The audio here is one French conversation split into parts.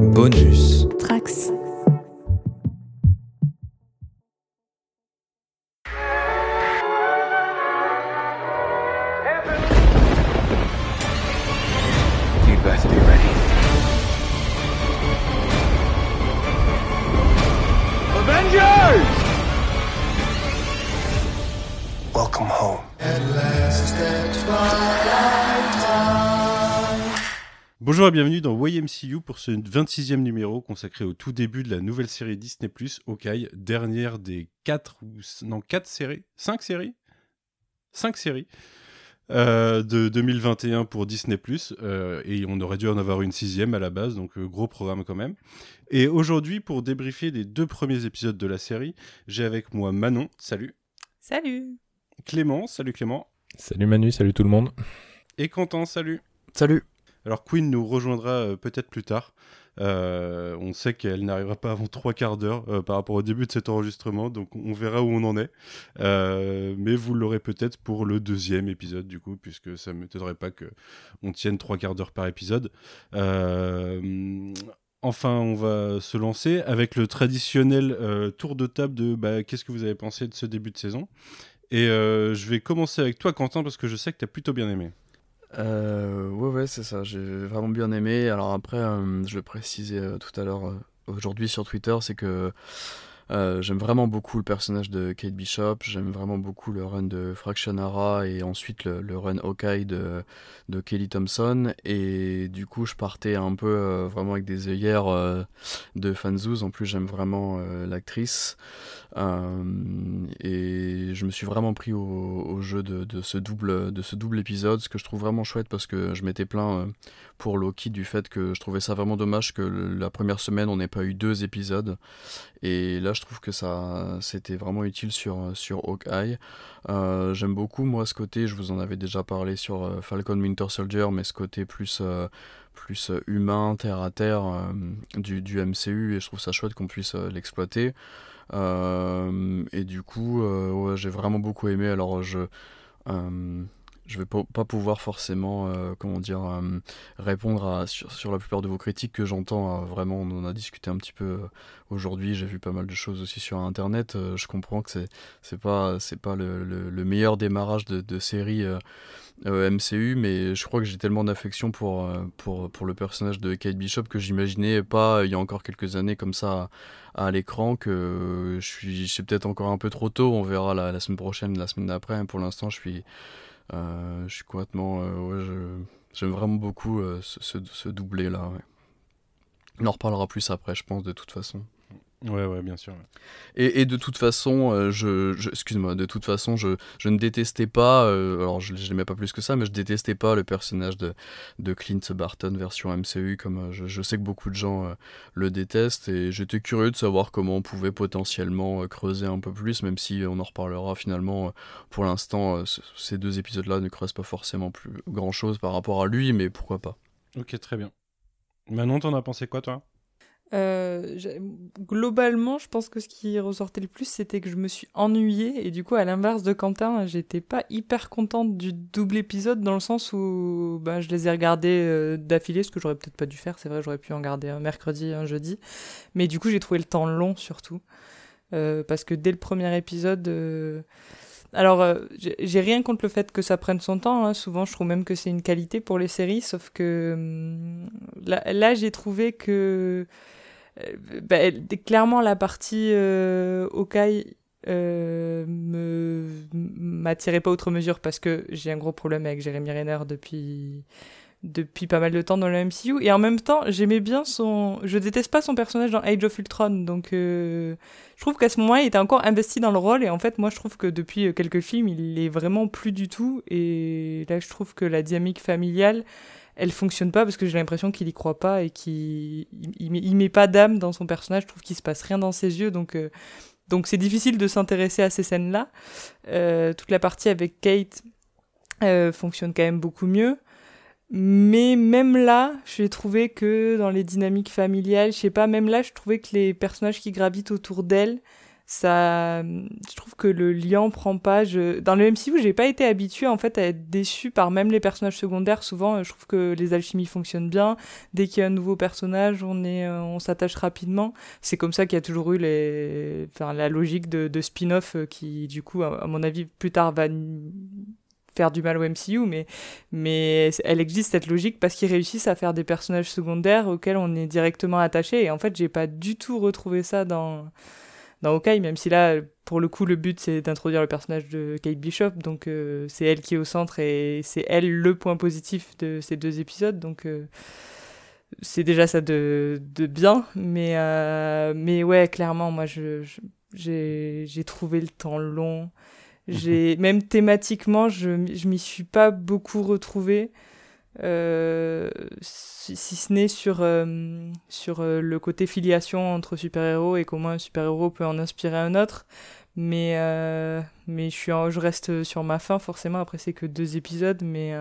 Bonus. Trax. You better be ready. Avengers! Welcome home. Bonjour et bienvenue dans YMCU pour ce 26e numéro consacré au tout début de la nouvelle série Disney+, Hawkeye, dernière des 5 séries de 2021 pour Disney+, et on aurait dû en avoir une 6e à la base, donc gros programme quand même. Et aujourd'hui, pour débriefer les 2 premiers épisodes de la série, j'ai avec moi Manon, salut. Salut. Clément, salut Clément. Salut Manu, salut tout le monde. Et Quentin, salut. Salut. Alors Queen nous rejoindra peut-être plus tard. On sait qu'elle n'arrivera pas avant 3/4 d'heure par rapport au début de cet enregistrement, donc on verra où on en est. Mais vous l'aurez peut-être pour le 2e épisode du coup, puisque ça ne m'étonnerait pas qu'on tienne 3/4 d'heure par épisode. Enfin, on va se lancer avec le traditionnel tour de table de qu'est-ce que vous avez pensé de ce début de saison. Et je vais commencer avec toi Quentin, parce que je sais que tu as plutôt bien aimé. Ouais, c'est ça, j'ai vraiment bien aimé. Alors après, je le précisais tout à l'heure, aujourd'hui sur Twitter, c'est que j'aime vraiment beaucoup le personnage de Kate Bishop, j'aime vraiment beaucoup le run de Fractionara et ensuite le run Hawkeye de Kelly Thompson, et du coup je partais un peu vraiment avec des œillères de fanzouz. En plus j'aime vraiment l'actrice, et je me suis vraiment pris au jeu de ce double épisode, ce que je trouve vraiment chouette, parce que je m'étais plaint pour Loki du fait que je trouvais ça vraiment dommage que la première semaine on n'ait pas eu 2 épisodes, et là je trouve que ça c'était vraiment utile sur Hawkeye. J'aime beaucoup moi ce côté, je vous en avais déjà parlé sur Falcon Winter Soldier, mais ce côté plus humain, terre à terre du MCU, et je trouve ça chouette qu'on puisse l'exploiter. Et du coup ouais, j'ai vraiment beaucoup aimé. Alors je vais pas pouvoir forcément répondre sur la plupart de vos critiques que j'entends. Vraiment, on en a discuté un petit peu aujourd'hui, j'ai vu pas mal de choses aussi sur internet. Je comprends que c'est pas le meilleur démarrage de série MCU, mais je crois que j'ai tellement d'affection pour le personnage de Kate Bishop que j'imaginais pas il y a encore quelques années comme ça à l'écran, que c'est peut-être encore un peu trop tôt. On verra la semaine prochaine, la semaine d'après. Pour l'instant je suis complètement j'aime vraiment beaucoup ce doublé là, ouais. On en reparlera plus après, je pense, de toute façon. Ouais, bien sûr. Et de toute façon, de toute façon, je ne détestais pas, alors je l'aimais pas plus que ça, mais je détestais pas le personnage de Clint Barton version MCU, comme je sais que beaucoup de gens le détestent, et j'étais curieux de savoir comment on pouvait potentiellement creuser un peu plus, même si on en reparlera finalement. Pour l'instant, ces 2 épisodes-là ne creusent pas forcément plus grand-chose par rapport à lui, mais pourquoi pas. Ok, très bien. Manon, t'en as pensé quoi toi ? Globalement, je pense que ce qui ressortait le plus, c'était que je me suis ennuyée, et du coup, à l'inverse de Quentin, j'étais pas hyper contente du double épisode, dans le sens où je les ai regardés d'affilée, ce que j'aurais peut-être pas dû faire. C'est vrai, j'aurais pu en garder un mercredi et un jeudi, mais du coup j'ai trouvé le temps long surtout, parce que dès le premier épisode, j'ai rien contre le fait que ça prenne son temps, hein. Souvent je trouve même que c'est une qualité pour les séries, sauf que là j'ai trouvé que clairement la partie Hawkeye m'attirait pas outre mesure, parce que j'ai un gros problème avec Jeremy Renner depuis pas mal de temps dans le MCU, et en même temps j'aimais bien je déteste pas son personnage dans Age of Ultron, donc je trouve qu'à ce moment-là il était encore investi dans le rôle, et en fait moi je trouve que depuis quelques films il est vraiment plus du tout, et là je trouve que la dynamique familiale elle fonctionne pas, parce que j'ai l'impression qu'il y croit pas, et qu'il met pas d'âme dans son personnage. Je trouve qu'il se passe rien dans ses yeux, donc c'est difficile de s'intéresser à ces scènes-là. Toute la partie avec Kate fonctionne quand même beaucoup mieux, mais même là, j'ai trouvé que dans les dynamiques familiales, je sais pas, même là, je trouvais que les personnages qui gravitent autour d'elle, je trouve que le lien prend pas. Dans le MCU, j'ai pas été habituée en fait à être déçue par même les personnages secondaires. Souvent, je trouve que les alchimies fonctionnent bien. Dès qu'il y a un nouveau personnage, on s'attache rapidement. C'est comme ça qu'il y a toujours eu la logique de spin-off qui, du coup, à mon avis, plus tard va faire du mal au MCU, mais elle existe cette logique parce qu'ils réussissent à faire des personnages secondaires auxquels on est directement attaché. Et en fait, j'ai pas du tout retrouvé ça dans Hawkeye, même si là, pour le coup, le but, c'est d'introduire le personnage de Kate Bishop, donc c'est elle qui est au centre et c'est elle le point positif de ces 2 épisodes, donc c'est déjà ça de bien, mais ouais, clairement, moi, j'ai trouvé le temps long. Même thématiquement, je m'y suis pas beaucoup retrouvée. Si ce n'est sur le côté filiation entre super-héros et comment un super-héros peut en inspirer un autre, mais je reste sur ma faim forcément. Après c'est que 2 épisodes, mais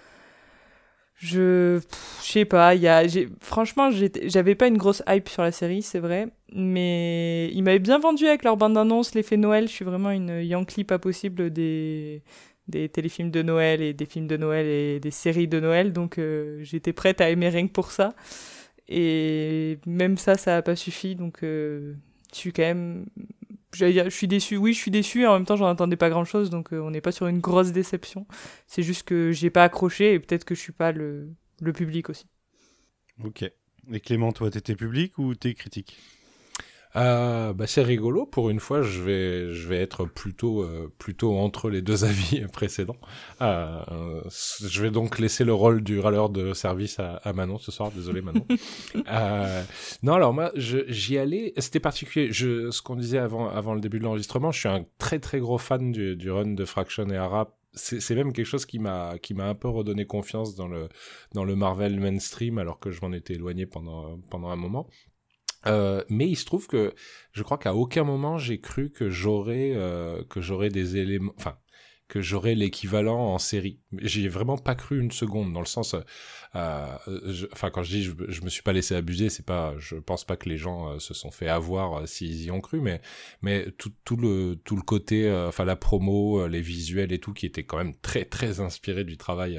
je sais pas, franchement j'avais pas une grosse hype sur la série, c'est vrai, mais ils m'avaient bien vendu avec leur bande-annonce, l'effet Noël. Je suis vraiment une Yankee pas possible des téléfilms de Noël et des films de Noël et des séries de Noël, donc j'étais prête à aimer rien que pour ça, et même ça a pas suffi, donc je suis quand même, je suis déçue, oui je suis déçue, et en même temps j'en attendais pas grand chose, donc on n'est pas sur une grosse déception, c'est juste que j'ai pas accroché et peut-être que je suis pas le public aussi. Ok, et Clément, toi t'étais public ou t'es critique? C'est rigolo, pour une fois je vais être plutôt entre les 2 avis précédents. Je vais donc laisser le rôle du râleur de service à Manon ce soir, désolé Manon. Non, alors moi j'y allais, c'était particulier, ce qu'on disait avant le début de l'enregistrement, je suis un très très gros fan du run de Fraction et Hara. C'est même quelque chose qui m'a un peu redonné confiance dans le Marvel mainstream, alors que je m'en étais éloigné pendant un moment. Mais il se trouve que je crois qu'à aucun moment j'ai cru que j'aurais des éléments, enfin que j'aurais l'équivalent en série. J'y ai vraiment pas cru une seconde, dans le sens, quand je dis je me suis pas laissé abuser, c'est pas, je pense pas que les gens se sont fait avoir s'ils y ont cru, mais tout le côté, la promo, les visuels et tout, qui était quand même très très inspiré du travail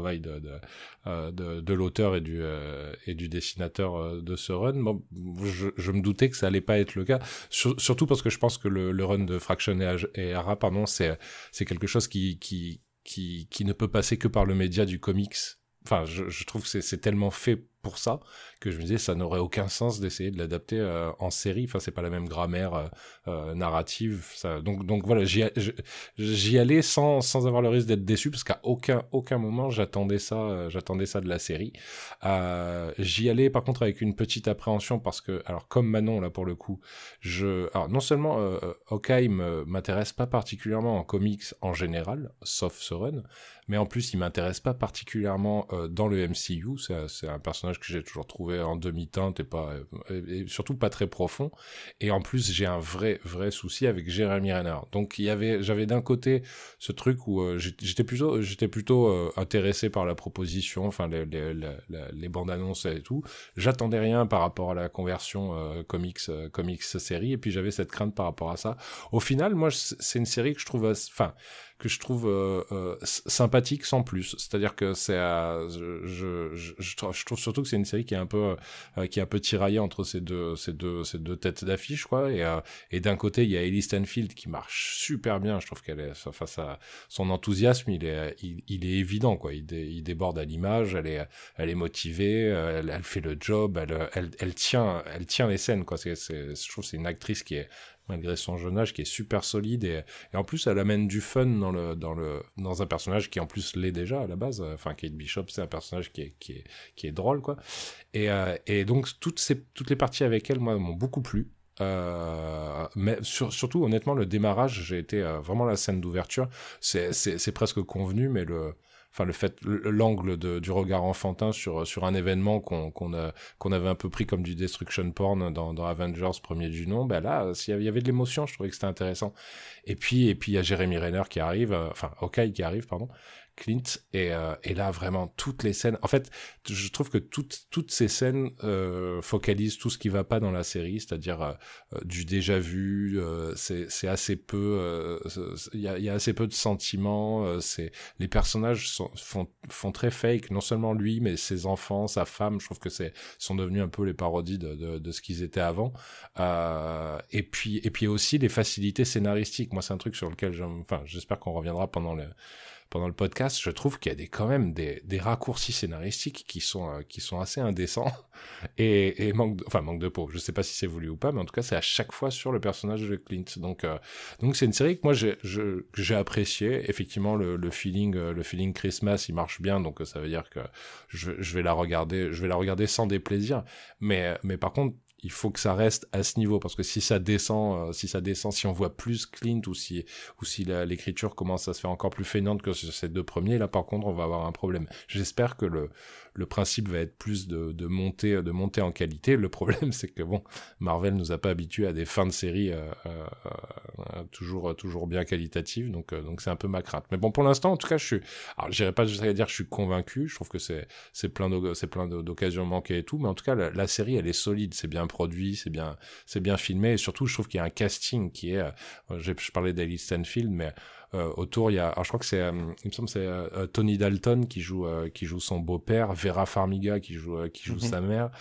de l'auteur et du dessinateur de ce run. Bon, je me doutais que ça allait pas être le cas, surtout parce que je pense que le run de Fraction et Hara, pardon, c'est quelque chose qui ne peut passer que par le média du comics. Enfin, je trouve que c'est tellement fait pour ça que je me disais ça n'aurait aucun sens d'essayer de l'adapter en série. Enfin, c'est pas la même grammaire narrative. Ça, donc voilà, j'y allais sans avoir le risque d'être déçu, parce qu'à aucun moment j'attendais ça de la série. J'y allais par contre avec une petite appréhension, parce que, alors comme Manon là pour le coup, alors non seulement Hawkeye m'intéresse pas particulièrement en comics en général, sauf ce run, mais en plus il m'intéresse pas particulièrement dans le MCU. C'est un personnage que j'ai toujours trouvé en demi-teinte et surtout pas très profond. Et en plus, j'ai un vrai souci avec Jeremy Renner. Donc j'avais d'un côté ce truc où j'étais plutôt intéressé par la proposition, enfin les bandes annonces et tout. J'attendais rien par rapport à la conversion comics série, et puis j'avais cette crainte par rapport à ça. Au final, moi, c'est une série que je trouve sympathique sans plus. C'est-à-dire que je trouve surtout que c'est une série qui est un peu tiraillée entre ces deux têtes d'affiche, quoi. Et d'un côté, il y a Ellie Stanfield qui marche super bien. Je trouve qu'elle est, face à son enthousiasme, il est évident, quoi. Il déborde à l'image. Elle est motivée. Elle fait le job. Elle tient les scènes, quoi. Je trouve que c'est une actrice qui est, malgré son jeune âge, qui est super solide, et en plus elle amène du fun dans un personnage qui en plus l'est déjà à la base. Enfin, Kate Bishop, c'est un personnage qui est drôle, quoi, et donc toutes les parties avec elle, moi, m'ont beaucoup plu. Mais surtout, honnêtement, le démarrage, j'ai été vraiment, la scène d'ouverture, c'est presque convenu, mais l'angle du regard enfantin sur un événement qu'on avait un peu pris comme du destruction porn dans Avengers premier du nom, ben là, il y avait de l'émotion, je trouvais que c'était intéressant. Et puis il y a Jeremy Renner qui arrive, Hawkeye qui arrive, pardon, Clint, et là vraiment toutes les scènes, en fait je trouve que toutes ces scènes focalisent tout ce qui va pas dans la série, c'est-à-dire du déjà vu, c'est assez peu, il y a assez peu de sentiments, les personnages font très fake, non seulement lui mais ses enfants, sa femme, je trouve que sont devenus un peu les parodies de ce qu'ils étaient avant, et puis aussi les facilités scénaristiques. Moi c'est un truc sur lequel j'espère qu'on reviendra pendant le podcast. Je trouve qu'il y a quand même des raccourcis scénaristiques qui sont assez indécents et manque de peau. Je sais pas si c'est voulu ou pas, mais en tout cas c'est à chaque fois sur le personnage de Clint. Donc c'est une série que moi j'ai apprécié. Effectivement le feeling Christmas il marche bien, donc ça veut dire que je vais la regarder sans déplaisir. Mais par contre il faut que ça reste à ce niveau, parce que si ça descend, si on voit plus Clint, ou si l'écriture commence à se faire encore plus feignante que sur ces deux premiers, là par contre on va avoir un problème. J'espère que le principe va être plus de monter en qualité. Le problème c'est que Marvel nous a pas habitués à des fins de série toujours bien qualitatives, donc c'est un peu ma crainte. Mais bon, pour l'instant en tout cas j'irai pas jusqu'à dire que je suis convaincu. Je trouve que c'est plein d'occasions manquées et tout, mais en tout cas la série elle est solide, c'est bien produit, c'est bien filmé, et surtout je trouve qu'il y a un casting qui est je parlais d'Hailey Steinfeld, mais autour il y a, alors je crois que il me semble c'est Tony Dalton qui joue son beau-père, Vera Farmiga qui joue sa mère.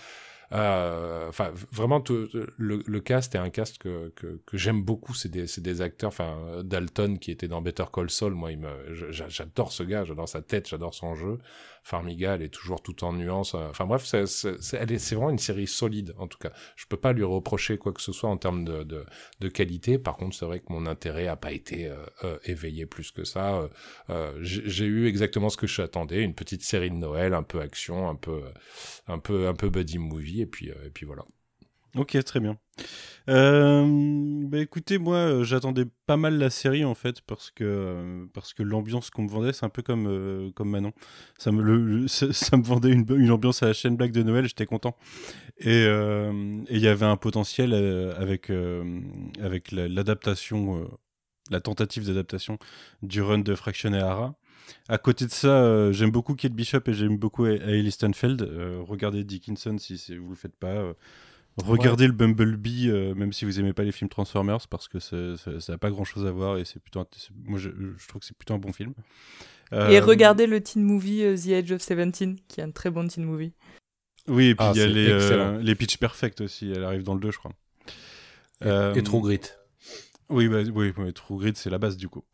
Vraiment le cast est un cast que j'aime beaucoup. C'est des acteurs, Dalton qui était dans Better Call Saul, moi j'adore ce gars, j'adore sa tête, j'adore son jeu. Farmiga elle est toujours tout en nuances, bref c'est vraiment une série solide. En tout cas je peux pas lui reprocher quoi que ce soit en termes de qualité. Par contre c'est vrai que mon intérêt a pas été éveillé plus que ça. J'ai eu exactement ce que j'attendais, une petite série de Noël, un peu action, un peu buddy movie, et puis voilà. Ok, très bien. Écoutez, moi j'attendais pas mal la série en fait, parce que l'ambiance qu'on me vendait, c'est un peu comme Manon. Ça me vendait une ambiance à la chaîne blague de Noël, j'étais content. Et il y avait un potentiel avec l'adaptation, la tentative d'adaptation du run de Fraction et Hara. À côté de ça, j'aime beaucoup Kate Bishop et j'aime beaucoup Hailey Steinfeld. Regardez Dickinson si vous le faites pas. Regardez le Bumblebee, même si vous aimez pas les films Transformers, parce que ça a pas grand chose à voir, et moi je trouve que c'est plutôt un bon film. Et regardez le teen movie The Age of 17, qui est un très bon teen movie. Oui, et puis il y a les Pitch Perfect aussi, elle arrive dans le 2 je crois. Et True Grit. Oui, True Grit c'est la base du coup.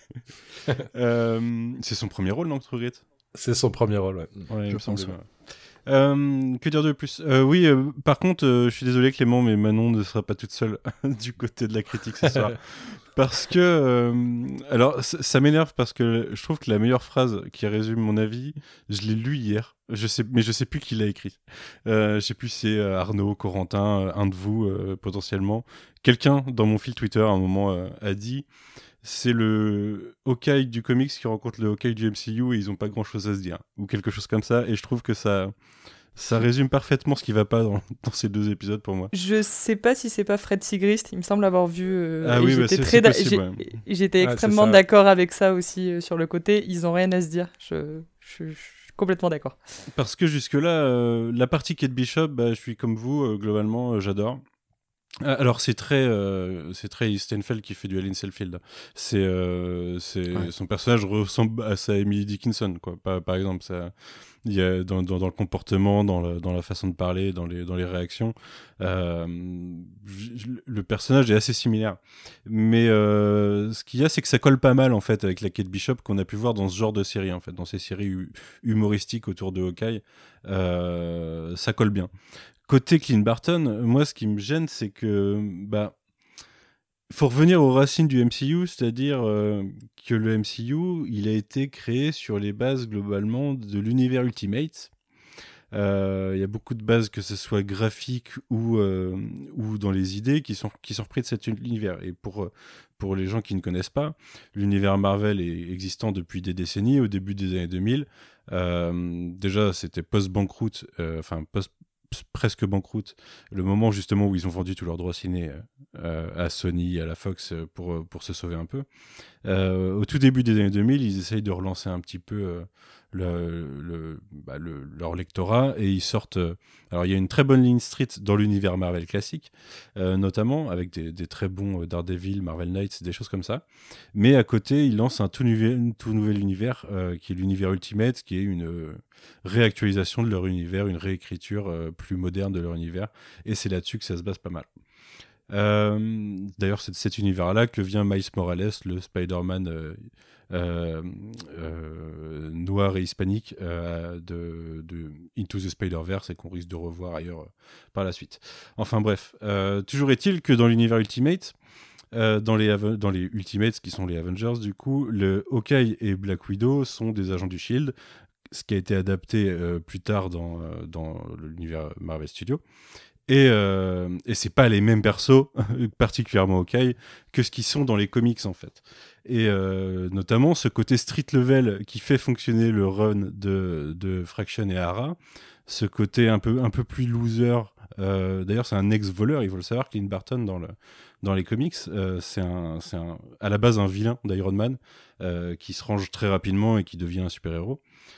C'est son premier rôle, non, True Grit? C'est son premier rôle, ouais. Je pense. Que dire de plus? Par contre, je suis désolé Clément, mais Manon ne sera pas toute seule du côté de la critique ce soir. Parce que, alors ça m'énerve, parce que je trouve que la meilleure phrase qui résume mon avis, je l'ai lu hier, mais je sais plus qui l'a écrit. Je sais plus si c'est Arnaud, Corentin, un de vous potentiellement. Quelqu'un dans mon fil Twitter à un moment a dit: c'est le Hawkeye du comics qui rencontre le Hawkeye du MCU et ils ont pas grand chose à se dire, ou quelque chose comme ça. Et je trouve que ça résume parfaitement ce qui va pas dans ces deux épisodes pour moi. Je sais pas si c'est pas Fred Sigrist, il me semble avoir vu. C'est possible, j'étais extrêmement d'accord avec ça aussi sur le côté. Ils ont rien à se dire. Je suis complètement d'accord. Parce que jusque-là, la partie Kate Bishop, je suis comme vous, globalement, j'adore. Alors c'est très Steinfeld qui fait du Hailey Steinfeld. Son personnage ressemble à sa Emily Dickinson, quoi. Par exemple, ça, il y a dans le comportement, dans la façon de parler, dans les réactions, le personnage est assez similaire. Mais ce qu'il y a, c'est que ça colle pas mal en fait avec la Kate Bishop qu'on a pu voir dans ce genre de série, en fait, dans ces séries humoristiques autour de Hawkeye. Ça colle bien. Côté Clint Barton, moi, ce qui me gêne, c'est que faut revenir aux racines du MCU, c'est-à-dire que le MCU, il a été créé sur les bases globalement de l'univers Ultimate. Il y a beaucoup de bases, que ce soit graphiques ou dans les idées, qui sont repris de cet univers. Et pour les gens qui ne connaissent pas, l'univers Marvel est existant depuis des décennies, au début des années 2000. Déjà, c'était post-banqueroute, presque banqueroute, le moment justement où ils ont vendu tous leurs droits ciné à Sony, à la Fox pour se sauver un peu. Au tout début des années 2000, ils essayent de relancer un petit peu leur lectorat et ils sortent. Alors il y a une très bonne ligne street dans l'univers Marvel classique, notamment avec des très bons Daredevil, Marvel Knights, des choses comme ça. Mais à côté, ils lancent un tout nouvel univers qui est l'univers Ultimate, qui est une réactualisation de leur univers, une réécriture plus moderne de leur univers. Et c'est là-dessus que ça se base pas mal. D'ailleurs, c'est de cet univers-là que vient Miles Morales, le Spider-Man noir et hispanique de Into the Spider-Verse et qu'on risque de revoir ailleurs par la suite. Enfin bref, toujours est-il que dans l'univers Ultimate, dans les Ultimates qui sont les Avengers, du coup, le Hawkeye et Black Widow sont des agents du Shield, ce qui a été adapté plus tard dans l'univers Marvel Studios. Et c'est pas les mêmes persos, particulièrement Hawkeye, que ce qui sont dans les comics en fait. Et notamment ce côté street level qui fait fonctionner le run de Fraction et Hara, ce côté un peu plus loser. D'ailleurs, c'est un ex-voleur, il faut le savoir, Clint Barton dans les comics. C'est à la base un vilain d'Iron Man qui se range très rapidement et qui devient un super-héros.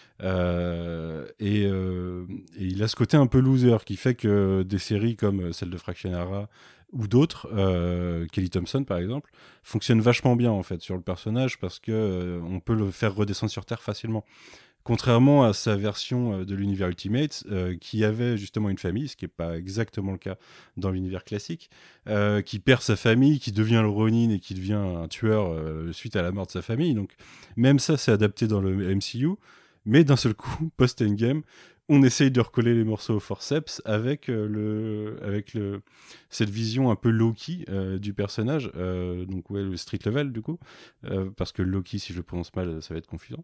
Et il a ce côté un peu loser qui fait que des séries comme celle de Fraction Hara ou d'autres, Kelly Thompson par exemple, fonctionnent vachement bien en fait sur le personnage parce que on peut le faire redescendre sur Terre facilement. Contrairement à sa version de l'univers Ultimate, qui avait justement une famille, ce qui n'est pas exactement le cas dans l'univers classique, qui perd sa famille, qui devient le Ronin et qui devient un tueur suite à la mort de sa famille. Donc même ça, c'est adapté dans le MCU. Mais d'un seul coup, post-Endgame, on essaye de recoller les morceaux au forceps avec cette vision un peu Loki du personnage, donc ouais, le street level du coup, parce que Loki, si je le prononce mal, ça va être confusant.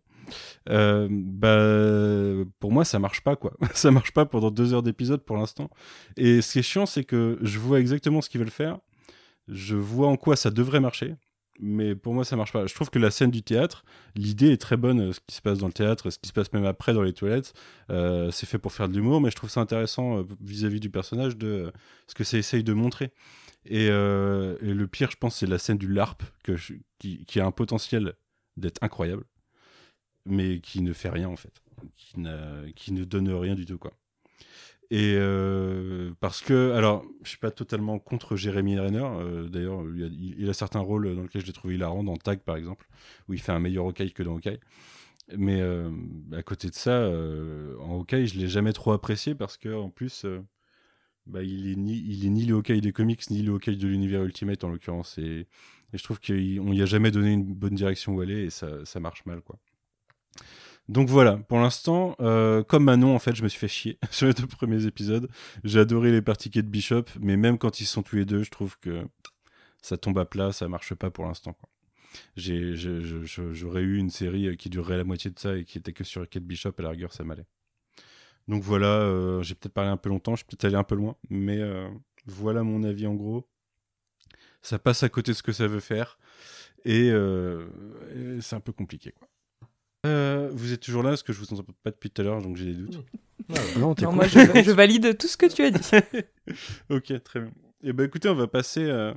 Pour moi, ça marche pas quoi. Ça marche pas pendant 2 heures d'épisode pour l'instant. Et ce qui est chiant, c'est que je vois exactement ce qu'ils veulent faire, je vois en quoi ça devrait marcher. Mais pour moi ça marche pas. Je trouve que la scène du théâtre, l'idée est très bonne, ce qui se passe dans le théâtre, ce qui se passe même après dans les toilettes, c'est fait pour faire de l'humour, mais je trouve ça intéressant vis-à-vis du personnage de ce que ça essaye de montrer. Et le pire, je pense, c'est la scène du LARP qui a un potentiel d'être incroyable, mais qui ne fait rien en fait, qui ne donne rien du tout quoi. Et parce que, alors, je suis pas totalement contre Jeremy Renner. D'ailleurs, il a certains rôles dans lesquels je l'ai trouvé hilarant, dans Tag par exemple, où il fait un meilleur Hawkeye que dans Hawkeye. Mais à côté de ça, en Hawkeye, je l'ai jamais trop apprécié parce que en plus, il est ni le Hawkeye des comics ni le Hawkeye de l'univers Ultimate en l'occurrence. Et je trouve qu'on y a jamais donné une bonne direction où aller et ça marche mal quoi. Donc voilà, pour l'instant, comme Manon, en fait, je me suis fait chier sur les 2 premiers épisodes. J'ai adoré les parties Kate Bishop, mais même quand ils sont tous les deux, je trouve que ça tombe à plat, ça marche pas pour l'instant, quoi. J'aurais eu une série qui durerait la moitié de ça et qui était que sur Kate Bishop, à la rigueur, ça m'allait. Donc voilà, j'ai peut-être parlé un peu longtemps, je suis peut-être allé un peu loin, mais voilà mon avis en gros. Ça passe à côté de ce que ça veut faire, et c'est un peu compliqué, quoi. Vous êtes toujours là parce que je vous entends pas depuis tout à l'heure, donc j'ai des doutes. Non, Non, moi je valide tout ce que tu as dit. Ok, très bien. Et bah écoutez, on va passer à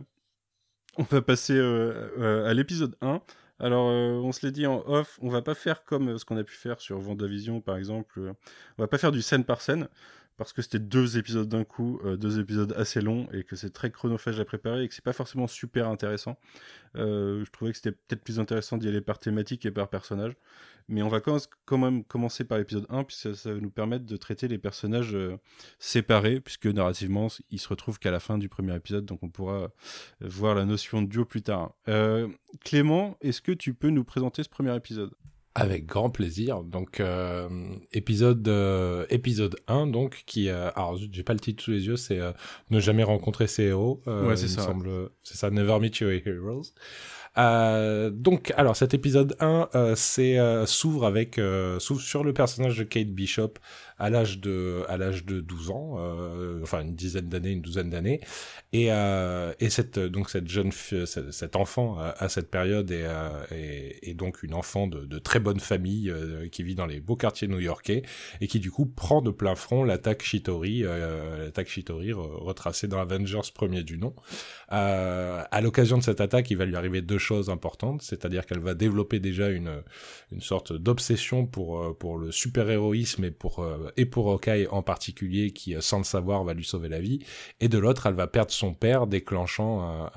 l'épisode 1. Alors, on se l'est dit en off, on va pas faire comme ce qu'on a pu faire sur WandaVision par exemple. On va pas faire du scène par scène, parce que c'était 2 épisodes d'un coup, 2 épisodes assez longs, et que c'est très chronophage à préparer, et que c'est pas forcément super intéressant. Je trouvais que c'était peut-être plus intéressant d'y aller par thématique et par personnage. Mais on va quand même commencer par l'épisode 1, puisque ça va nous permettre de traiter les personnages séparés, puisque narrativement, ils se retrouvent qu'à la fin du premier épisode, donc on pourra voir la notion de duo plus tard. Clément, est-ce que tu peux nous présenter ce premier épisode ? Avec grand plaisir. Donc, épisode 1, donc, qui... alors, j'ai pas le titre sous les yeux, c'est Ne jamais rencontrer ses héros. Ouais, c'est ça. C'est ça, Never Meet Your Heroes. Donc, alors cet épisode 1 s'ouvre sur le personnage de Kate Bishop à l'âge de 12 ans, enfin une douzaine d'années, et cet enfant à cette période est donc une enfant de très bonne famille qui vit dans les beaux quartiers new-yorkais et qui du coup prend de plein front l'attaque Shitori retracée dans Avengers premier du nom. À l'occasion de cette attaque, il va lui arriver deux choses importantes, c'est-à-dire qu'elle va développer déjà une sorte d'obsession pour le super-héroïsme et pour Hawkeye en particulier, qui sans le savoir va lui sauver la vie, et de l'autre, elle va perdre son père, déclenchant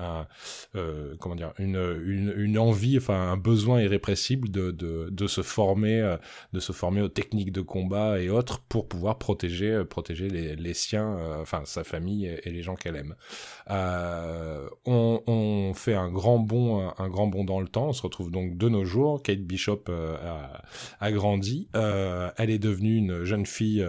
une envie, enfin un besoin irrépressible de se former aux techniques de combat et autres pour pouvoir protéger les siens, enfin sa famille et les gens qu'elle aime. On fait un grand bond dans le temps. On se retrouve donc de nos jours. Kate Bishop a grandi. Elle est devenue une jeune fille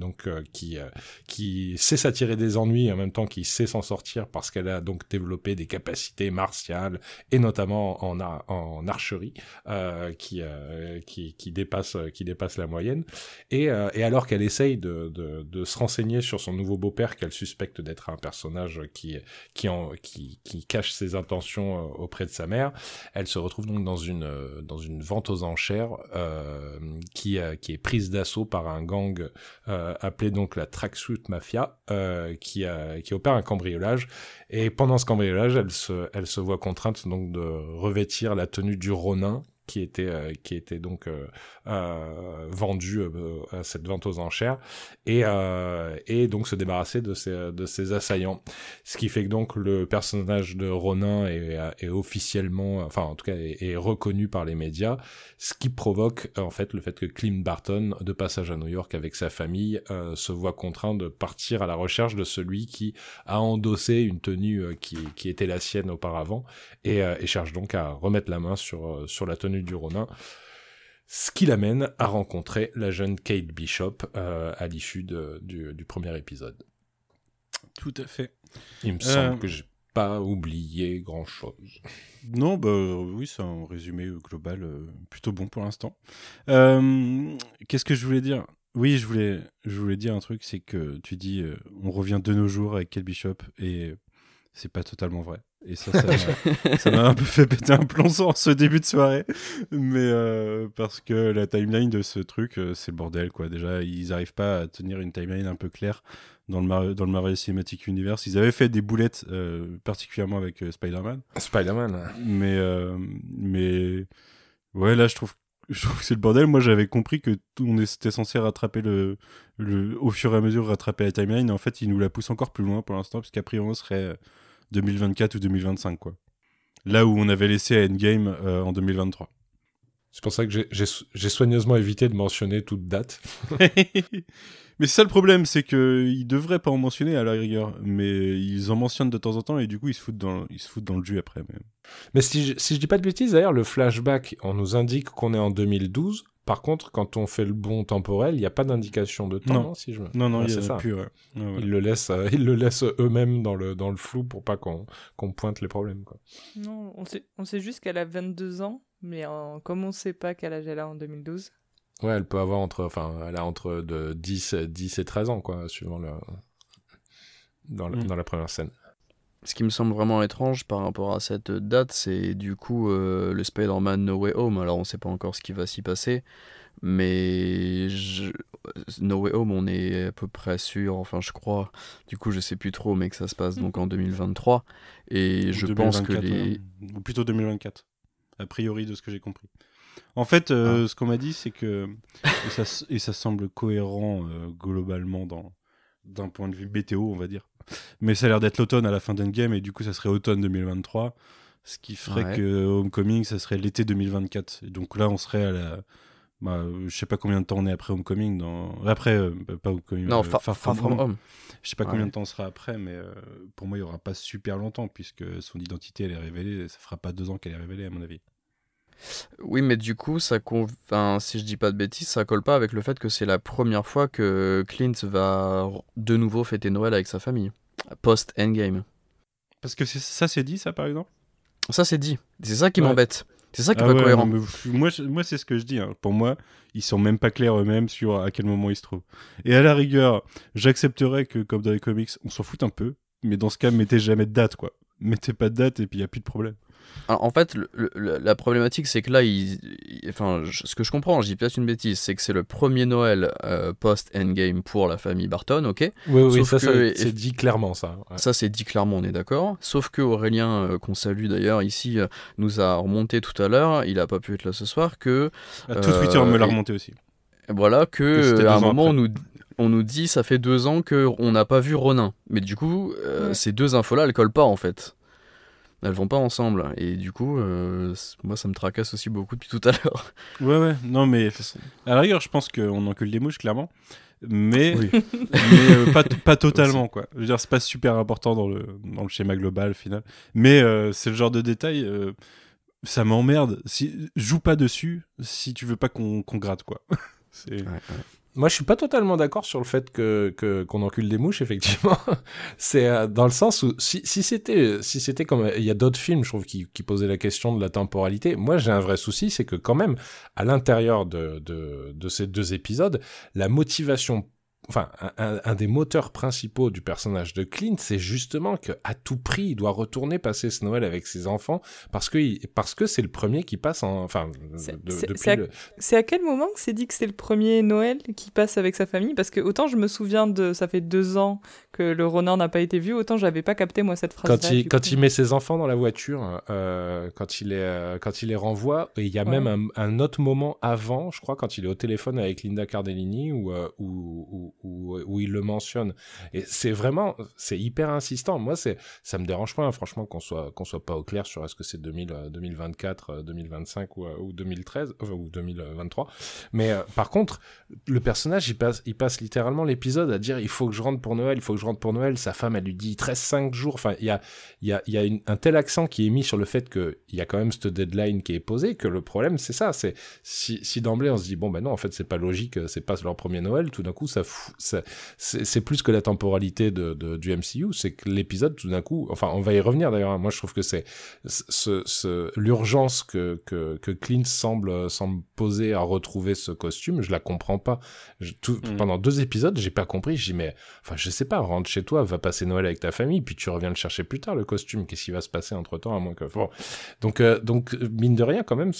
qui sait s'attirer des ennuis et en même temps qui sait s'en sortir parce qu'elle a donc développé des capacités martiales et notamment en archerie qui dépasse la moyenne. Et alors qu'elle essaye de se renseigner sur son nouveau beau-père qu'elle suspecte d'être un personnage qui cache ses intentions auprès de sa mère, elle se retrouve donc dans une vente aux enchères qui est prise d'assaut par un gang appelé donc la Tracksuit Mafia qui opère un cambriolage, et pendant ce cambriolage elle se voit contrainte donc de revêtir la tenue du Ronin qui était donc vendu à cette vente aux enchères et donc se débarrasser de ses assaillants, ce qui fait que donc le personnage de Ronin est officiellement, enfin en tout cas est reconnu par les médias, ce qui provoque en fait le fait que Clint Barton, de passage à New York avec sa famille, se voit contraint de partir à la recherche de celui qui a endossé une tenue qui était la sienne auparavant et cherche donc à remettre la main sur la tenue du Ronin, ce qui l'amène à rencontrer la jeune Kate Bishop à l'issue du premier épisode. Tout à fait. Il me semble que j'ai pas oublié grand chose. Non, oui, c'est un résumé global plutôt bon pour l'instant. Qu'est-ce que je voulais dire ? Oui, je voulais dire un truc, c'est que tu dis on revient de nos jours avec Kate Bishop et c'est pas totalement vrai. Et ça m'a un peu fait péter un plomb en ce début de soirée. Mais parce que la timeline de ce truc, c'est le bordel, quoi. Déjà, ils n'arrivent pas à tenir une timeline un peu claire dans le Marvel Cinematic Universe. Ils avaient fait des boulettes, particulièrement avec Spider-Man. Mais ouais, là, je trouve que c'est le bordel. Moi, j'avais compris que on était censé rattraper au fur et à mesure rattraper la timeline. En fait, ils nous la poussent encore plus loin pour l'instant, parce qu'après, on serait 2024 ou 2025, quoi. Là où on avait laissé Endgame en 2023. C'est pour ça que j'ai soigneusement évité de mentionner toute date. Mais c'est ça le problème, c'est qu'ils devraient pas en mentionner à la rigueur, mais ils en mentionnent de temps en temps et du coup ils se foutent dans le jus après. Mais si je dis pas de bêtises, d'ailleurs, le flashback, on nous indique qu'on est en 2012. Par contre, quand on fait le bond temporel, il n'y a pas d'indication de temps. Non, il y en a plus. Ouais. Ouais. Ils le laissent eux-mêmes dans le flou pour pas qu'on pointe les problèmes, quoi. Non, on sait juste qu'elle a 22 ans, mais comme on sait pas quel âge elle a en 2012. Ouais, elle peut avoir elle a entre 10 et 13 ans, quoi, suivant dans la première scène. Ce qui me semble vraiment étrange par rapport à cette date, c'est du coup le Spider-Man No Way Home. Alors on sait pas encore ce qui va s'y passer, mais No Way Home, on est à peu près sûr, enfin je crois, du coup je sais plus trop, mais que ça se passe donc en 2023. Et je pense que ou plutôt 2024, a priori de ce que j'ai compris. En fait, ce qu'on m'a dit, c'est que, et ça semble cohérent globalement d'un point de vue BTO, on va dire. Mais ça a l'air d'être l'automne à la fin d'Endgame, et du coup, ça serait automne 2023, ce qui ferait que Homecoming, ça serait l'été 2024. Et donc là, on serait à je sais pas combien de temps on est après Homecoming. Pas Homecoming. Non, Far From Home. Je sais pas combien de temps on sera après, mais pour moi, il y aura pas super longtemps, puisque son identité, elle est révélée. Ça fera pas 2 ans qu'elle est révélée, à mon avis. Oui, mais du coup, si je dis pas de bêtises, ça colle pas avec le fait que c'est la première fois que Clint va de nouveau fêter Noël avec sa famille, post-Endgame. Parce que ça c'est dit, ça, par exemple ? Ça, c'est dit. C'est ça qui Ouais. m'embête. C'est ça qui est Ah pas ouais, cohérent. non, mais moi, c'est ce que je dis. Hein. Pour moi, ils sont même pas clairs eux-mêmes sur à quel moment ils se trouvent. Et à la rigueur, j'accepterais que, comme dans les comics, on s'en fout un peu. Mais dans ce cas, mettez jamais de date, quoi. Mettez pas de date et puis il y a plus de problème. Alors, en fait, la problématique, c'est que là, ce que je comprends, je dis peut-être une bêtise, c'est que c'est le premier Noël post-Endgame pour la famille Barton, ok? Oui, Sauf que- c'est dit clairement, ça. Ouais. Ça, c'est dit clairement, on est d'accord. Sauf que Aurélien, qu'on salue d'ailleurs ici, nous a remonté tout à l'heure, il a pas pu être là ce soir, que Tout Twitter me l'a et- remonté aussi. voilà, Que c'était à un 2 ans moment, après. on nous dit ça fait 2 ans qu'on n'a pas vu Ronin. Mais du coup, Ouais. ces deux infos-là, elles collent pas en fait. Elles vont pas ensemble. Et du coup, moi, ça me tracasse aussi beaucoup depuis tout à l'heure. Ouais, non, mais à la rigueur, je pense qu'on encule des mouches, clairement. Mais, Oui. mais pas totalement, quoi. Je veux dire, c'est pas super important dans le schéma global, au final. Mais c'est le genre de détail, ça m'emmerde. Joue pas dessus si tu veux pas qu'on gratte, quoi. C'est... Ouais. Moi, je suis pas totalement d'accord sur le fait qu'on encule des mouches, effectivement. C'est dans le sens où si c'était comme il y a d'autres films, je trouve qui posaient la question de la temporalité. Moi, j'ai un vrai souci, c'est que quand même à l'intérieur de ces 2 épisodes, la motivation, enfin un des moteurs principaux du personnage de Clint, c'est justement que à tout prix, il doit retourner passer ce Noël avec ses enfants parce que c'est le premier qui passe C'est à quel moment que c'est dit que c'est le premier Noël qui passe avec sa famille? Parce que autant je me souviens ça fait 2 ans que le Ronin n'a pas été vu, autant j'avais pas capté moi cette phrase-là. Quand il met ses enfants dans la voiture, quand il les renvoie, et il y a Ouais. même un autre moment avant, je crois, quand il est au téléphone avec Linda Cardellini, où il le mentionne. Et c'est hyper insistant. Moi, ça me dérange pas, hein, franchement, qu'on soit pas au clair sur est-ce que c'est 2024, 2025 ou 2013, ou 2023. Mais par contre, le personnage, il passe littéralement l'épisode à dire il faut que je rentre pour Noël, il faut que je rentre pour Noël. Sa femme, elle lui dit il te reste 5 jours. Enfin, il y a un tel accent qui est mis sur le fait qu'il y a quand même cette deadline qui est posée, que le problème, c'est ça. C'est si d'emblée on se dit bon ben non, en fait c'est pas logique, c'est pas leur premier Noël, tout d'un coup c'est plus que la temporalité du MCU, c'est que l'épisode tout d'un coup, enfin on va y revenir d'ailleurs, hein. Moi je trouve que c'est l'urgence que Clint semble poser à retrouver ce costume, je la comprends pas. Pendant 2 épisodes, j'ai pas compris. Je dis mais enfin je sais pas, rentre chez toi, va passer Noël avec ta famille, puis tu reviens le chercher plus tard, le costume. Qu'est-ce qui va se passer entre temps, à moins que bon. Donc mine de rien quand même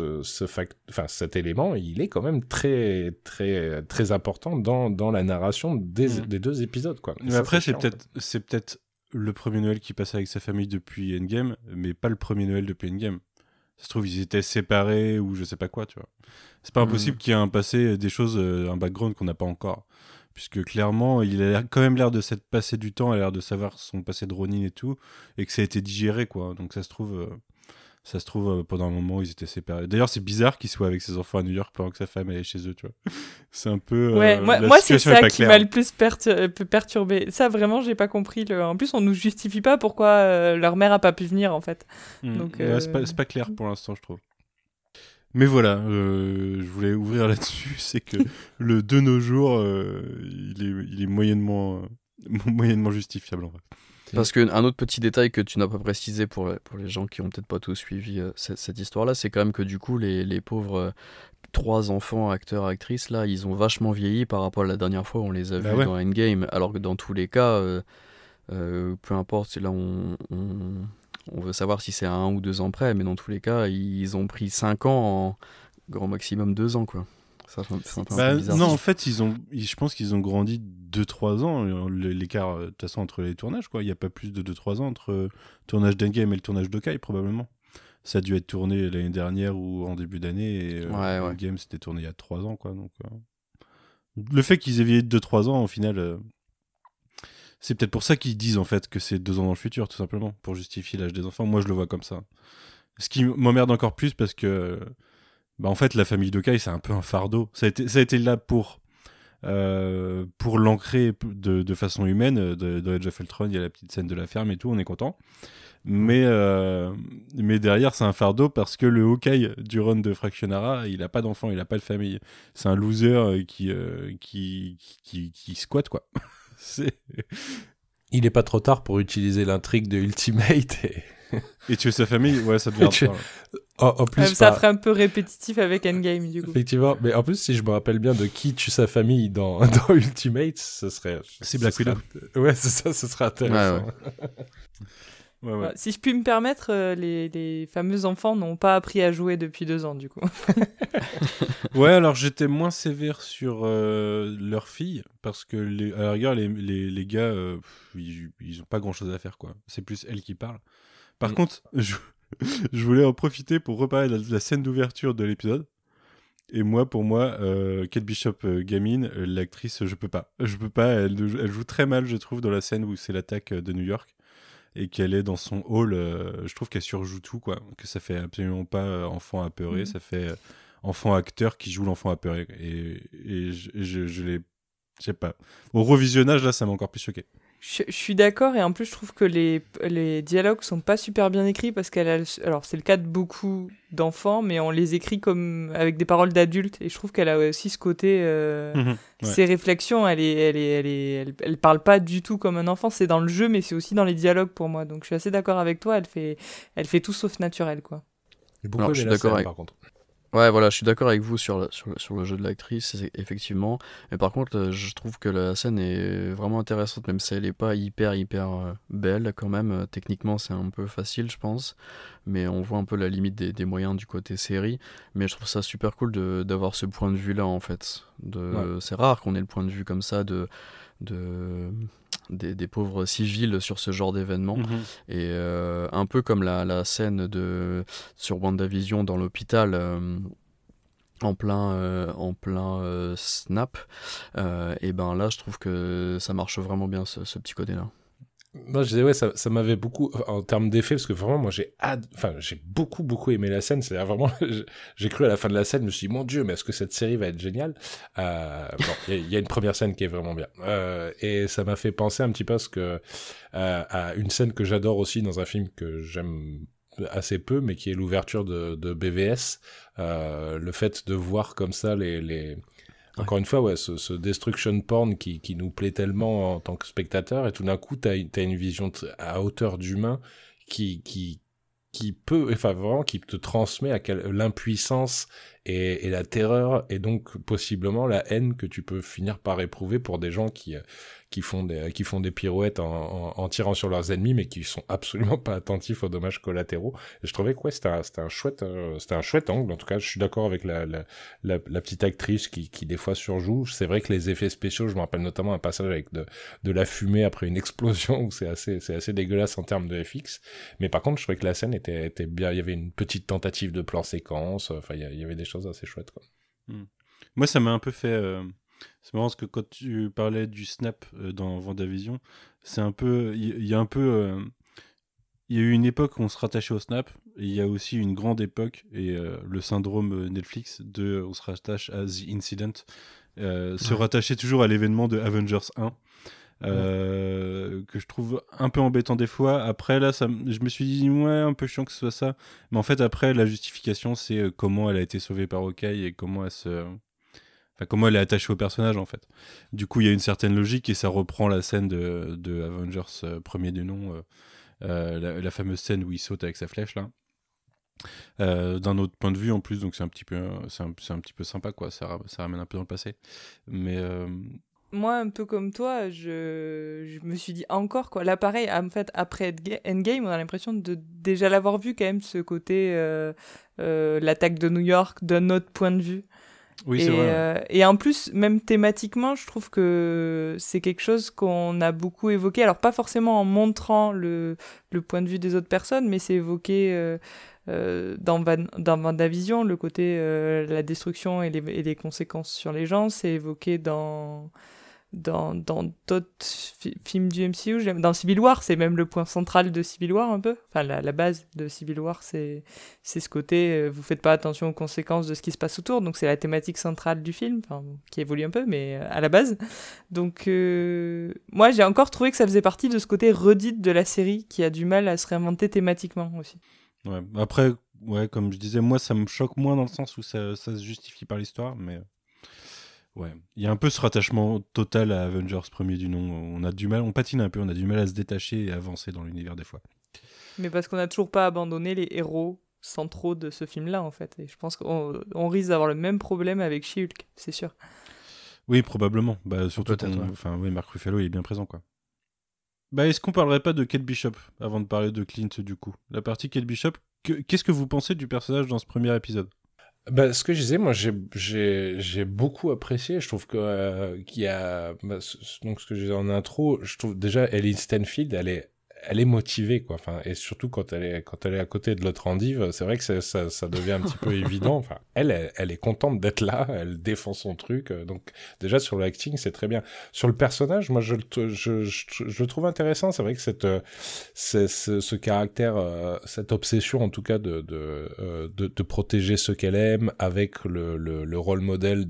cet élément, il est quand même très très très important dans la narration des 2 épisodes, quoi. Mais après c'est peut-être le premier Noël qui passe avec sa famille depuis Endgame, mais pas le premier Noël depuis Endgame. Ça se trouve ils étaient séparés ou je sais pas quoi, tu vois. C'est pas impossible qu'il y ait un passé, des choses, un background qu'on n'a pas encore. Puisque clairement, il a quand même l'air de s'être passé du temps, il a l'air de savoir son passé de Ronin et tout, et que ça a été digéré, quoi. Donc ça se trouve pendant un moment, ils étaient séparés. D'ailleurs, c'est bizarre qu'il soit avec ses enfants à New York pendant que sa femme est chez eux, tu vois. C'est un peu... Ouais, la moi c'est situation est ça pas qui claire. m'a le plus perturbé. Ça vraiment, j'ai pas compris. En plus, on nous justifie pas pourquoi leur mère a pas pu venir en fait. Donc, Ouais, c'est pas clair pour l'instant, je trouve. Mais voilà, je voulais ouvrir là-dessus, c'est que de nos jours, il est moyennement justifiable en vrai. Parce qu'un autre petit détail que tu n'as pas précisé pour les gens qui ont peut-être pas tout suivi cette histoire-là, c'est quand même que du coup, les pauvres 3 enfants, acteurs, actrices, là, ils ont vachement vieilli par rapport à la dernière fois où on les a vus dans Endgame. Alors que dans tous les cas, peu importe, là, on veut savoir si c'est à 1 ou 2 ans près, mais dans tous les cas, ils ont pris 5 ans en grand maximum 2 ans, quoi. Ça, c'est un peu bizarre. Non, en fait, je pense qu'ils ont grandi 2-3 ans, l'écart de toute façon entre les tournages, quoi. Il n'y a pas plus de 2-3 ans entre le tournage d'Endgame et le tournage d'Hawkeye, probablement. Ça a dû être tourné l'année dernière ou en début d'année, et Endgame c'était tourné il y a 3 ans, quoi. Donc, le fait qu'ils aient vieilli de 2-3 ans, au final, c'est peut-être pour ça qu'ils disent en fait que c'est 2 ans dans le futur, tout simplement, pour justifier l'âge des enfants. Moi, je le vois comme ça. Ce qui m'emmerde encore plus parce que, en fait, la famille d'Hawkeye, c'est un peu un fardeau. Ça a été là pour l'ancrer de façon humaine. Dans Age of Ultron, il y a la petite scène de la ferme et tout, on est content. Mais derrière, c'est un fardeau parce que le Hawkeye du run de Fractionara, il a pas d'enfant, il a pas de famille. C'est un loser qui squatte, quoi. Il est pas trop tard pour utiliser l'intrigue de Ultimate Et tuer sa famille, ouais, ça devient hardcore. En plus, Ça ferait un peu répétitif avec Endgame, du coup. Effectivement, mais en plus, si je me rappelle bien de qui tue sa famille dans Ultimate, ce serait... C'est Black Widow. Ouais, c'est ça, ce serait intéressant. Ouais. Si je puis me permettre, les fameux enfants n'ont pas appris à jouer depuis 2 ans, du coup. Ouais, alors j'étais moins sévère sur leur fille, parce que à la rigueur, les gars, ils ont pas grand-chose à faire, quoi. C'est plus elle qui parle. Par contre, je voulais en profiter pour reparler de la scène d'ouverture de l'épisode. Et pour moi, Kate Bishop gamine, l'actrice, je peux pas. Elle joue très mal, je trouve, dans la scène où c'est l'attaque de New York. Et qu'elle est dans son hall, je trouve qu'elle surjoue tout, quoi. Que ça fait absolument pas enfant apeuré, ça fait enfant acteur qui joue l'enfant apeuré. Et je l'ai... Je sais pas. Au revisionnage, là, ça m'a encore plus choqué. Je suis d'accord, et en plus je trouve que les dialogues sont pas super bien écrits parce alors c'est le cas de beaucoup d'enfants, mais on les écrit comme avec des paroles d'adultes, et je trouve qu'elle a aussi ce côté Ouais. ses réflexions, elle parle pas du tout comme un enfant, c'est dans le jeu mais c'est aussi dans les dialogues pour moi, donc je suis assez d'accord avec toi, elle fait tout sauf naturel, quoi. J'ai beaucoup Alors, aimé je suis la d'accord scène, avec- par contre. Ouais, voilà, je suis d'accord avec vous sur le jeu de l'actrice, effectivement. Mais par contre, je trouve que la scène est vraiment intéressante, même si elle n'est pas hyper belle quand même. Techniquement, c'est un peu facile, je pense. Mais on voit un peu la limite des moyens du côté série. Mais je trouve ça super cool d'avoir ce point de vue-là, en fait. C'est rare qu'on ait le point de vue comme ça des pauvres civils sur ce genre d'événement. Et un peu comme la scène sur WandaVision dans l'hôpital, en plein snap, et ben là je trouve que ça marche vraiment bien, ce petit côté là. Non, je disais, ouais, ça m'avait beaucoup, en termes d'effets, parce que vraiment, moi, j'ai beaucoup aimé la scène. C'est-à-dire, vraiment, j'ai cru à la fin de la scène, je me suis dit, mon Dieu, mais est-ce que cette série va être géniale? Bon, il y a une première scène qui est vraiment bien. Et ça m'a fait penser un petit peu à une scène que j'adore aussi dans un film que j'aime assez peu, mais qui est l'ouverture de BVS. Le fait de voir comme ça encore une fois, ouais, ce destruction porn qui nous plaît tellement en tant que spectateur, et tout d'un coup, t'as une vision à hauteur d'humain qui peut, enfin vraiment, qui te transmet l'impuissance et la terreur, et donc possiblement la haine que tu peux finir par éprouver pour des gens qui font des pirouettes en tirant sur leurs ennemis, mais qui sont absolument pas attentifs aux dommages collatéraux. Et je trouvais que ouais, c'était un chouette angle. En tout cas, je suis d'accord avec la petite actrice qui des fois surjoue. C'est vrai que les effets spéciaux, je me rappelle notamment un passage avec de la fumée après une explosion où c'est assez dégueulasse en termes de FX. Mais par contre, je trouvais que la scène était bien. Il y avait une petite tentative de plan séquence. Enfin, il y avait des choses assez chouettes, quoi. Moi, ça m'a un peu fait... C'est marrant parce que quand tu parlais du snap dans WandaVision, c'est un peu... Il y a un peu... Il y a eu une époque où on se rattachait au snap, et il y a aussi une grande époque, et le syndrome Netflix, on se rattache à The Incident, se rattacher toujours à l'événement de Avengers 1, que je trouve un peu embêtant des fois. Après, là, je me suis dit, ouais, un peu chiant que ce soit ça. Mais en fait, après, la justification, c'est comment elle a été sauvée par Hawkeye et comment elle est attachée au personnage, en fait. Du coup, il y a une certaine logique, et ça reprend la scène de Avengers premier du nom, la fameuse scène où il saute avec sa flèche, là. D'un autre point de vue, en plus, donc c'est un petit peu sympa, quoi. Ça ramène un peu dans le passé. Mais... Moi, un peu comme toi, je me suis dit encore, quoi. Là, pareil, en fait, après Endgame, on a l'impression de déjà l'avoir vu, quand même, ce côté l'attaque de New York d'un autre point de vue. Oui, c'est vrai. Et en plus, même thématiquement, je trouve que c'est quelque chose qu'on a beaucoup évoqué. Alors, pas forcément en montrant le point de vue des autres personnes, mais c'est évoqué dans WandaVision, le côté la destruction et les conséquences sur les gens. C'est évoqué dans d'autres films du MCU. Dans Civil War, c'est même le point central de Civil War, un peu. Enfin, la base de Civil War, c'est ce côté vous faites pas attention aux conséquences de ce qui se passe autour. Donc, c'est la thématique centrale du film, qui évolue un peu, mais à la base. Donc, moi, j'ai encore trouvé que ça faisait partie de ce côté redite de la série qui a du mal à se réinventer thématiquement aussi. Ouais. Après, ouais, comme je disais, moi, ça me choque moins dans le sens où ça se justifie par l'histoire, mais... Ouais, il y a un peu ce rattachement total à Avengers premier du nom. On a du mal, on patine un peu, on a du mal à se détacher et avancer dans l'univers des fois. Mais parce qu'on n'a toujours pas abandonné les héros centraux de ce film-là, en fait. Et je pense qu'on risque d'avoir le même problème avec She-Hulk, c'est sûr. Oui, probablement. Surtout Peut-être, ouais. Enfin, oui, Mark Ruffalo il est bien présent, quoi. Est-ce qu'on parlerait pas de Kate Bishop avant de parler de Clint, du coup? La partie Kate Bishop, qu'est-ce que vous pensez du personnage dans ce premier épisode? Ce que je disais, moi, j'ai beaucoup apprécié. Je trouve que qu'il y a donc ce que je disais en intro, je trouve déjà Ellie Stanfield, elle est motivée, quoi. Enfin, et surtout quand elle est à côté de l'autre endive, c'est vrai que ça devient un petit peu évident. Enfin, elle est contente d'être là, elle défend son truc. Donc déjà sur le acting, c'est très bien. Sur le personnage, moi je le trouve intéressant. C'est vrai que ce caractère, cette obsession en tout cas de protéger ceux qu'elle aime, avec le rôle modèle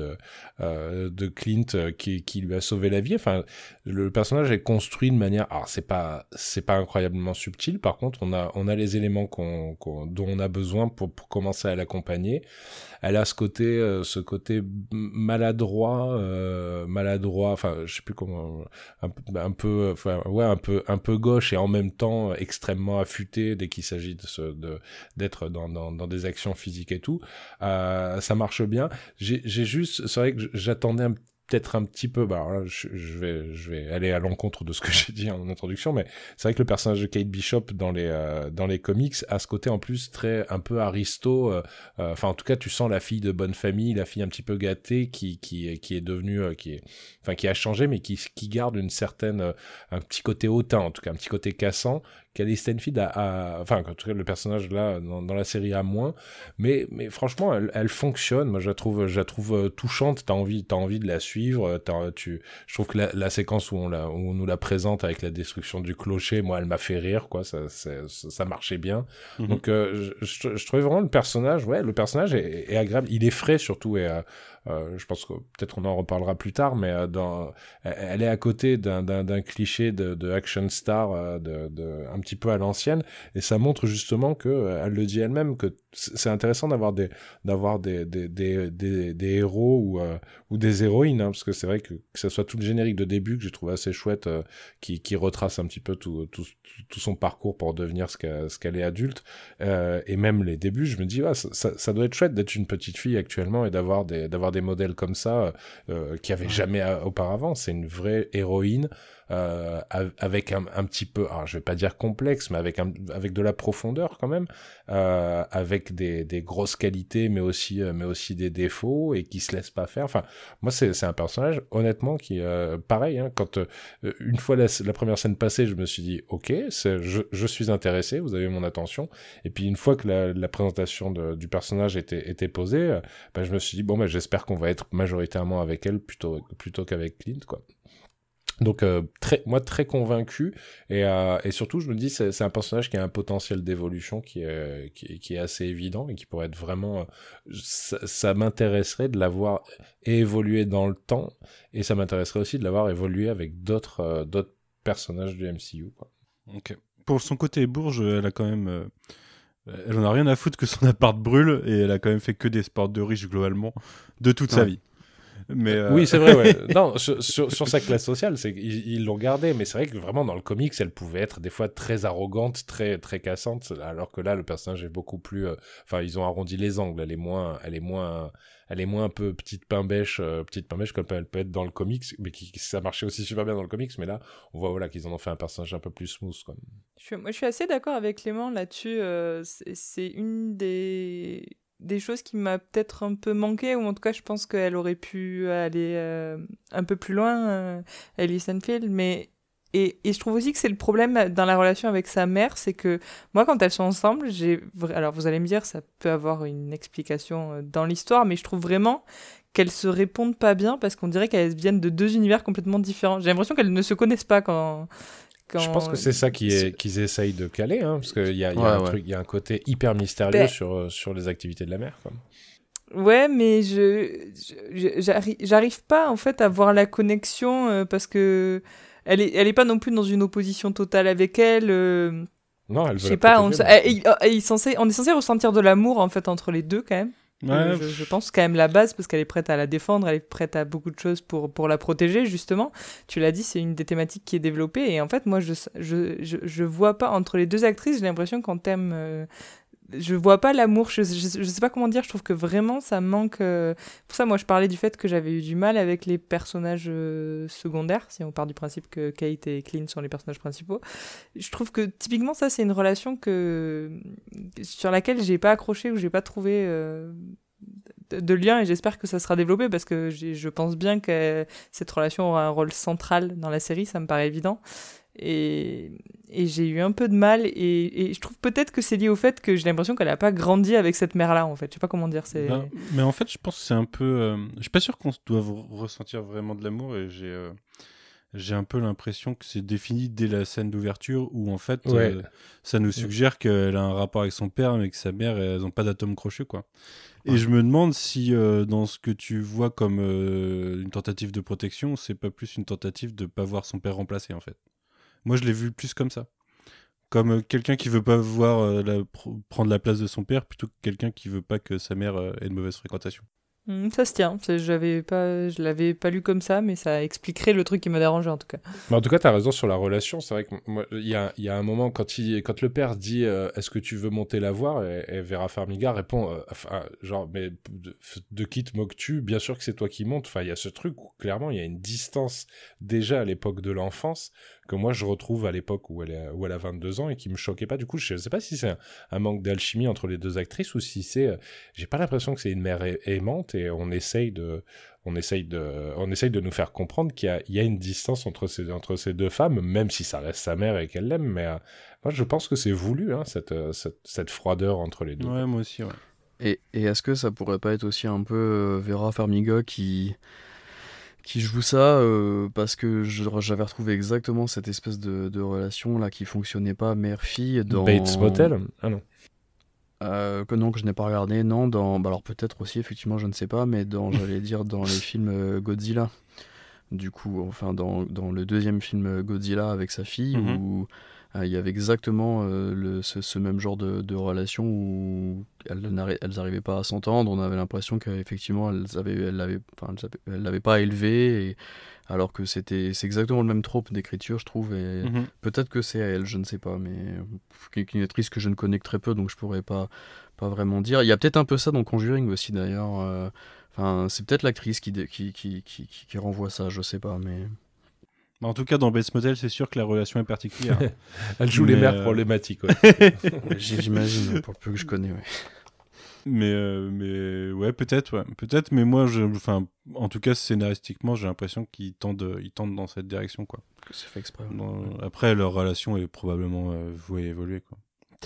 de Clint qui lui a sauvé la vie. Enfin, le personnage est construit de manière, alors c'est pas incroyablement subtil. Par contre, on a les éléments dont on a besoin pour commencer à l'accompagner. Elle a ce côté maladroit, enfin, je sais plus comment, un peu gauche et en même temps extrêmement affûté dès qu'il s'agit d'être dans des actions physiques et tout. Ça marche bien. J'ai juste, c'est vrai que j'attendais peut-être un petit peu, alors là, je vais aller à l'encontre de ce que j'ai dit en introduction, mais c'est vrai que le personnage de Kate Bishop dans les comics a ce côté en plus un peu aristo, enfin en tout cas tu sens la fille de bonne famille, la fille un petit peu gâtée qui est devenue, qui a changé, mais qui garde un petit côté hautain, en tout cas un petit côté cassant, qu'Ellie Stanfield enfin en tout cas le personnage là dans la série a moins, mais franchement elle fonctionne. Moi je la trouve touchante, t'as envie de la suivre. Je trouve que la séquence où on nous la présente avec la destruction du clocher, moi elle m'a fait rire, quoi. Ça marchait bien. Mm-hmm. Donc je trouvais vraiment le personnage est agréable, il est frais surtout, et je pense que peut-être on en reparlera plus tard, mais elle est à côté d'un cliché de action star, un petit peu à l'ancienne, et ça montre justement que elle le dit elle-même, que c'est intéressant d'avoir des héros ou des héroïnes, hein, parce que c'est vrai que ça soit tout le générique de début que j'ai trouvé assez chouette, qui retrace un petit peu tout son parcours pour devenir ce qu'elle est adulte, et même les débuts, je me dis ça doit être chouette d'être une petite fille actuellement et d'avoir des modèles comme ça, qu'il n'y avait jamais auparavant. C'est une vraie héroïne, avec un petit peu, alors je vais pas dire complexe, mais avec de la profondeur quand même, avec des grosses qualités, mais aussi des défauts, et qui se laisse pas faire. Enfin, moi c'est un personnage honnêtement qui, pareil, hein, quand une fois la première scène passée, je me suis dit ok, je suis intéressé, vous avez mon attention, et puis une fois que la présentation du personnage était posée, je me suis dit j'espère qu'on va être majoritairement avec elle plutôt qu'avec Clint, quoi. Donc très convaincu, et surtout je me dis c'est un personnage qui a un potentiel d'évolution qui est assez évident, et qui pourrait être vraiment, ça m'intéresserait de l'avoir évolué dans le temps, et ça m'intéresserait aussi de l'avoir évolué avec d'autres personnages du MCU, quoi. Ok. Pour son côté bourge, elle a quand même elle en a rien à foutre que son appart brûle, et elle a quand même fait que des sports de riches globalement de toute sa vie. Mais oui, c'est vrai, ouais. Non, sur sa classe sociale, ils l'ont gardé, mais c'est vrai que vraiment dans le comics, elle pouvait être des fois très arrogante, très très cassante, alors que là le personnage est beaucoup plus, enfin ils ont arrondi les angles, elle est moins un peu petite pain bêche comme elle peut être dans le comics, mais ça marchait aussi super bien dans le comics, mais là on voit qu'ils en ont fait un personnage un peu plus smooth, quoi. Moi je suis assez d'accord avec Clément là-dessus, c'est une des choses qui m'a peut-être un peu manqué, ou en tout cas je pense qu'elle aurait pu aller un peu plus loin, Ellie Stanfield, mais et je trouve aussi que c'est le problème dans la relation avec sa mère, c'est que moi quand elles sont ensemble, alors vous allez me dire ça peut avoir une explication dans l'histoire, mais je trouve vraiment qu'elles se répondent pas bien, parce qu'on dirait qu'elles viennent de deux univers complètement différents. J'ai l'impression qu'elles ne se connaissent pas quand je pense que c'est ça qu'ils essayent de caler, hein, parce qu'il y a il y a un côté hyper mystérieux sur les activités de la mère, quoi. Ouais, mais j'arrive pas en fait à voir la connexion, parce que elle est pas non plus dans une opposition totale avec elle. Non, elle veut. Je sais pas, on est censé ressentir de l'amour en fait entre les deux quand même. Ouais, Je pense quand même la base, parce qu'elle est prête à la défendre, elle est prête à beaucoup de choses pour la protéger, justement. Tu l'as dit, c'est une des thématiques qui est développée. Et en fait, moi, je vois pas, entre les deux actrices, j'ai l'impression qu'en thème... je vois pas l'amour, je sais pas comment dire, je trouve que vraiment ça manque. Pour ça, moi je parlais du fait que j'avais eu du mal avec les personnages secondaires, si on part du principe que Kate et Clint sont les personnages principaux. Je trouve que typiquement ça c'est une relation sur laquelle j'ai pas accroché ou j'ai pas trouvé de lien, et j'espère que ça sera développé parce que je pense bien que cette relation aura un rôle central dans la série, ça me paraît évident. Et j'ai eu un peu de mal, et je trouve peut-être que c'est lié au fait que j'ai l'impression qu'elle n'a pas grandi avec cette mère-là, en fait. Je sais pas comment dire. Mais en fait, je pense que c'est un peu... Je suis pas sûr qu'on doive ressentir vraiment de l'amour, et j'ai un peu l'impression que c'est défini dès la scène d'ouverture où en fait ça nous suggère qu'elle a un rapport avec son père, mais que sa mère, elles n'ont pas d'atome crochu, quoi. Et je me demande si dans ce que tu vois comme une tentative de protection, c'est pas plus une tentative de pas voir son père remplacé, en fait. Moi, je l'ai vu plus comme ça. Comme quelqu'un qui veut pas voir prendre la place de son père, plutôt que quelqu'un qui veut pas que sa mère ait de mauvaise fréquentation. Ça se tient. Je l'avais pas lu comme ça, mais ça expliquerait le truc qui me dérangeait en tout cas. Mais en tout cas, t'as raison sur la relation. C'est vrai que moi, il y a un moment quand le père dit est-ce que tu veux monter la voir, et Vera Farmiga répond genre mais de qui te moques-tu? Bien sûr que c'est toi qui montes. Enfin, il y a ce truc où clairement il y a une distance déjà à l'époque de l'enfance que moi je retrouve à l'époque où elle a 22 ans et qui me choquait pas. Du coup, je sais pas si c'est un manque d'alchimie entre les deux actrices ou si c'est j'ai pas l'impression que c'est une mère aimante, et on essaye de nous faire comprendre qu'il y a une distance entre ces deux femmes, même si ça reste sa mère et qu'elle l'aime. Mais moi, je pense que c'est voulu, hein, cette froideur entre les deux. Ouais, moi aussi, ouais. Et est-ce que ça pourrait pas être aussi un peu Vera Farmiga qui joue ça parce que j'avais retrouvé exactement cette espèce de relation là qui fonctionnait pas mère-fille dans Bates Motel? Ah non. Que je n'ai pas regardé, non, alors peut-être aussi, effectivement, je ne sais pas, mais j'allais dire dans les films Godzilla, du coup, enfin dans le deuxième film Godzilla avec sa fille, où il y avait exactement ce même genre de relation où elles n'arrivaient pas à s'entendre, on avait l'impression qu'effectivement elles l'avaient pas élevée, alors que c'est exactement le même trope d'écriture, je trouve, et peut-être que c'est à elle, je ne sais pas, mais une actrice que je ne connais que très peu, donc je pourrais pas vraiment dire. Il y a peut-être un peu ça dans Conjuring aussi, d'ailleurs. C'est peut-être l'actrice qui renvoie ça, je sais pas, mais... En tout cas, dans Bates Motel, c'est sûr que la relation est particulière. Elle joue les mères problématiques, ouais. J'imagine, pour le peu que je connais, ouais. Mais ouais, peut-être, mais moi, en tout cas, scénaristiquement, j'ai l'impression qu'ils tendent dans cette direction, quoi. Que c'est fait exprès. Après, leur relation est probablement vouée à évoluer, quoi.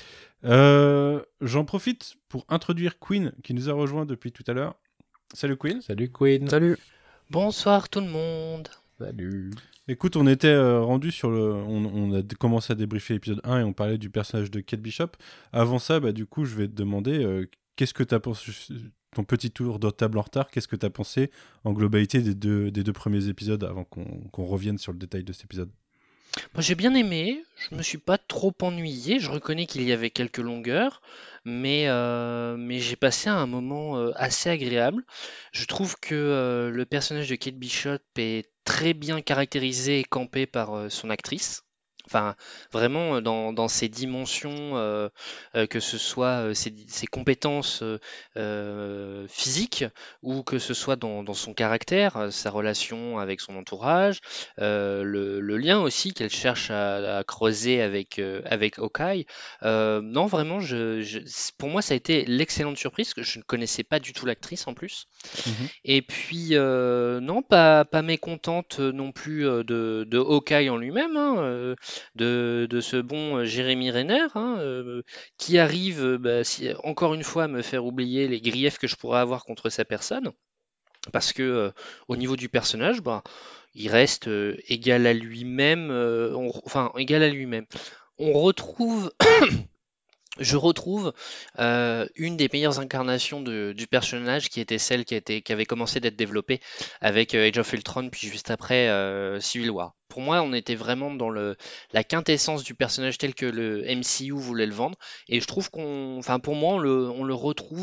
J'en profite pour introduire Queen, qui nous a rejoint depuis tout à l'heure. Salut Queen. Salut Queen. Salut. Bonsoir tout le monde. Salut. Écoute, on était rendu sur on a commencé à débriefer l'épisode 1 et on parlait du personnage de Kate Bishop. Avant ça, du coup, je vais te demander qu'est-ce que tu as pensé, ton petit tour de table en retard, qu'est-ce que tu as pensé en globalité des deux premiers épisodes avant qu'on revienne sur le détail de cet épisode? Moi j'ai bien aimé, je me suis pas trop ennuyé, je reconnais qu'il y avait quelques longueurs, mais j'ai passé un moment assez agréable. Je trouve que le personnage de Kate Bishop est très bien caractérisé et campé par son actrice. Enfin, vraiment dans ses dimensions, que ce soit ses compétences physiques ou que ce soit dans son caractère, sa relation avec son entourage, le lien aussi qu'elle cherche à creuser avec Hawkeye. Non, vraiment, pour moi, ça a été l'excellente surprise, que je ne connaissais pas du tout l'actrice en plus. Et puis, non, pas mécontente non plus de Hawkeye en lui-même, hein, de ce bon Jérémy Renner, hein, qui arrive encore une fois à me faire oublier les griefs que je pourrais avoir contre sa personne, parce que au niveau du personnage, il reste égal à lui-même, égal à lui-même. On retrouve je retrouve une des meilleures incarnations du personnage, qui était celle qui avait commencé d'être développée avec Age of Ultron, puis juste après Civil War. Pour moi, on était vraiment dans la quintessence du personnage tel que le MCU voulait le vendre, et je trouve pour moi, on le retrouve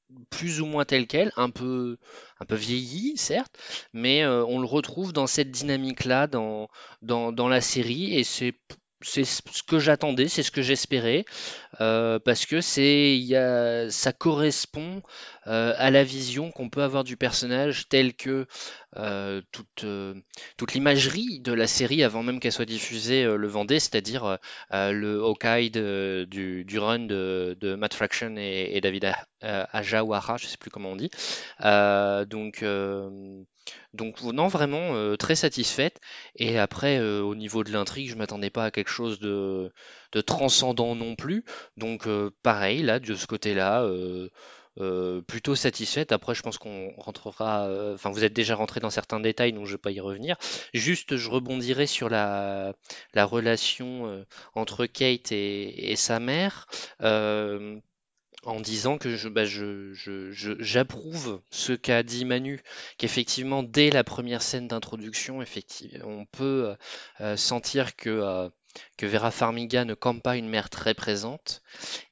plus ou moins tel quel, un peu vieilli, certes, mais on le retrouve dans cette dynamique-là, dans la série, et c'est ce que j'attendais, c'est ce que j'espérais, parce que ça correspond à la vision qu'on peut avoir du personnage, tel que euh, toute, euh, toute l'imagerie de la série avant même qu'elle soit diffusée le vendait, c'est-à-dire le Hawkeye du run de Matt Fraction et David Aja ou Aja, je sais plus comment on dit. Euh, donc, euh, donc non, vraiment très satisfaite. Et après, au niveau de l'intrigue, je m'attendais pas à quelque chose de transcendant non plus. Donc pareil, là, de ce côté-là, plutôt satisfaite. Après, je pense qu'on rentrera. Enfin, vous êtes déjà rentré dans certains détails, donc je ne vais pas y revenir. Juste, je rebondirai sur la relation entre Kate et sa mère. euh, En disant que j'approuve ce qu'a dit Manu, qu'effectivement, dès la première scène d'introduction, effectivement, on peut sentir que Vera Farmiga ne campe pas une mère très présente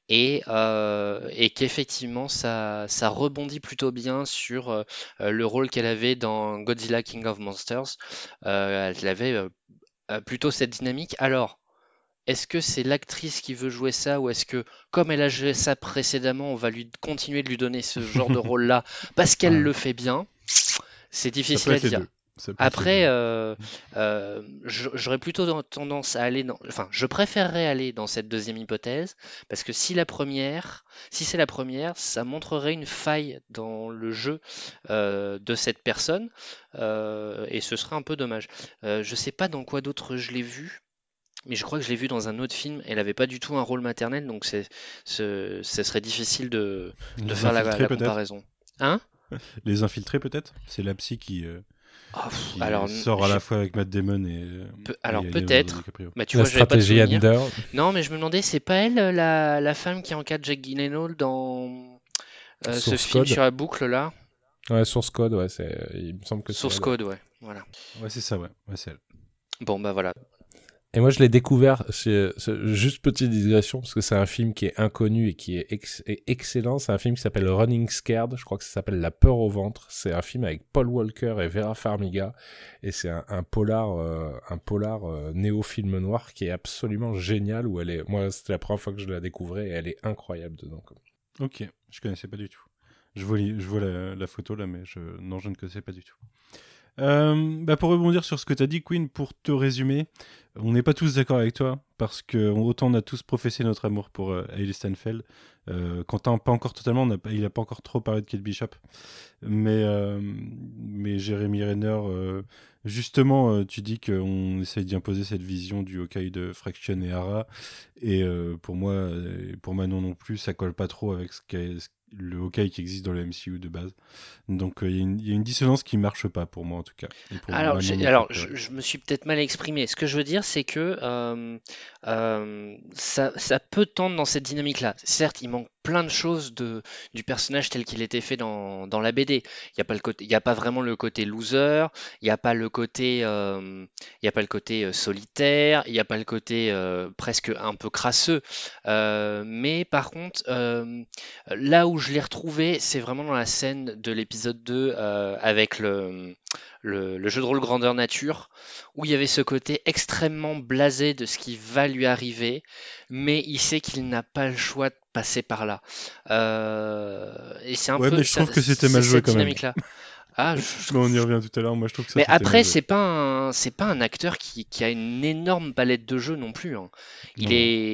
et qu'effectivement ça rebondit plutôt bien sur le rôle qu'elle avait dans Godzilla King of Monsters. Elle avait plutôt cette dynamique. Alors, est-ce que c'est l'actrice qui veut jouer ça ou est-ce que, comme elle a joué ça précédemment, on va lui continuer de lui donner ce genre de rôle-là parce qu'elle Ouais. le fait bien? C'est Ça difficile peut à être les dire. deux. Ça peut être les Après, deux. j'aurais plutôt tendance à aller dans, enfin, je préférerais aller dans cette deuxième hypothèse parce que si c'est la première, ça montrerait une faille dans le jeu de cette personne et ce serait un peu dommage. Je sais pas dans quoi d'autre je l'ai vu. Mais je crois que je l'ai vu dans un autre film. Elle avait pas du tout un rôle maternel, donc ce serait difficile de Les faire infiltrés, la peut-être. comparaison. Hein? Les infiltrés, peut-être. C'est la psy Ah, qui alors, sort à la fois avec Matt Damon alors et Leonardo peut-être. DiCaprio. Bah tu La vois, j'avais pas de stratégie souvenir. Ender. Non, mais je me demandais, c'est pas elle la femme qui encadre Jake Gyllenhaal dans ce Source film Code. sur la boucle là? Ouais, Source Code, ouais, il me semble que c'est Source elle, ouais. Code, ouais. Voilà. Ouais, c'est ça, ouais. Ouais, c'est elle. Bon, bah voilà. Et moi, je l'ai découvert, juste petite digression, parce que c'est un film qui est inconnu et qui est excellent. C'est un film qui s'appelle Running Scared. Je crois que ça s'appelle La peur au ventre. C'est un film avec Paul Walker et Vera Farmiga. Et c'est un polar néo-film noir qui est absolument génial. Moi, c'était la première fois que je la découvrais et elle est incroyable dedans. Ok, je connaissais pas du tout. Je vois la photo là, mais non, je ne connaissais pas du tout. Pour rebondir sur ce que tu as dit, Queen, pour te résumer, on n'est pas tous d'accord avec toi, parce que autant on a tous professé notre amour pour Hailey Steinfeld. Quentin, pas encore totalement, il n'a pas encore trop parlé de Kate Bishop, mais Jeremy Renner, justement, tu dis qu'on essaye d'y imposer cette vision du Hawkeye de Fraction et Hara, et pour moi, et pour Manon non plus, ça colle pas trop avec le Hawkeye qui existe dans le MCU de base. Donc il y a une dissonance qui marche pas pour moi en tout cas. Et pour Alors, Manon non alors plus, ouais. je me suis peut-être mal exprimé. Ce que je veux dire, c'est que ça peut tendre dans cette dynamique-là. Certes, il manque plein de choses du personnage tel qu'il était fait dans la BD. Il y a pas vraiment le côté loser, il n'y a pas le côté, il y a pas le côté solitaire, il n'y a pas le côté presque un peu crasseux. Mais par contre, là où je l'ai retrouvé, c'est vraiment dans la scène de l'épisode 2 avec le jeu de rôle grandeur nature, où il y avait ce côté extrêmement blasé de ce qui va lui arriver, mais il sait qu'il n'a pas le choix de passer par là. Et c'est un Ouais, peu mais je trouve que c'était c'est mal joué cette quand même. dynamique-là. Ah, je Mais on y revient tout à l'heure. Moi, je trouve que ça mais c'était après, mal joué. c'est pas un acteur qui a une énorme palette de jeux non plus, hein. Non, non.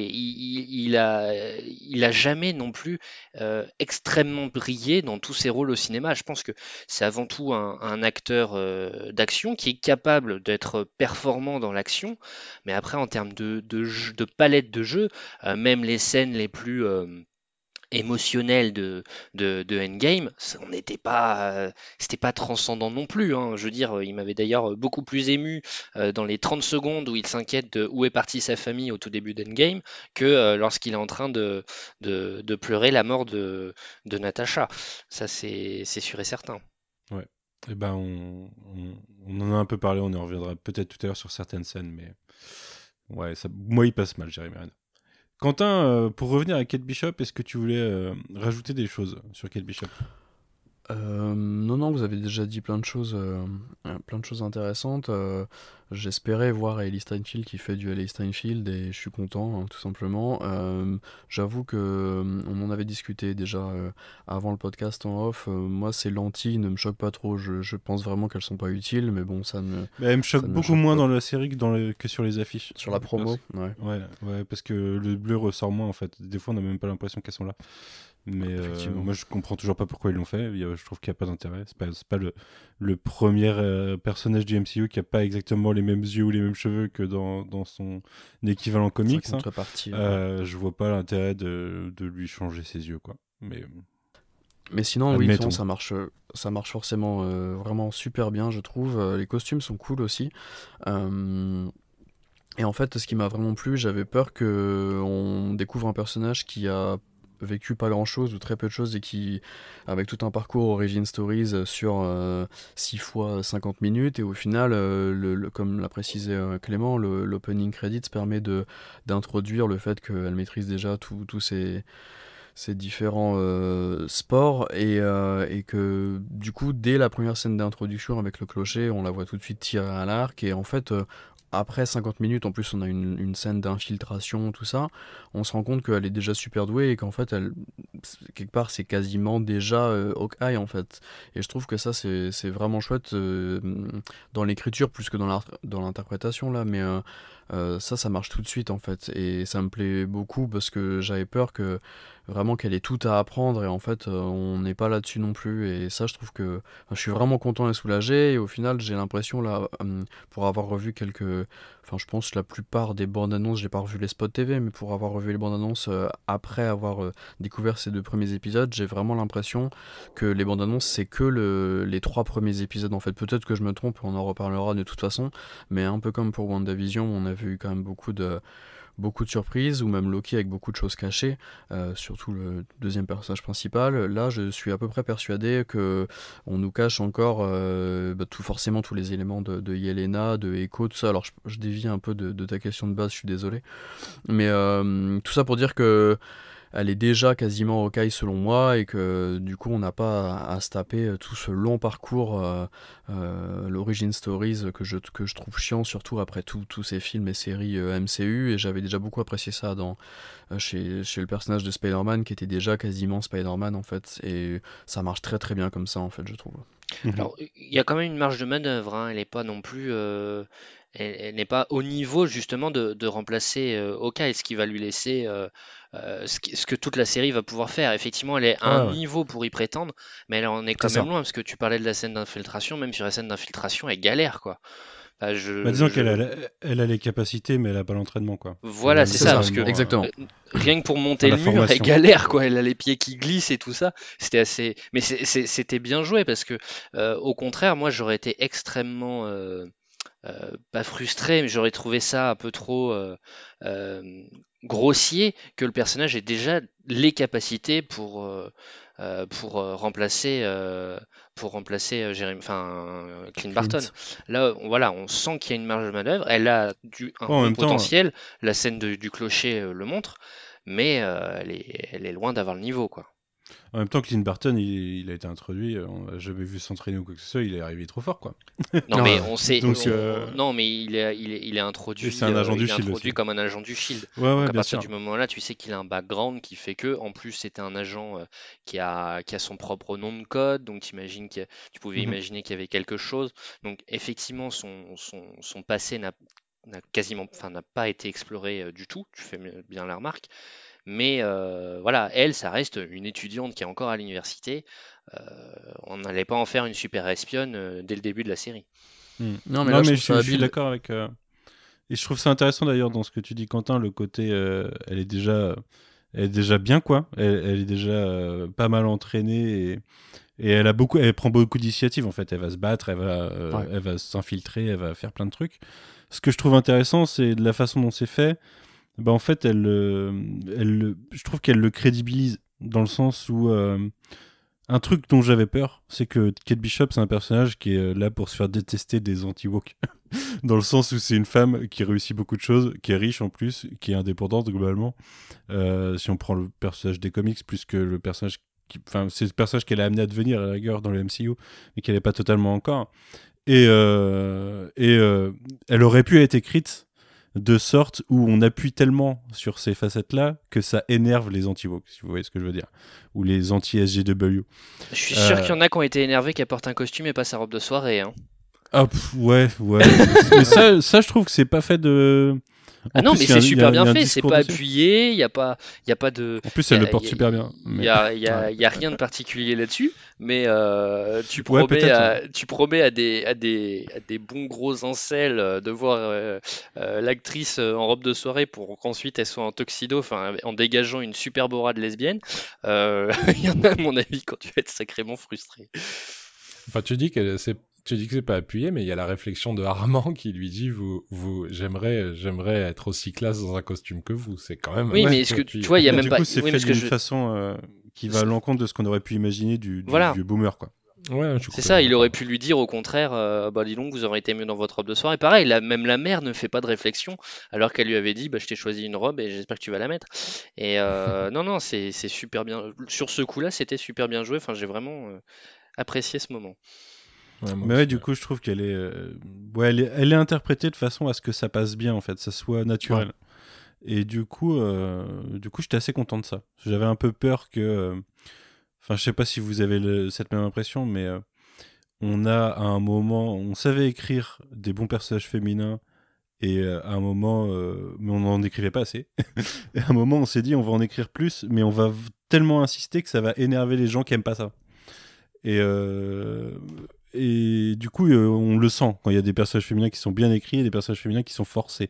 Il a jamais non plus extrêmement brillé dans tous ses rôles au cinéma. Je pense que c'est avant tout un acteur d'action qui est capable d'être performant dans l'action, mais après en termes de palette de jeux, même les scènes les plus émotionnel de Endgame, on n'était pas, c'était pas transcendant non plus, hein. Je veux dire, il m'avait d'ailleurs beaucoup plus ému dans les 30 secondes où il s'inquiète de où est partie sa famille au tout début d'Endgame que lorsqu'il est en train de pleurer la mort de Natasha. Ça, c'est sûr et certain. Ouais. Et ben on en a un peu parlé. On y reviendra peut-être tout à l'heure sur certaines scènes, mais ouais, moi il passe mal, Jeremy Renner. Quentin, pour revenir à Kate Bishop, est-ce que tu voulais rajouter des choses sur Kate Bishop? Non, vous avez déjà dit plein de choses intéressantes. J'espérais voir Hailey Steinfeld qui fait du Hailey Steinfeld et je suis content, hein, tout simplement. J'avoue que on en avait discuté déjà avant le podcast en off. Moi, ces lentilles ne me choquent pas trop. Je pense vraiment qu'elles sont pas utiles, mais bon, Mais elle me choque ça ne me beaucoup choque moins pas. dans la série que sur les affiches. Sur la promo, ouais. Ouais, parce que le bleu ressort moins en fait. Des fois, on n'a même pas l'impression qu'elles sont là. Mais Effectivement. moi, je comprends toujours pas pourquoi ils l'ont fait. Je trouve qu'il n'y a pas d'intérêt. C'est pas le premier personnage du MCU qui a pas exactement les mêmes yeux ou les mêmes cheveux que dans son équivalent comics. Sa contrepartie. Je vois pas l'intérêt de lui changer ses yeux, quoi. Mais sinon, oui, admettons. ça marche forcément vraiment super bien, je trouve. Les costumes sont cool aussi. Et en fait, ce qui m'a vraiment plu, j'avais peur que on découvre un personnage qui a vécu pas grand chose ou très peu de choses et qui, avec tout un parcours origin stories sur 6 fois 50 minutes, et au final, comme l'a précisé Clément, l'opening credits permet d'introduire le fait qu'elle maîtrise déjà tous ces différents sports et que du coup dès la première scène d'introduction avec le clocher on la voit tout de suite tirer à l'arc et en fait après 50 minutes en plus on a une scène d'infiltration tout ça, on se rend compte qu'elle est déjà super douée et qu'en fait elle quelque part c'est quasiment déjà Hawkeye en fait, et je trouve que ça c'est vraiment chouette dans l'écriture plus que dans l'interprétation là, mais ça marche tout de suite en fait et ça me plaît beaucoup parce que j'avais peur que vraiment qu'elle ait tout à apprendre et en fait on n'est pas là-dessus non plus, et ça je trouve que je suis vraiment content et soulagé, et au final j'ai l'impression là pour avoir revu je pense la plupart des bandes annonces, j'ai pas revu les spots TV, mais pour avoir revu les bandes annonces après avoir découvert ces 2 premiers épisodes, j'ai vraiment l'impression que les bandes annonces c'est que les 3 premiers épisodes en fait. Peut-être que je me trompe, on en reparlera de toute façon, mais un peu comme pour WandaVision on a vu quand même beaucoup de surprises, ou même Loki avec beaucoup de choses cachées, surtout le deuxième personnage principal. Là, je suis à peu près persuadé que on nous cache encore forcément tous les éléments de Yelena, de Echo, tout ça. Alors, je dévie un peu de ta question de base, je suis désolé. Mais tout ça pour dire que elle est déjà quasiment Hawkeye selon moi, et que du coup on n'a pas à se taper tout ce long parcours l'origin stories que je trouve chiant, surtout après tous ces films et séries MCU, et j'avais déjà beaucoup apprécié ça chez le personnage de Spider-Man qui était déjà quasiment Spider-Man en fait, et ça marche très très bien comme ça en fait je trouve. Alors, il y a quand même une marge de manœuvre, hein. Elle n'est pas non plus, elle n'est pas au niveau justement de remplacer Hawkeye, ce qui va lui laisser ce que toute la série va pouvoir faire. Effectivement, elle est à un Ouais. niveau pour y prétendre, mais elle en est quand C'est même ça. loin, parce que tu parlais de la scène d'infiltration, même sur la scène d'infiltration, elle galère, quoi. Enfin, Disons qu'elle a les capacités, mais elle a pas l'entraînement, quoi. Voilà, Elle a c'est C'est ça, ça, parce que exactement. rien que pour monter la le mur, elle formation. galère, quoi. Elle a les pieds qui glissent et tout ça. C'était assez. Mais c'était bien joué parce que, au contraire, moi, j'aurais été extrêmement. Pas frustré, mais j'aurais trouvé ça un peu trop euh, grossier que le personnage ait déjà les capacités pour remplacer Clint Barton. Là, voilà, on sent qu'il y a une marge de manœuvre. Elle a un En bon même temps, potentiel. La scène du clocher le montre, mais elle est loin d'avoir le niveau, quoi. Clint Barton, il a été introduit, on l'a jamais vu s'entraîner ou quoi que ce soit, il est arrivé trop fort, quoi. Non, mais on sait. Donc, Non, mais il est introduit. Et c'est un agent il du est Shield introduit aussi. comme un agent du Shield. Ouais, Donc à bien partir sûr. du moment-là, tu sais qu'il a un background qui fait que, en plus, c'était un agent qui a son propre nom de code. Donc tu pouvais Mhm. imaginer qu'il y avait quelque chose. Donc effectivement, son passé n'a pas été exploré du tout. Tu fais bien la remarque. Mais voilà, elle, ça reste une étudiante qui est encore à l'université. Euh, on n'allait pas en faire une super espionne dès le début de la série. Non mais là je trouve ça je suis habile. d'accord avec. Et je trouve ça intéressant d'ailleurs dans ce que tu dis, Quentin, le côté, elle est déjà bien, quoi. Elle est déjà pas mal entraînée et elle prend beaucoup d'initiatives en fait. Elle va se battre, Ouais. elle va s'infiltrer, elle va faire plein de trucs. Ce que je trouve intéressant, c'est de la façon dont c'est fait. En fait, je trouve qu'elle le crédibilise dans le sens où un truc dont j'avais peur, c'est que Kate Bishop, c'est un personnage qui est là pour se faire détester des anti-woke. Dans le sens où c'est une femme qui réussit beaucoup de choses, qui est riche en plus, qui est indépendante globalement. Si on prend le personnage des comics, plus que le personnage enfin, c'est le personnage qu'elle a amené à devenir à la rigueur dans le MCU, mais qu'elle n'est pas totalement encore. Et elle aurait pu être écrite de sorte où on appuie tellement sur ces facettes-là que ça énerve les anti-woke, si vous voyez ce que je veux dire, ou les anti-SJW. Je suis sûr qu'il y en a qui ont été énervés qu'elle porte un costume et pas sa robe de soirée. Hein. Ah, ouais. Mais ça, je trouve que c'est pas fait de... Ah non, mais c'est super bien fait, c'est pas appuyé, il y a pas de... En plus, elle le porte super bien. Il y a rien de particulier là-dessus, mais tu promets à des bons gros incels de voir l'actrice en robe de soirée pour qu'ensuite elle soit en tuxedo, enfin en dégageant une superbe aura de lesbienne. Il y en a, à mon avis, quand tu vas être sacrément frustré. Enfin, tu dis que c'est pas appuyé, mais il y a la réflexion de Armand qui lui dit j'aimerais être aussi classe dans un costume que vous. C'est quand même. Oui, mais est-ce que tu vois, il y a même pas. Du coup, c'est fait d'une façon qui va à l'encontre de ce qu'on aurait pu imaginer du vieux boomer, quoi. Ouais, c'est ça, il aurait pu lui dire au contraire, bah dis donc, vous aurez été mieux dans votre robe de soirée. Pareil, même la mère ne fait pas de réflexion, alors qu'elle lui avait dit, bah je t'ai choisi une robe et j'espère que tu vas la mettre. Et non, c'est super bien. Sur ce coup-là, c'était super bien joué. Enfin, j'ai vraiment apprécié ce moment. Mais ouais, du coup, je trouve qu'elle est, elle est interprétée de façon à ce que ça passe bien, en fait, ça soit naturel. Ouais. Et du coup, j'étais assez content de ça. J'avais un peu peur que, enfin, je sais pas si vous avez cette même impression, mais on savait écrire des bons personnages féminins, et à un moment, mais on n'en écrivait pas assez. Et à un moment, on s'est dit, on va en écrire plus, mais on va tellement insister que ça va énerver les gens qui aiment pas ça. Et du coup, on le sent quand il y a des personnages féminins qui sont bien écrits et des personnages féminins qui sont forcés.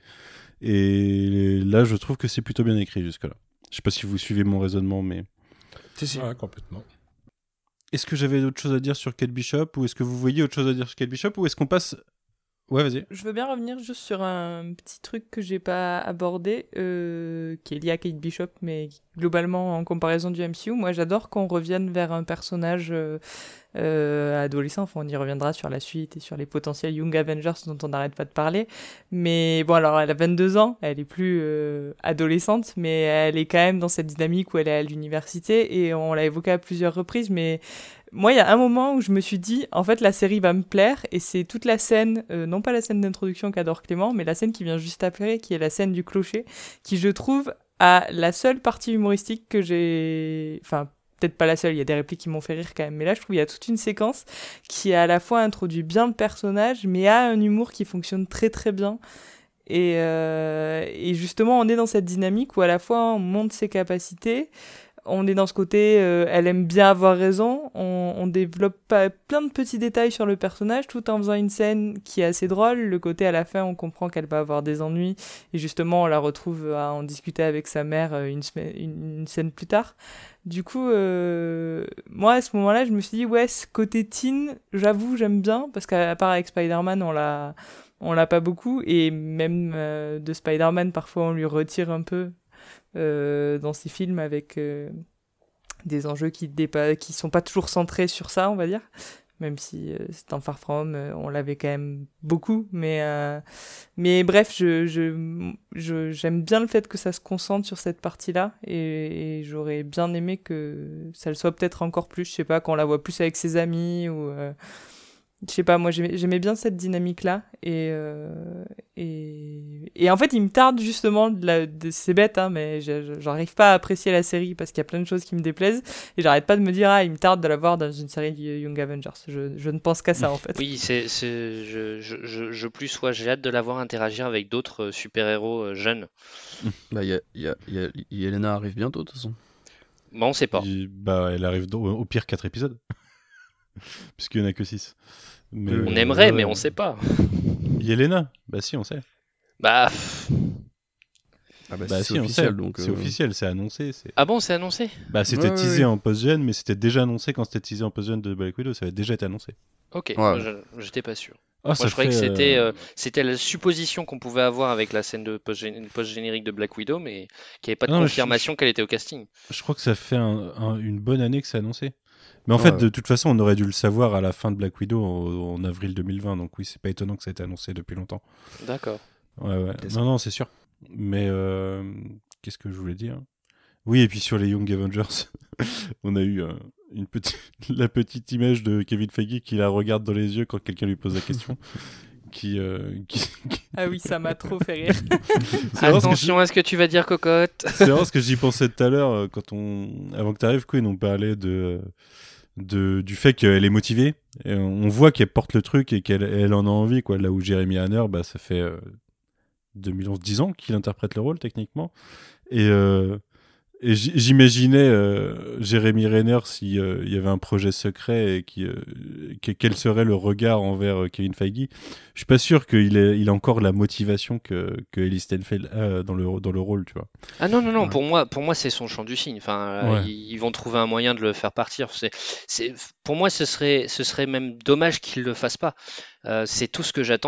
Et là, je trouve que c'est plutôt bien écrit jusque-là. Je sais pas si vous suivez mon raisonnement, mais... Si. Ouais, complètement. Est-ce que j'avais d'autres choses à dire sur Kate Bishop, ou est-ce que vous voyez autre chose à dire sur Kate Bishop, ou est-ce qu'on passe... Ouais, vas-y. Je veux bien revenir juste sur un petit truc que j'ai pas abordé, qui est lié à Kate Bishop, mais globalement en comparaison du MCU, moi j'adore qu'on revienne vers un personnage adolescent. Enfin, on y reviendra sur la suite et sur les potentiels Young Avengers dont on n'arrête pas de parler. Mais bon, alors elle a 22 ans, elle est plus adolescente, mais elle est quand même dans cette dynamique où elle est à l'université, et on l'a évoqué à plusieurs reprises, mais moi, il y a un moment où je me suis dit, en fait, la série va me plaire, et c'est toute la scène, non pas la scène d'introduction qu'adore Clément, mais la scène qui vient juste après, qui est la scène du clocher, qui, je trouve, a la seule partie humoristique que j'ai... Enfin, peut-être pas la seule, il y a des répliques qui m'ont fait rire quand même, mais là, je trouve qu'il y a toute une séquence qui à la fois introduit bien le personnage, mais a un humour qui fonctionne très très bien. Et justement, on est dans cette dynamique où à la fois on monte ses capacités, on est dans ce côté, elle aime bien avoir raison, on développe plein de petits détails sur le personnage tout en faisant une scène qui est assez drôle. Le côté à la fin, on comprend qu'elle va avoir des ennuis, et justement on la retrouve à en discuter avec sa mère une scène plus tard. Du coup, moi à ce moment-là, je me suis dit, ouais, ce côté teen, j'avoue, j'aime bien, parce qu'à part avec Spider-Man, on l'a pas beaucoup, et même de Spider-Man, parfois on lui retire un peu dans ces films avec des enjeux qui sont pas toujours centrés sur ça, on va dire, même si dans Far From on l'avait quand même beaucoup, mais bref, j'aime bien le fait que ça se concentre sur cette partie-là, et j'aurais bien aimé que ça le soit peut-être encore plus, je sais pas, qu'on la voit plus avec ses amis, ou je sais pas, moi j'aimais bien cette dynamique-là, et en fait il me tarde justement c'est bête, hein, mais j'arrive pas à apprécier la série parce qu'il y a plein de choses qui me déplaisent, et j'arrête pas de me dire, il me tarde de la voir dans une série de Young Avengers. Je ne pense qu'à ça en fait. Oui, je plus, ouais, j'ai hâte de la voir interagir avec d'autres super-héros jeunes. Bah Yelena arrive bientôt de toute façon. Bah on sait pas. Elle arrive au pire 4 épisodes. Puisqu'il n'y en a que 6. Mais on aimerait, mais on sait pas. Yelena, bah si, on sait. Bah c'est officiel, donc. C'est officiel, c'est annoncé. Ah bon, c'est annoncé? Bah c'était teasé en post-gen, mais c'était déjà annoncé quand c'était teasé en post-gen de Black Widow, ça avait déjà été annoncé. Ok, moi, j'étais pas sûr. Moi je croyais que c'était la supposition qu'on pouvait avoir avec la scène de post-générique de Black Widow, mais qu'il n'y avait pas de confirmation qu'elle était au casting. Je crois que ça fait une bonne année que c'est annoncé. Mais en fait, Ouais. de toute façon, on aurait dû le savoir à la fin de Black Widow en avril 2020. Donc oui, c'est pas étonnant que ça ait été annoncé depuis longtemps. D'accord. Ouais. C'est ça. Non, c'est sûr. Mais qu'est-ce que je voulais dire? Oui, et puis sur les Young Avengers, on a eu la petite image de Kevin Feige qui la regarde dans les yeux quand quelqu'un lui pose la question. qui... Ah oui, ça m'a trop fait rire. C'est marrant ce que Attention à ce que tu vas dire, cocotte. C'est vraiment ce que j'y pensais tout à l'heure avant que tu arrives, Queen, on parlait du fait qu'elle est motivée. Et on voit qu'elle porte le truc et qu'elle en a envie, quoi. Là où Jeremy Renner, ça fait 10 ans qu'il interprète le rôle techniquement. Et j'imaginais Jeremy Renner s'il y avait un projet secret et quel serait le regard envers Kevin Feige. Je suis pas sûr qu'il ait encore la motivation que Ellie Steinfeld a dans le rôle, tu vois. Ah non, Ouais. pour moi c'est son champ du signe. Enfin, Ouais. ils vont trouver un moyen de le faire partir. Pour moi, ce serait même dommage qu'ils le fassent pas. C'est tout ce que j'attends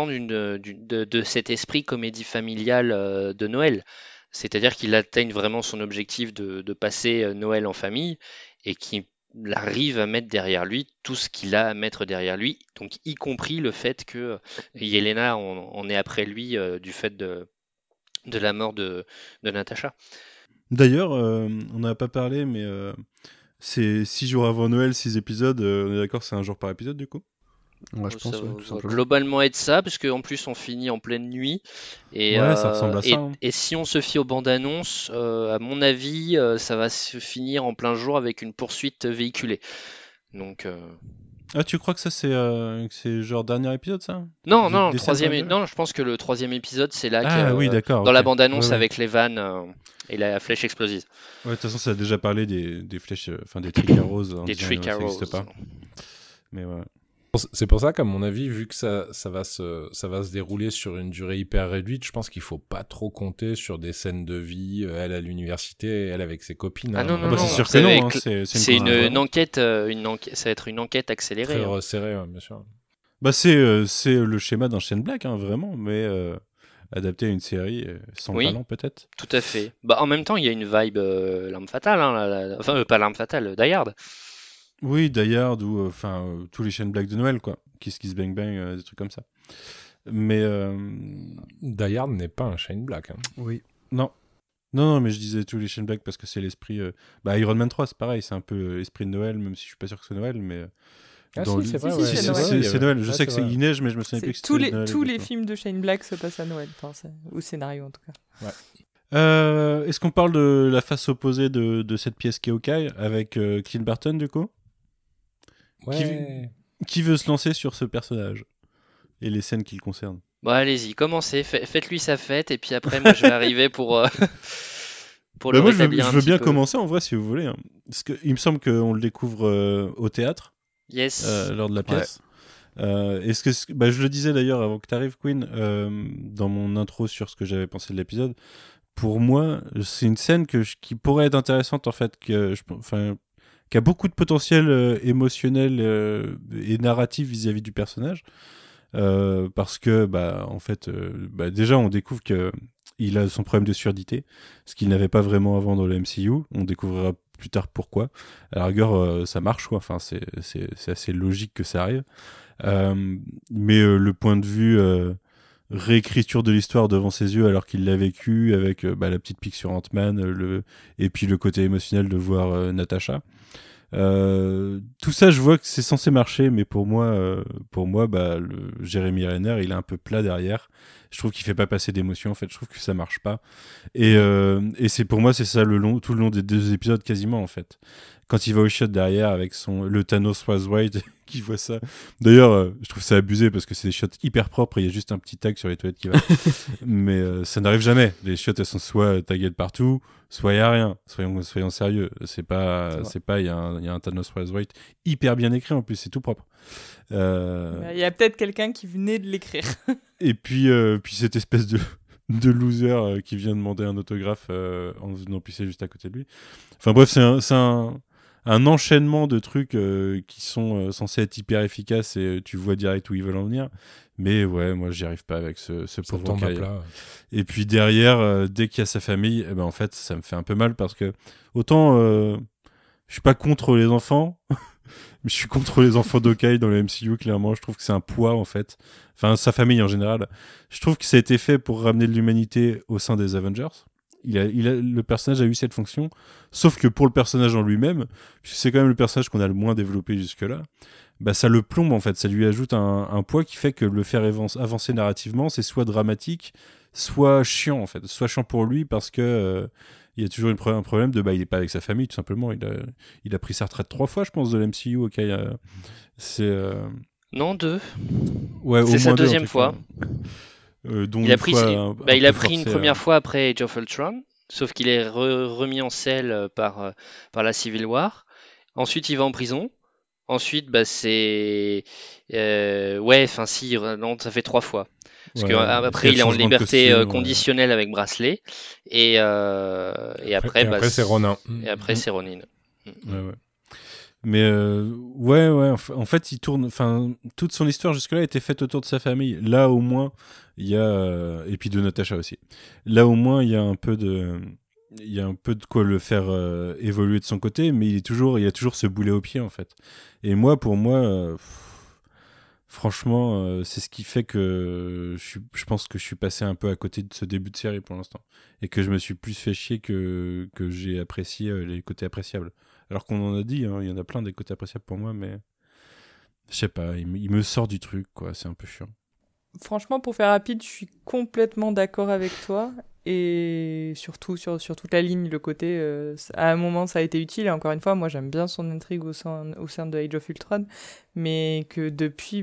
de cet esprit comédie familiale de Noël. C'est-à-dire qu'il atteigne vraiment son objectif de passer Noël en famille et qu'il arrive à mettre derrière lui tout ce qu'il a à mettre derrière lui, donc y compris le fait que Yelena en est après lui du fait de la mort de Natasha. D'ailleurs, on n'a pas parlé, mais c'est 6 jours avant Noël, 6 épisodes. On est d'accord, c'est un jour par épisode du coup? Ouais, je pense, Ça ouais, va tout simplement. globalement être ça, parce qu'en plus on finit en pleine nuit. Et, Ouais, ça ressemble à ça, hein. et si on se fie aux bandes annonces, à mon avis, ça va se finir en plein jour avec une poursuite véhiculée. Donc, Ah, tu crois que ça c'est genre dernier épisode, ça? non, Des scènes par deux? non, je pense que le troisième épisode, c'est là Ah que, oui, d'accord. dans la ok. bande annonce Ouais, ouais. avec les vannes et la flèche explosive. Ouais, de toute façon, ça a déjà parlé des flèches, enfin des trick arrows. En Des disant, trick ça arrows. n'existe pas. Mais ouais. C'est pour ça qu'à mon avis, vu que ça va se dérouler sur une durée hyper réduite, je pense qu'il faut pas trop compter sur des scènes de vie, elle à l'université, elle avec ses copines. Ah hein. non, Ah bah, c'est sûr que c'est non. avec- Hein, C'est une une enquête, ça va être une enquête accélérée. Très hein. resserré, ouais, bien sûr. Bah c'est le schéma d'un Shane Black, hein, vraiment, mais adapté à une série sans Oui. talent peut-être. Tout à fait. Bah, en même temps, il y a une vibe L'Arme Fatale, hein, enfin pas L'Arme Fatale, Die Hard. Oui, Die Hard ou tous les Shane Black de Noël, quoi. Kiss Kiss Bang Bang, des trucs comme ça. Mais Die Hard n'est pas un Shane Black. Hein. Oui. non, mais je disais tous les Shane Black parce que c'est l'esprit. Iron Man 3, c'est pareil, c'est un peu esprit de Noël, même si je suis pas sûr que c'est Noël, mais. Ah dans si, c'est vrai, Si, ouais. c'est c'est Noël. c'est Noël. Je Ouais, sais que c'est vrai. il neige, mais je me souviens plus que Tous c'était Noël. les exactement. films de Shane Black se passent à Noël, enfin, au scénario en tout cas. Est-ce qu'on parle de la face opposée de cette pièce qui est Hawkeye avec Clint Barton du coup? Ouais. Qui veut se lancer sur ce personnage et les scènes qui le concernent? Bon, allez-y, commencez, faites-lui sa fête, et puis après, moi, je vais arriver pour le Moi, je rétablir un veux petit bien peu. commencer en vrai si vous voulez. Hein. Parce que, il me semble qu'on le découvre au théâtre Yes. lors de la pièce. Je le disais d'ailleurs avant que tu arrives, Queen, dans mon intro sur ce que j'avais pensé de l'épisode. Pour moi, c'est une scène qui pourrait être intéressante en fait, qui a beaucoup de potentiel émotionnel et narratif vis-à-vis du personnage. Parce que en fait, déjà on découvre que il a son problème de surdité, ce qu'il n'avait pas vraiment avant dans le MCU. On découvrira plus tard pourquoi. À la rigueur, ça marche, quoi. Enfin, c'est assez logique que ça arrive. Mais le point de vue réécriture de l'histoire devant ses yeux alors qu'il l'a vécu avec la petite pique sur Ant-Man et puis le côté émotionnel de voir Natasha. Tout ça, je vois que c'est censé marcher, mais pour moi, le Jeremy Renner, il est un peu plat derrière. Je trouve qu'il fait pas passer d'émotion. En fait, je trouve que ça marche pas. Et c'est pour moi, c'est ça tout le long des 2 épisodes quasiment en fait. Quand il va au shot derrière avec le Thanos was white, qui voit ça. D'ailleurs, je trouve ça abusé parce que c'est des shots hyper propres. Et il y a juste un petit tag sur les toilettes qui va. Mais ça n'arrive jamais. Les shots, elles sont soit taguées de partout, soit il y a rien. Soyons sérieux. C'est pas. Il y a un Thanos was white hyper bien écrit en plus. C'est tout propre. Il y a peut-être quelqu'un qui venait de l'écrire. Et puis cette espèce de loser qui vient demander un autographe en venant pisser juste à côté de lui. Enfin bref, c'est un enchaînement de trucs qui sont censés être hyper efficaces et tu vois direct où ils veulent en venir. Mais ouais, moi j'y arrive pas avec ce pauvre tombe à Hawkeye. plat. Et puis derrière, dès qu'il y a sa famille, en fait ça me fait un peu mal parce que autant je suis pas contre les enfants, je suis contre les enfants d'Hawkeye dans le MCU, clairement. Je trouve que c'est un poids, en fait. Enfin, sa famille en général. Je trouve que ça a été fait pour ramener de l'humanité au sein des Avengers. Le personnage a eu cette fonction. Sauf que pour le personnage en lui-même, puisque c'est quand même le personnage qu'on a le moins développé jusque-là, bah ça le plombe, en fait. Ça lui ajoute un poids qui fait que le faire avancer narrativement, c'est soit dramatique, soit chiant, en fait. Soit chiant pour lui parce que il y a toujours un problème de il est pas avec sa famille, tout simplement. Il a pris sa retraite 3 fois, je pense, de l'MCU. Ok, c'est Non, 2. ouais, au C'est sa moins 2, en deuxième tout fois. cas. Dont Il a une pris, fois il peu a pris une forcée, première fois après Age of Ultron, sauf qu'il est remis en selle par la Civil War. Ensuite, il va en prison. Ensuite, c'est ouais, enfin si, non, ça fait 3 fois. Parce que ouais, après, il y a il le est en changement de liberté costume, conditionnelle avec bracelet, et après, après c'est Ronin. et après c'est Ronin. ouais. Mais ouais, en fait, il tourne. Enfin, toute son histoire jusque-là a été faite autour de sa famille. Là, au moins, il y a et puis de Natasha aussi. Là, au moins, il y a un peu de quoi le faire évoluer de son côté, mais il y a toujours ce boulet au pied, en fait. Et pour moi, franchement, c'est ce qui fait que je pense que je suis passé un peu à côté de ce début de série pour l'instant, et que je me suis plus fait chier que j'ai apprécié les côtés appréciables. Alors qu'on en a dit, hein, il y en a plein des côtés appréciables pour moi, mais je sais pas, il me sort du truc, quoi. C'est un peu chiant. Franchement, pour faire rapide, je suis complètement d'accord avec toi. Et surtout sur toute la ligne, le côté, à un moment ça a été utile, et encore une fois, moi j'aime bien son intrigue au sein de Age of Ultron, mais que depuis,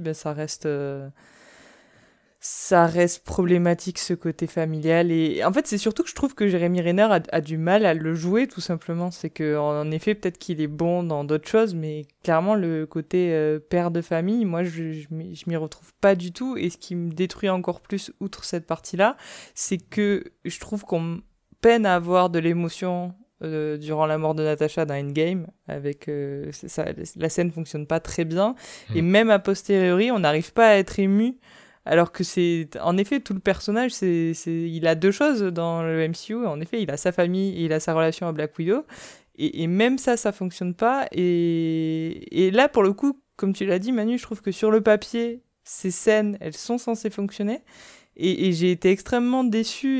ça reste problématique, ce côté familial. Et en fait, c'est surtout que je trouve que Jeremy Renner a du mal à le jouer, tout simplement. C'est que, en effet, peut-être qu'il est bon dans d'autres choses, mais clairement, le côté père de famille, moi, je m'y retrouve pas du tout. Et ce qui me détruit encore plus, outre cette partie-là, c'est que je trouve qu'on peine à avoir de l'émotion durant la mort de Natasha dans Endgame. La scène fonctionne pas très bien. Et même a posteriori, on n'arrive pas à être ému. Alors que en effet, tout le personnage, il a deux choses dans le MCU. En effet, il a sa famille et il a sa relation à Black Widow. Et même ça fonctionne pas. Et là, pour le coup, comme tu l'as dit, Manu, je trouve que sur le papier, ces scènes, elles sont censées fonctionner. Et j'ai été extrêmement déçu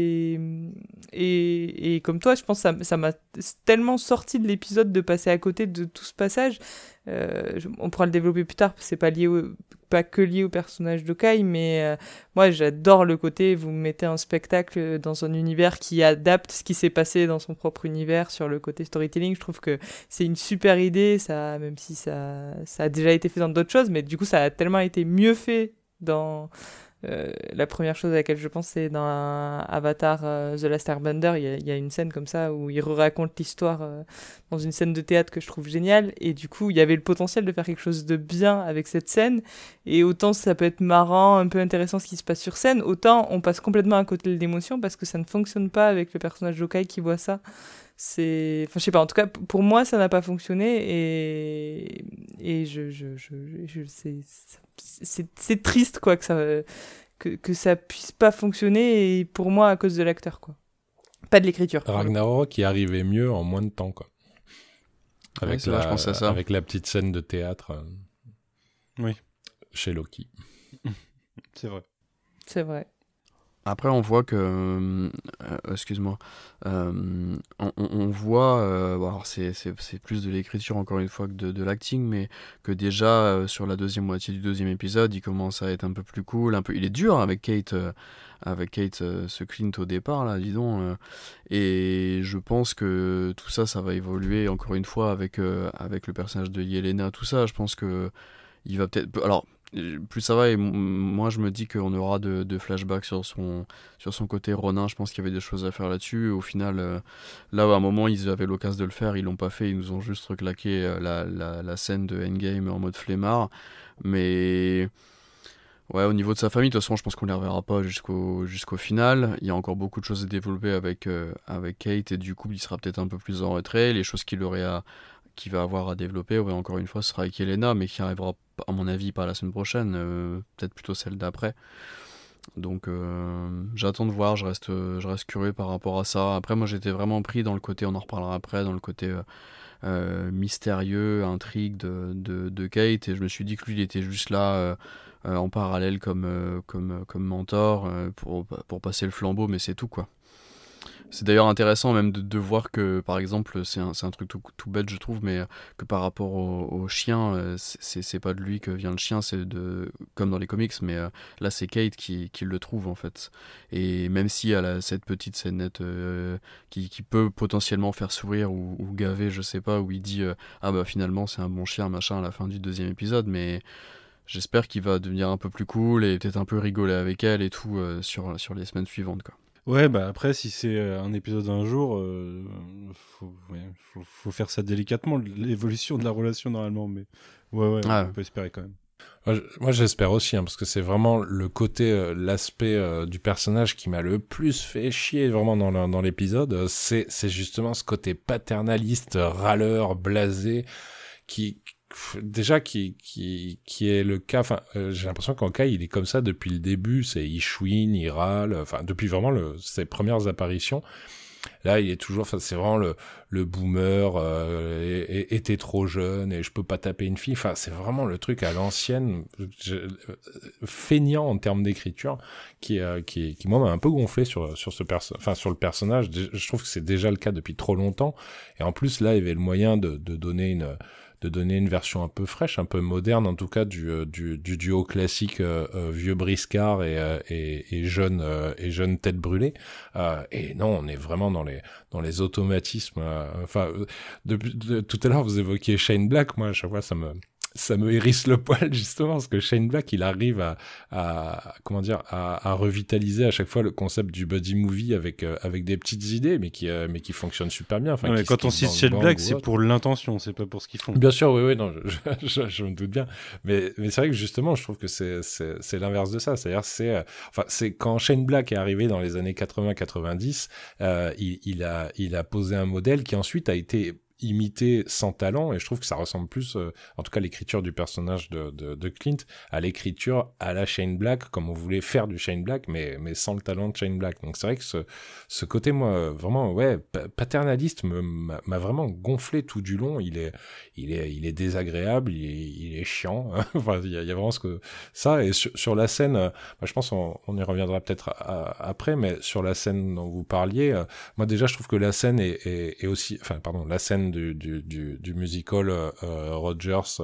et comme toi, je pense que ça m'a tellement sorti de l'épisode de passer à côté de tout ce passage. On pourra le développer plus tard, parce que c'est pas que lié au personnage d'Hawkeye, mais moi j'adore le côté, vous mettez un spectacle dans un univers qui adapte ce qui s'est passé dans son propre univers sur le côté storytelling. Je trouve que c'est une super idée, ça, même si ça a déjà été fait dans d'autres choses, mais du coup ça a tellement été mieux fait dans... la première chose à laquelle je pense, c'est dans Avatar The Last Airbender. Il y a une scène comme ça où il raconte l'histoire dans une scène de théâtre que je trouve géniale, et du coup il y avait le potentiel de faire quelque chose de bien avec cette scène, et autant ça peut être marrant, un peu intéressant ce qui se passe sur scène, autant on passe complètement à côté de l'émotion parce que ça ne fonctionne pas avec le personnage d'Hawkeye qui voit ça. Je sais pas, en tout cas pour moi ça n'a pas fonctionné, et c'est triste, quoi, que ça puisse pas fonctionner, et pour moi à cause de l'acteur, quoi, pas de l'écriture. Ragnarok qui arrivait mieux en moins de temps, quoi, avec je pense à ça. avec la petite scène de théâtre Oui, chez Loki. c'est vrai. Après, on voit que, excuse-moi, on voit, alors c'est plus de l'écriture encore une fois que de l'acting, mais que déjà sur la deuxième moitié du deuxième épisode, il commence à être un peu plus cool, il est dur avec Kate, ce Clint au départ là, dis donc, et je pense que tout ça va évoluer encore une fois avec le personnage de Yelena, tout ça. Je pense que il va peut-être, alors. Plus ça va, et moi je me dis qu'on aura de flashbacks sur son côté Ronin. Je pense qu'il y avait des choses à faire là-dessus. Au final, là à un moment ils avaient l'occasion de le faire, ils l'ont pas fait, ils nous ont juste reclaqué la scène de Endgame en mode flemmard. Mais ouais, au niveau de sa famille, de toute façon je pense qu'on les reverra pas jusqu'au final. Il y a encore beaucoup de choses à développer avec Kate, et du coup il sera peut-être un peu plus en retrait. Les choses qu'il va avoir à développer, ouais, encore une fois, ce sera avec Yelena, mais qui arrivera, à mon avis, pas la semaine prochaine, peut-être plutôt celle d'après. Donc j'attends de voir, je reste curieux par rapport à ça. Après moi j'étais vraiment pris dans le côté, on en reparlera après, dans le côté mystérieux, intrigue de Kate, et je me suis dit que lui il était juste là en parallèle comme mentor pour passer le flambeau, mais c'est tout quoi. C'est d'ailleurs intéressant même de voir que, par exemple, c'est un truc tout bête, je trouve, mais que par rapport au chien, c'est pas de lui que vient le chien, c'est comme dans les comics, mais là, c'est Kate qui le trouve, en fait. Et même si elle a cette petite scénette qui peut potentiellement faire sourire ou gaver, je sais pas, où il dit ah bah finalement, c'est un bon chien, machin, à la fin du 2e épisode, mais j'espère qu'il va devenir un peu plus cool et peut-être un peu rigoler avec elle et tout sur les semaines suivantes, quoi. Ouais, bah après, si c'est un épisode d'un jour, faut faire ça délicatement, l'évolution de la relation normalement, mais ouais, Ah. on peut espérer quand même. Moi, j'espère aussi, parce que c'est vraiment le côté, l'aspect du personnage qui m'a le plus fait chier vraiment dans l'épisode. C'est justement ce côté paternaliste, râleur, blasé, qui est le cas. Enfin, j'ai l'impression qu'en cas, il est comme ça depuis le début. Il chouine, il râle. Enfin, depuis vraiment ses premières apparitions. Là, il est toujours, c'est vraiment le boomer, et t'es trop jeune et je peux pas taper une fille. Enfin, c'est vraiment le truc à l'ancienne, feignant en termes d'écriture, qui moi m'a un peu gonflé sur le personnage. Je trouve que c'est déjà le cas depuis trop longtemps. Et en plus, là, il y avait le moyen de donner une version un peu fraîche, un peu moderne, en tout cas du duo classique vieux briscard et jeune tête brûlée. Et non, on est vraiment dans les automatismes. Tout à l'heure, vous évoquiez Shane Black. Moi, à chaque fois, ça me hérisse le poil, justement, parce que Shane Black, il arrive à revitaliser à chaque fois le concept du buddy movie avec des petites idées, mais qui fonctionnent super bien. Enfin, Ouais, quand on cite Shane Black, c'est pour l'intention, c'est pas pour ce qu'ils font. Bien sûr, oui, non, je me doute bien. Mais c'est vrai que justement, je trouve que c'est l'inverse de ça. C'est-à-dire, c'est quand Shane Black est arrivé dans les années 80-90, il a posé un modèle qui ensuite a été imité sans talent, et je trouve que ça ressemble plus, en tout cas l'écriture du personnage de Clint, à l'écriture à la Shane Black, comme on voulait faire du Shane Black, mais sans le talent de Shane Black. Donc c'est vrai que ce côté, moi, vraiment, ouais, paternaliste m'a vraiment gonflé tout du long. Il est désagréable, il est chiant. Enfin, il y a vraiment ça. Et sur la scène, je pense on y reviendra peut-être après, mais sur la scène dont vous parliez, moi déjà je trouve que la scène est aussi, enfin pardon, la scène du musical Rogers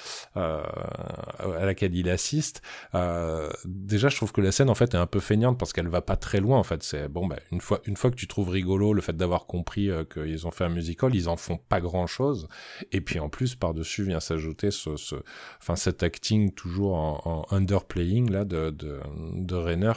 à laquelle il assiste, déjà je trouve que la scène en fait est un peu feignante parce qu'elle va pas très loin. En fait, c'est bon, une fois que tu trouves rigolo le fait d'avoir compris qu'ils ont fait un musical, ils en font pas grand chose, et puis en plus par dessus vient s'ajouter cet acting toujours en underplaying là de Rainer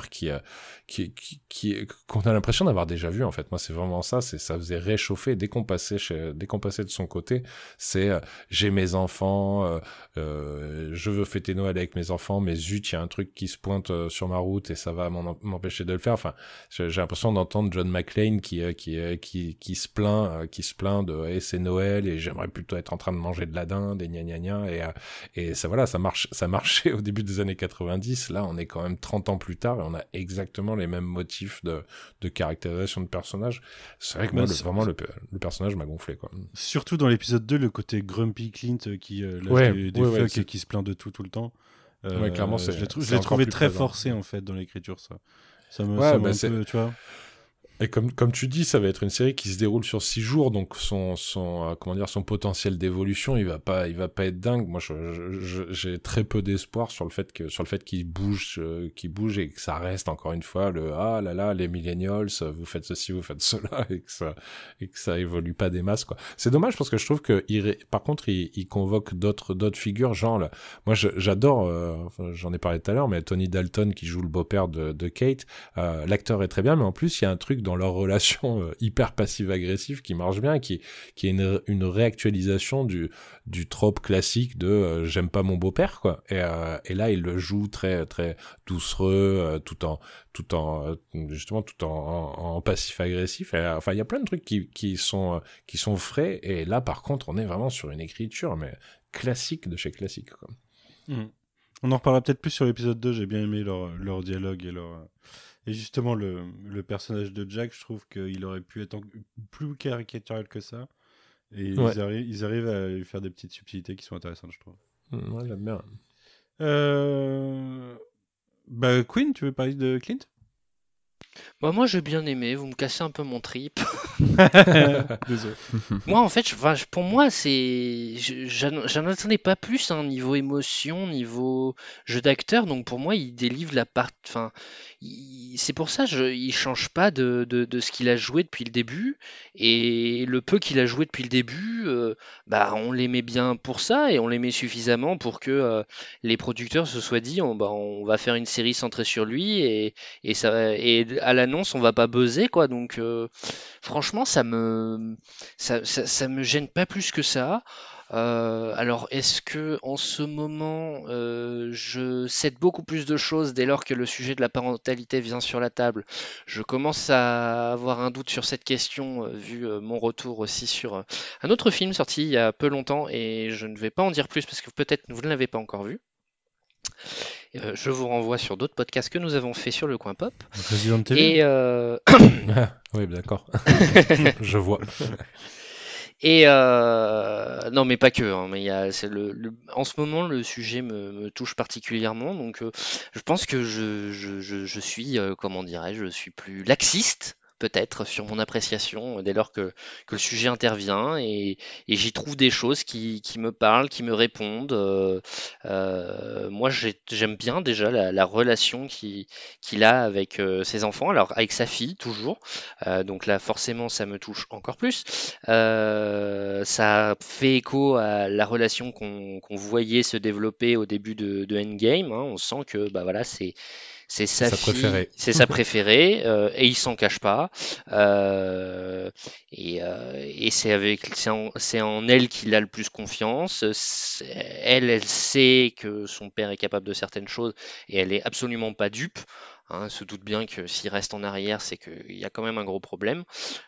qu'on a l'impression d'avoir déjà vu. En fait, moi c'est vraiment ça faisait réchauffer dès qu'on passait de son côté. C'est j'ai mes enfants, je veux fêter Noël avec mes enfants, mais zut, il y a un truc qui se pointe sur ma route et ça va m'empêcher de le faire. Enfin, j'ai l'impression d'entendre John McClane qui se plaint de hey, c'est Noël et j'aimerais plutôt être en train de manger de la dinde et gna gna gna, et ça voilà, ça marchait au début des années 90. Là, on est quand même 30 ans plus tard et on a exactement les mêmes motifs de caractérisation de personnage. C'est vrai que moi, vraiment, le personnage m'a gonflé, quoi. Surtout dans l'épisode 2, le côté Grumpy Clint qui lâche des fucks et qui se plaint de tout le temps. Clairement, je l'ai trouvé très forcé en fait dans l'écriture, ça me un peu, tu vois. Et comme tu dis, ça va être une série qui se déroule sur 6 jours, donc son potentiel d'évolution, il va pas être dingue. Moi, j'ai très peu d'espoir sur le fait qu'il bouge et que ça reste encore une fois ah là là, les millennials, vous faites ceci, vous faites cela, et que ça évolue pas des masses, quoi. C'est dommage parce que je trouve que par contre, il convoque d'autres figures, genre là, moi j'adore, j'en ai parlé tout à l'heure, mais Tony Dalton qui joue le beau-père de Kate, l'acteur est très bien, mais en plus il y a un truc dans leur relation hyper passive-agressive qui marche bien, qui est une réactualisation du trope classique de j'aime pas mon beau-père, quoi. Et là, il le joue très très doucereux, tout en passif-agressif. Enfin, il y a plein de trucs qui sont frais. Et là, par contre, on est vraiment sur une écriture mais classique de chez classique, quoi. Mmh. On en reparlera peut-être plus sur l'épisode 2, j'ai bien aimé leur dialogue et justement le personnage de Jack, je trouve qu'il aurait pu être plus caricatural que ça. Et Ouais. ils arrivent à lui faire des petites subtilités qui sont intéressantes, je trouve. Ouais, j'aime bien. Queen, tu veux parler de Clint? Bah, moi, j'ai bien aimé, vous me cassez un peu mon trip. Désolé. Moi, en fait, pour moi, j'en attendais pas plus, hein, niveau émotion, niveau jeu d'acteur. Donc, pour moi, il délivre la part. Enfin, c'est pour ça, il change pas de ce qu'il a joué depuis le début. Et le peu qu'il a joué depuis le début, bah, on l'aimait bien pour ça et on l'aimait suffisamment pour que les producteurs se soient dit, on va faire une série centrée sur lui et à l'annonce, on va pas buzzer, quoi. Donc, franchement, ça me gêne pas plus que ça. Alors, est-ce que en ce moment, je cède beaucoup plus de choses dès lors que le sujet de la parentalité vient sur la table? Je commence à avoir un doute sur cette question, vu mon retour aussi sur un autre film sorti il y a peu longtemps, et je ne vais pas en dire plus parce que peut-être vous ne l'avez pas encore vu. Je vous renvoie sur d'autres podcasts que nous avons fait sur le coin pop. Resident Evil. Et Oui, d'accord. Je vois. Et non, mais pas que, hein, mais en ce moment, le sujet me touche particulièrement, donc je pense que je suis, comment dirais-je, je suis plus laxiste, peut-être, sur mon appréciation, dès lors que le sujet intervient, et j'y trouve des choses qui me parlent, qui me répondent. Moi, j'aime bien déjà la relation qu'il a avec ses enfants, alors avec sa fille, toujours. Donc là, forcément, ça me touche encore plus. Ça fait écho à la relation qu'on voyait se développer au début de Endgame, hein. On sent que bah voilà, c'est sa sa fille, préférée. c'est sa préférée, et il s'en cache pas. Et c'est en elle qu'il a le plus confiance. Elle sait que son père est capable de certaines choses et elle est absolument pas dupe. Hein, elle se doute bien que s'il reste en arrière, c'est qu'il y a quand même un gros problème.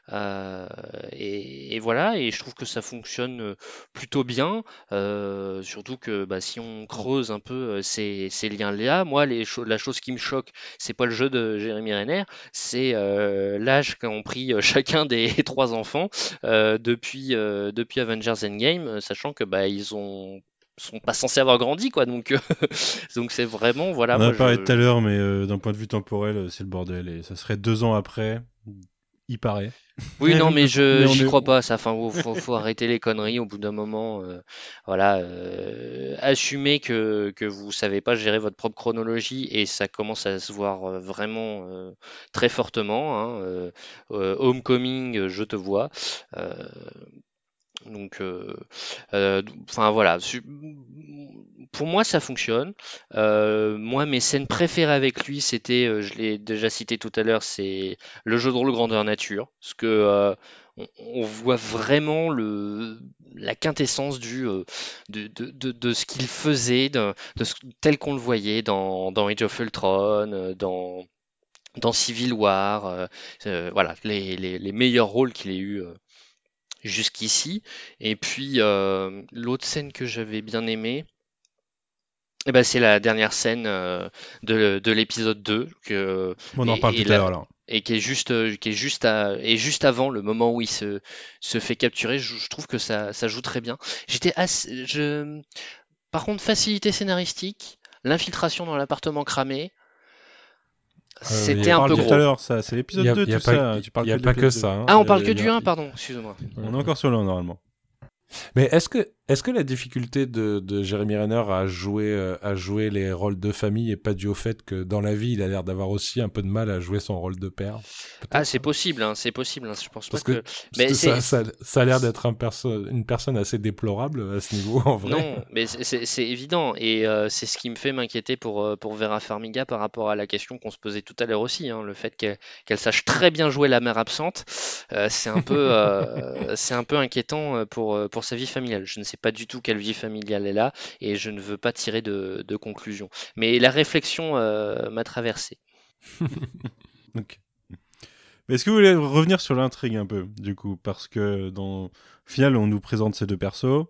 Et voilà, et je trouve que ça fonctionne plutôt bien. Surtout que bah, si on creuse un peu ces liens-là, moi, la chose qui me choque, c'est pas le jeu de Jérémy Renner, c'est l'âge qu'ont pris chacun des trois enfants depuis Avengers Endgame, sachant que bah, ils sont pas censés avoir grandi, quoi. Donc, donc c'est vraiment, voilà. On en a Moi, parlé tout à l'heure, mais d'un point de vue temporel, c'est le bordel. Et ça serait 2 ans après, il paraît. Oui, non, mais j'y est- crois pas, ça. Enfin, faut arrêter les conneries au bout d'un moment. Voilà, assumez que vous savez pas gérer votre propre chronologie et ça commence à se voir vraiment très fortement, hein. Homecoming, je te vois. Euh, donc, enfin voilà. Pour moi, ça fonctionne. Moi, mes scènes préférées avec lui, c'était, je l'ai déjà cité tout à l'heure, c'est le jeu de rôle grandeur nature, parce que on voit vraiment la quintessence de ce qu'il faisait, tel qu'on le voyait dans Age of Ultron, dans Civil War, voilà, les meilleurs rôles qu'il ait eu jusqu'ici. Et puis l'autre scène que j'avais bien aimée, eh ben, c'est la dernière scène de l'épisode 2 On en parle tout à l'heure, alors. et qui est juste avant le moment où il se fait capturer. Je trouve que ça joue très bien. Par contre, facilité scénaristique, l'infiltration dans l'appartement cramé, c'était un peu Tout à gros. l'heure, ça, c'est l'épisode 2, tout ça. Tu parles Il n'y a de pas que l'épisode ça. 2. Hein. Ah, on parle que il y du a- 1, pardon, excuse-moi. On est encore sur le 1, normalement. Mais est-ce que la difficulté de Jeremy Renner à jouer les rôles de famille est pas due au fait que dans la vie il a l'air d'avoir aussi un peu de mal à jouer son rôle de père? Ah, c'est possible, hein, c'est possible, hein, je pense pas Parce que, Mais ça a l'air d'être une personne assez déplorable à ce niveau en vrai. Non, mais c'est évident, et c'est ce qui me fait m'inquiéter pour Vera Farmiga par rapport à la question qu'on se posait tout à l'heure aussi, hein, le fait qu'elle sache très bien jouer la mère absente, c'est un peu inquiétant pour sa vie familiale. Je ne sais pas du tout quelle vie familiale elle a, et je ne veux pas tirer de conclusion. Mais la réflexion m'a traversé. Ok. Mais est-ce que vous voulez revenir sur l'intrigue un peu, du coup? Parce que au final, on nous présente ces deux persos.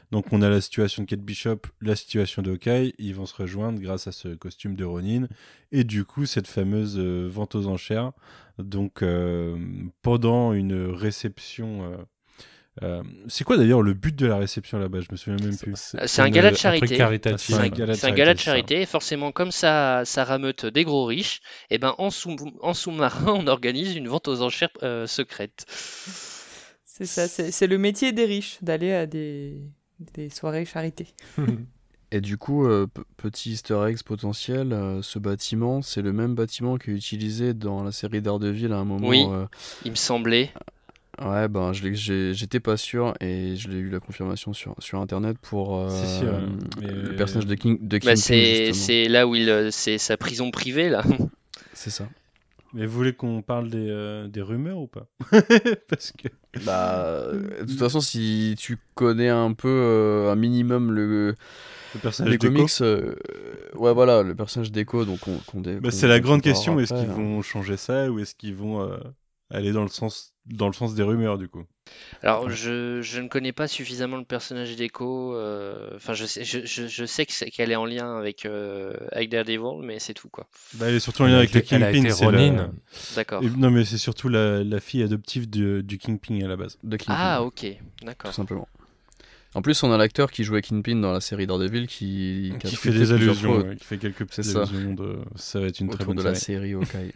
Donc on a la situation de Kate Bishop, la situation de Hawkeye, ils vont se rejoindre grâce à ce costume de Ronin, et du coup cette fameuse vente aux enchères. Donc pendant une réception... c'est quoi d'ailleurs le but de la réception là-bas? Je me souviens même plus. C'est un gala de Un truc charité. caritatif. C'est un gala de charité, et forcément, comme ça rameute des gros riches, et ben en sous-marin, on organise une vente aux enchères secrète. C'est ça, c'est le métier des riches, d'aller à des soirées charité. Et du coup, petit easter egg potentiel, ce bâtiment, c'est le même bâtiment qui est utilisé dans la série Daredevil à un moment. Oui. Il me semblait. Ouais, ben j'étais pas sûr et je l'ai eu la confirmation sur internet pour C'est sûr, le personnage de Kingpin, Bah, justement. c'est là où c'est sa prison privée, là. C'est ça. Mais vous voulez qu'on parle des rumeurs ou pas? Parce que... Bah, de toute façon, si tu connais un peu, un minimum le personnage les d'Echo, comics, ouais, voilà, le personnage d'Echo, donc c'est la grande qu'on question, parlera est-ce qu'ils après, vont changer ça ou est-ce qu'ils vont aller dans le sens des rumeurs du coup? Alors, je ne connais pas suffisamment le personnage d'Echo. Enfin, je sais qu'elle est en lien avec Daredevil, mais c'est tout, quoi. Bah, elle est surtout en lien avec le Elle a Kingpin. été c'est Ronin. D'accord. Non, mais c'est surtout la fille adoptive du Kingpin à la base. de Kingpin, Ah, ouais, ok, d'accord. tout simplement. En plus, on a l'acteur qui jouait Kingpin dans la série Daredevil qui a Qui fait tweeté des plusieurs allusions, fois qui fait quelques petites C'est ça. allusions ça va être une très autour bonne de la série. série Hawkeye.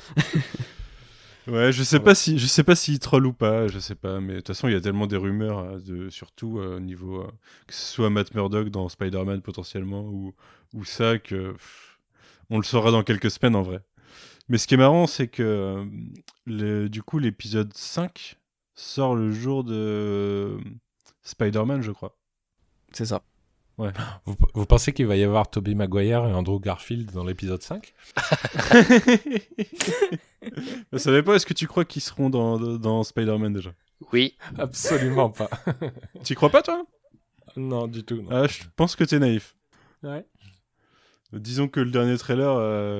Ouais, je sais pas s'il troll ou pas, je sais pas, mais de toute façon il y a tellement des rumeurs, surtout au niveau que ce soit Matt Murdock dans Spider-Man potentiellement ou ça que on le saura dans quelques semaines en vrai. Mais ce qui est marrant, c'est que du coup l'épisode 5 sort le jour de Spider-Man, je crois. C'est ça. Vous pensez qu'il va y avoir Tobey Maguire et Andrew Garfield dans l'épisode 5? Ça dépend, est-ce que tu crois qu'ils seront dans Spider-Man déjà? Oui. Absolument pas. Tu crois pas toi? Non, du tout. Non. Ah, je pense que t'es naïf. Ouais. Disons que le dernier trailer,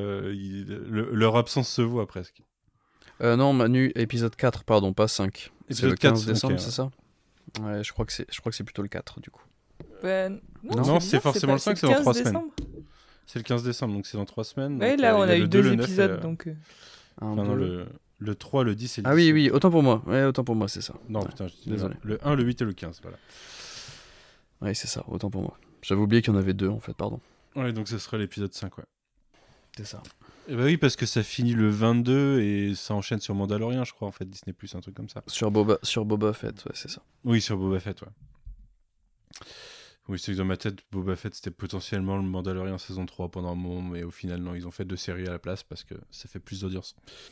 leur absence se voit presque. Non, Manu, épisode 4, pardon, pas 5. C'est Épisode le 15 4, décembre, ok, c'est ça? Ouais, je crois que c'est plutôt le 4 du coup. Ben, Non, c'est bizarre, forcément le 5, c'est dans 15 3 semaines. décembre. C'est le 15 décembre, donc c'est dans 3 semaines. Ouais, donc, là, il on y a le eu 2, deux le 9 épisodes, donc... Un, Enfin, non, deux. le 3, le 10 et le 10. Ah oui, oui, autant pour moi. Ouais, autant pour moi, c'est ça. Non, Ouais. putain, je dis Désolé. le 1, le 8 et le 15, voilà. Ouais, c'est ça, autant pour moi. J'avais oublié qu'il y en avait 2 en fait, pardon. Ouais, donc ce sera l'épisode 5, ouais. C'est ça. Et bah oui, parce que ça finit le 22 et ça enchaîne sur Mandalorian, je crois, en fait, Disney+, un truc comme ça. Sur Boba Fett, ouais, c'est ça. Oui, sur Boba Fett, ouais. Oui, c'est que dans ma tête, Boba Fett, c'était potentiellement le Mandalorian saison 3 pendant un moment, mais au final, non, ils ont fait 2 séries à la place parce que ça fait plus d'audience.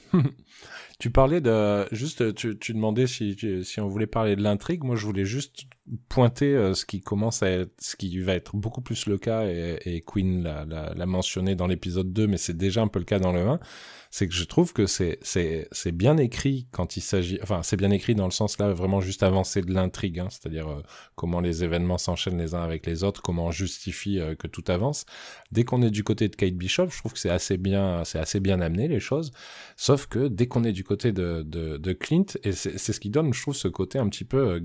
Tu parlais de... Juste, tu demandais si on voulait parler de l'intrigue. Moi, je voulais juste pointer ce qui va être beaucoup plus le cas, et Queen l'a mentionné dans l'épisode 2, mais c'est déjà un peu le cas dans le 1. C'est que je trouve que c'est bien écrit quand il s'agit... Enfin, c'est bien écrit dans le sens là, vraiment juste avancer de l'intrigue, hein, c'est-à-dire comment les événements s'enchaînent les uns avec les autres, comment on justifie que tout avance. Dès qu'on est du côté de Kate Bishop, je trouve que c'est assez bien amené, les choses. Sauf que dès qu'on est du côté de Clint, et c'est ce qui donne, je trouve, ce côté un petit peu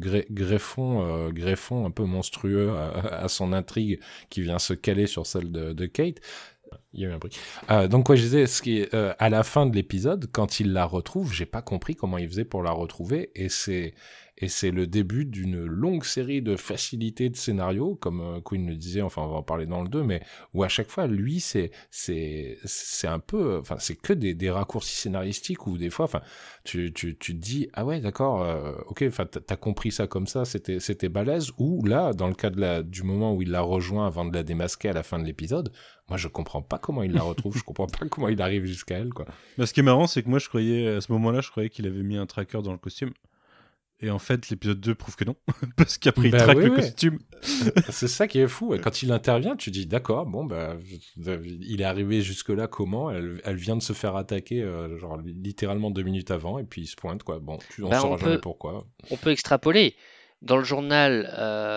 greffon un peu monstrueux à son intrigue qui vient se caler sur celle de Kate. Il y a eu un bruit. Donc, quoi, je disais, ce qui est, à la fin de l'épisode, quand il la retrouve, j'ai pas compris comment il faisait pour la retrouver, et c'est le début d'une longue série de facilités de scénario, comme Quinn le disait, enfin, on va en parler dans le 2, mais où à chaque fois, lui, c'est un peu, enfin, c'est que des raccourcis scénaristiques, où des fois, enfin, tu te dis, ah ouais, d'accord, ok, enfin, t'as compris ça comme ça, c'était balèze, ou là, dans le cas du moment où il la rejoint avant de la démasquer à la fin de l'épisode, moi, je comprends pas comment il la retrouve, je comprends pas comment il arrive jusqu'à elle, quoi. Bah, ce qui est marrant, c'est que moi, à ce moment-là, je croyais qu'il avait mis un tracker dans le costume. Et en fait, l'épisode 2 prouve que non, parce qu'après, il traque le costume. C'est ça qui est fou. Et quand il intervient, tu dis, d'accord, bon, bah, il est arrivé jusque-là, comment elle vient de se faire attaquer, genre, littéralement 2 minutes avant, et puis il se pointe, quoi. Bon, on saura jamais pourquoi. On peut extrapoler. Dans le journal,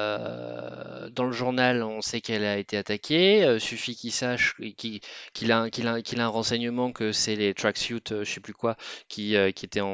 on sait qu'elle a été attaquée. Suffit qu'il sache qu'il a un renseignement que c'est les tracksuits, je sais plus quoi, qui étaient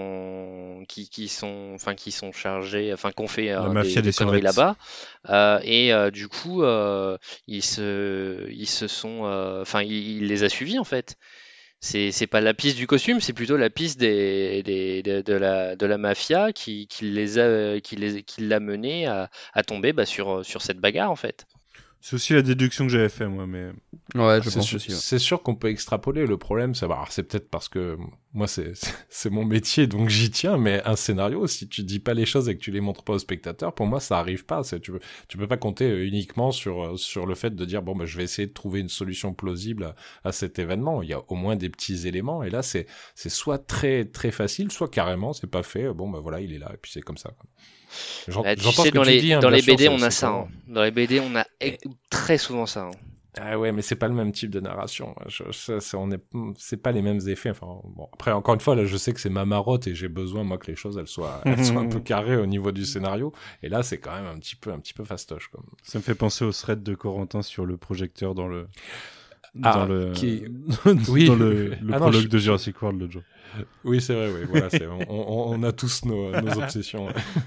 qui sont chargés, enfin, qu'on fait La mafia des des conneries survettes. là-bas. Du coup, ils se sont, enfin, il les a suivis en fait. C'est pas la piste du costume, c'est plutôt la piste de la mafia qui l'a mené à tomber sur cette bagarre en fait. C'est aussi la déduction que j'avais fait, moi, mais... Ouais, je C'est pense sûr, aussi. Ouais. c'est sûr qu'on peut extrapoler. Le problème, c'est peut-être parce que moi, c'est mon métier, donc j'y tiens. Mais un scénario, si tu dis pas les choses et que tu les montres pas au spectateur, pour moi, ça arrive pas. Tu peux pas compter uniquement sur le fait de dire bon, bah, je vais essayer de trouver une solution plausible à cet événement. Il y a au moins des petits éléments. Et là, c'est soit très très facile, soit carrément c'est pas fait. Bon, bah voilà, il est là et puis c'est comme ça. Bah, tu J'entends sais, ce que tu dis. Hein, dans bien les sûr, BD, on a c'est ça. comment. Hein. Dans les BD, on a Et- très souvent ça. Hein. Ah ouais, mais c'est pas le même type de narration. C'est pas les mêmes effets. Enfin, bon, après, encore une fois, là, je sais que c'est ma marotte et j'ai besoin, moi, que les choses, elles soient un peu carrées au niveau du scénario. Et là, c'est quand même un petit peu fastoche, comme. Ça me fait penser au thread de Corentin sur le projecteur dans le... Ah, dans le... qui- oui, dans le Ah non, prologue de Jurassic World l'autre jour. Oui, c'est vrai, oui. Voilà, on a tous nos obsessions.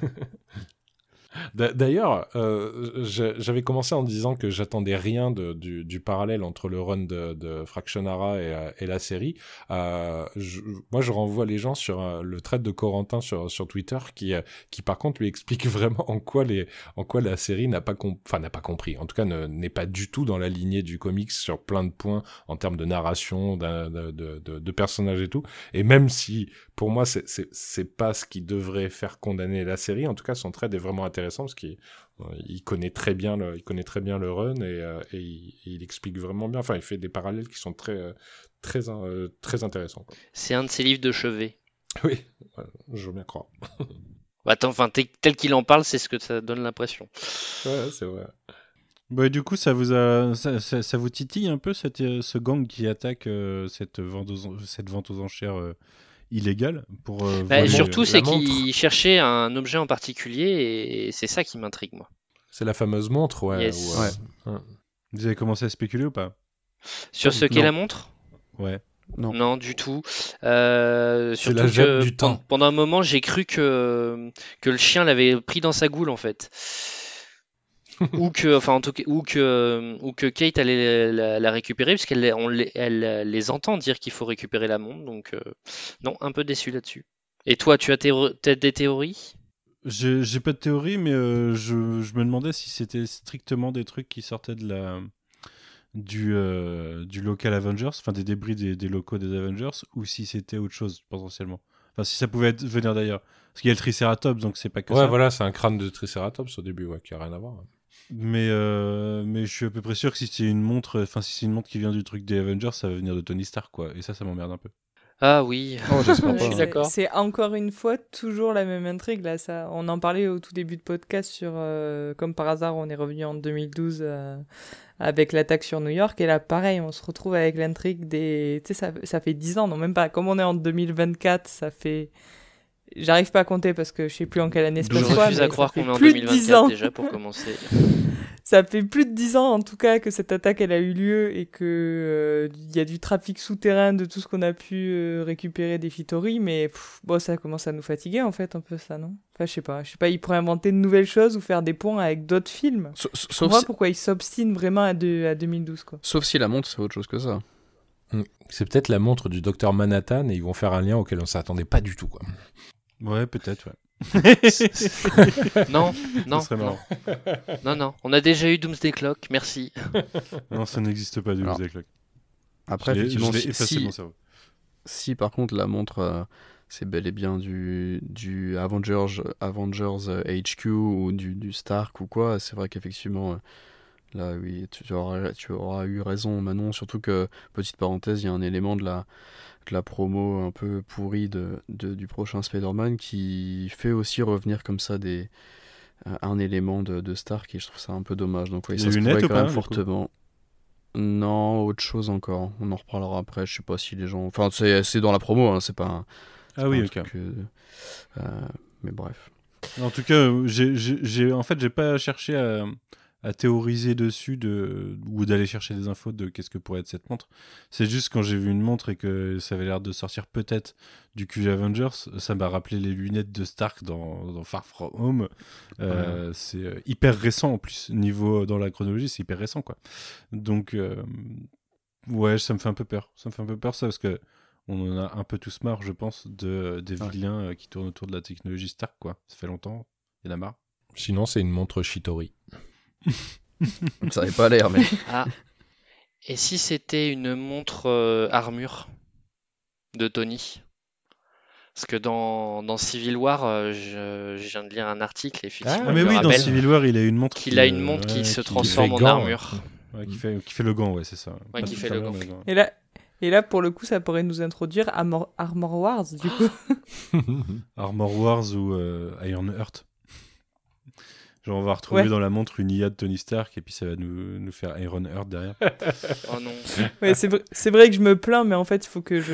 D'ailleurs, j'avais commencé en disant que j'attendais rien du parallèle entre le run de Fractionara et la série. Moi, je renvoie les gens sur le thread de Corentin sur Twitter qui par contre lui explique vraiment en quoi la série n'a pas compris. En tout cas, n'est pas du tout dans la lignée du comics sur plein de points en termes de narration, de personnages et tout. Et même si pour moi c'est pas ce qui devrait faire condamner la série, en tout cas son trade est vraiment intéressant parce qu'il connaît très bien le run et il explique vraiment bien. Enfin, il fait des parallèles qui sont très intéressants, quoi. C'est un de ses livres de chevet. Oui, je veux bien croire. Attends, enfin, tel qu'il en parle, c'est ce que ça donne l'impression. Ouais, c'est vrai. Bah, du coup, ça vous titille un peu ce gang qui attaque cette vente aux enchères illégale pour voler, surtout, c'est la montre. qu'il cherchait un objet en particulier et c'est ça qui m'intrigue, moi. C'est la fameuse montre, ouais. Yes. Ouais. Vous avez commencé à spéculer ou pas? Sur ce qu'est Non. la montre? Ouais. Non, du tout. C'est Surtout la gemme que du temps. pendant un moment, j'ai cru que le chien l'avait pris dans sa goule, en fait. ou que Kate allait la récupérer, parce elle les entend dire qu'il faut récupérer la montre. Donc, non, un peu déçu là-dessus. Et toi, tu as des théories? J'ai pas de théorie, mais je me demandais si c'était strictement des trucs qui sortaient du local Avengers, enfin des débris des locaux des Avengers, ou si c'était autre chose potentiellement. Enfin, si ça pouvait venir d'ailleurs. Parce qu'il y a le Triceratops, donc c'est pas que Ouais, ça. voilà, c'est un crâne de Triceratops au début, ouais, qui a rien à voir. Mais je suis à peu près sûr que si c'est une montre qui vient du truc des Avengers, ça va venir de Tony Stark, quoi. Et ça m'emmerde un peu. Ah oui, Oh, j'espère je pas. suis d'accord. C'est encore une fois toujours la même intrigue là. Ça, on en parlait au tout début de podcast sur, comme par hasard, on est revenu en 2012 avec l'attaque sur New York et là, pareil, on se retrouve avec l'intrigue des, tu sais, ça fait 10 ans, non même pas. Comme on est en 2024, ça fait, j'arrive pas à compter parce que je sais plus en quelle année se Je passe quoi, refuse mais à croire ça fait qu'on est en plus de 10 2024 ans. déjà pour commencer. Ça fait plus de 10 ans en tout cas que cette attaque elle a eu lieu et que y a du trafic souterrain de tout ce qu'on a pu récupérer des Fitori, mais bon, ça commence à nous fatiguer en fait un peu ça, non? Enfin, je sais pas, ils pourraient inventer de nouvelles choses ou faire des ponts avec d'autres films. Je Sauf vois si, pourquoi ils s'obstinent vraiment à 2012 quoi. sauf si la montre, c'est autre chose que ça. C'est peut-être la montre du docteur Manhattan et ils vont faire un lien auquel on s'attendait pas du tout, quoi. Ouais, peut-être, ouais. Non, Ça non, serait marrant. non. On a déjà eu Doomsday Clock, merci. Non, ça n'existe pas du Alors, Doomsday Clock. Après, Je effectivement, l'ai effacé de si, mon cerveau. si par contre la montre, c'est bel et bien du Avengers HQ ou du Stark ou quoi, c'est vrai qu'effectivement, là, oui, tu auras eu raison, Manon. Surtout que, petite parenthèse, il y a un élément de la promo un peu pourrie du prochain Spider-Man qui fait aussi revenir comme ça un élément de Stark et je trouve ça un peu dommage. Donc, oui, Les ça se lunettes pourrait ou quand pas, même du coup fortement. Non, autre chose encore. On en reparlera après. Je sais pas si les gens. Enfin, c'est dans la promo, hein, c'est pas. Ah oui, ok. Mais bref. En tout cas, en fait, j'ai pas cherché à théoriser dessus ou d'aller chercher des infos de qu'est-ce que pourrait être cette montre. C'est juste quand j'ai vu une montre et que ça avait l'air de sortir peut-être du QG Avengers, ça m'a rappelé les lunettes de Stark dans Far From Home. C'est hyper récent en plus, niveau dans la chronologie, c'est hyper récent quoi. Donc ouais, ça me fait un peu peur. Ça me fait un peu peur ça parce que on en a un peu tous marre, je pense, des vilains qui tournent autour de la technologie Stark quoi. Ça fait longtemps, il y en a marre. Sinon, c'est une montre Shitori. Ça n'avait pas l'air, mais. Ah, et si c'était une montre armure de Tony? Parce que dans Civil War, je viens de lire un article, effectivement, Ah mais il me oui, dans rappelle Civil War, il a une montre qu'il a une montre qui se qui transforme fait en gant, armure. ouais, qui fait le gant, ouais, c'est ça. Ouais, Pas qui tout fait à le l'heure, gant. mais le gant. Et là, pour le coup, ça pourrait nous introduire à Armor Wars, du coup. Armor Wars ou Iron Heart. Genre on va retrouver Ouais. dans la montre une IA de Tony Stark et puis ça va nous faire Iron Heart derrière. Oh non. Ouais, c'est vrai que je me plains, mais en fait, il faut que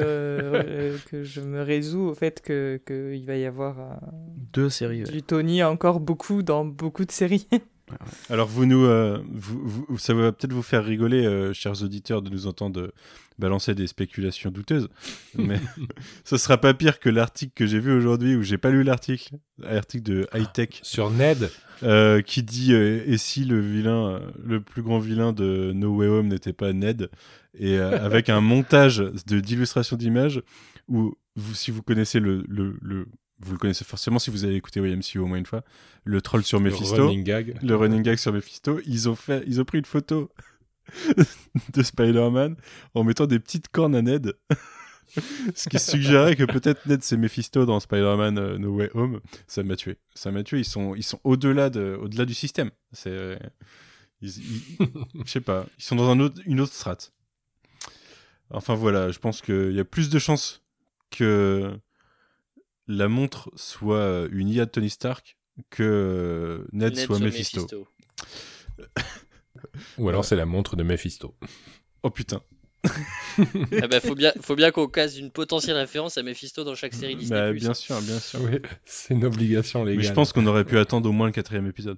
que je me résous au fait que il va y avoir 2 séries. Ouais. du Tony encore beaucoup dans beaucoup de séries. Alors ça va peut-être vous faire rigoler, chers auditeurs, de nous entendre balancer des spéculations douteuses, mais ce sera pas pire que l'article que j'ai vu aujourd'hui où j'ai pas lu l'article de High Tech Sur Ned. qui dit et si le vilain, le plus grand vilain de No Way Home n'était pas Ned, et avec un montage d'illustrations d'images où si vous connaissez vous le connaissez forcément si vous avez écouté YMCU au moins une fois, le troll sur Mephisto, Le running gag. le running gag sur Mephisto, ils ont pris une photo de Spider-Man en mettant des petites cornes à Ned. Ce qui suggérait que peut-être Ned c'est Mephisto dans Spider-Man No Way Home. Ça m'a tué. Ils sont au-delà du système. Je sais pas. Ils sont dans une autre strate. Enfin voilà, je pense qu'il y a plus de chances que la montre soit une IA de Tony Stark que Ned soit Mephisto. Ou alors c'est la montre de Mephisto. Oh putain. Ah bah, faut bien qu'on casse une potentielle référence à Mephisto dans chaque série Disney+. Bah, bien sûr. Oui, c'est une obligation légale. Mais je pense qu'on aurait pu attendre au moins le 4e épisode.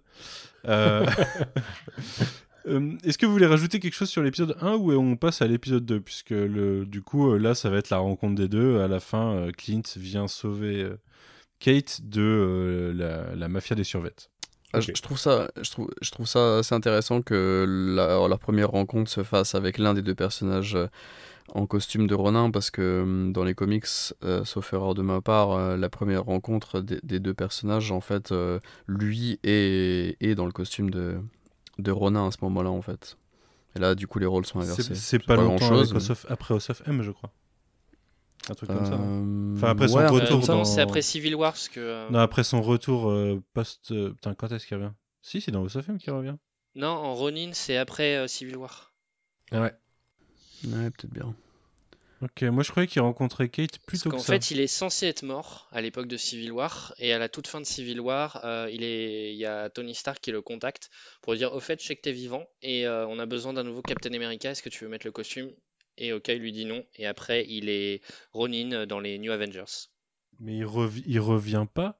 Est-ce que vous voulez rajouter quelque chose sur l'épisode 1 ou on passe à l'épisode 2 puisque du coup là ça va être la rencontre des deux. À la fin, Clint vient sauver Kate de la mafia des survettes. Okay. Je trouve ça assez intéressant que la première rencontre se fasse avec l'un des deux personnages en costume de Ronin, parce que dans les comics, sauf erreur de ma part, la première rencontre des deux personnages, en fait, lui est dans le costume de Ronin à ce moment-là, en fait. Et là, du coup, les rôles sont inversés. C'est pas longtemps grand-chose, après House of M, je crois. Un truc comme ça. Enfin, après son retour dans... C'est après Civil War, parce que... Non, après son retour post... Putain, quand est-ce qu'il revient ? Si, c'est dans House of M qu'il revient. Non, en Ronin, c'est après Civil War. Ouais. Ouais, peut-être bien. Ok, moi je croyais qu'il rencontrait Kate plutôt Parce que qu'en ça. fait, il est censé être mort à l'époque de Civil War, et à la toute fin de Civil War, il y a Tony Stark qui le contacte pour dire, au fait, je sais que t'es vivant, et on a besoin d'un nouveau Captain America, est-ce que tu veux mettre le costume ? Et Hawkeye lui dit non, et après, il est Ronin dans les New Avengers. Mais il revient pas.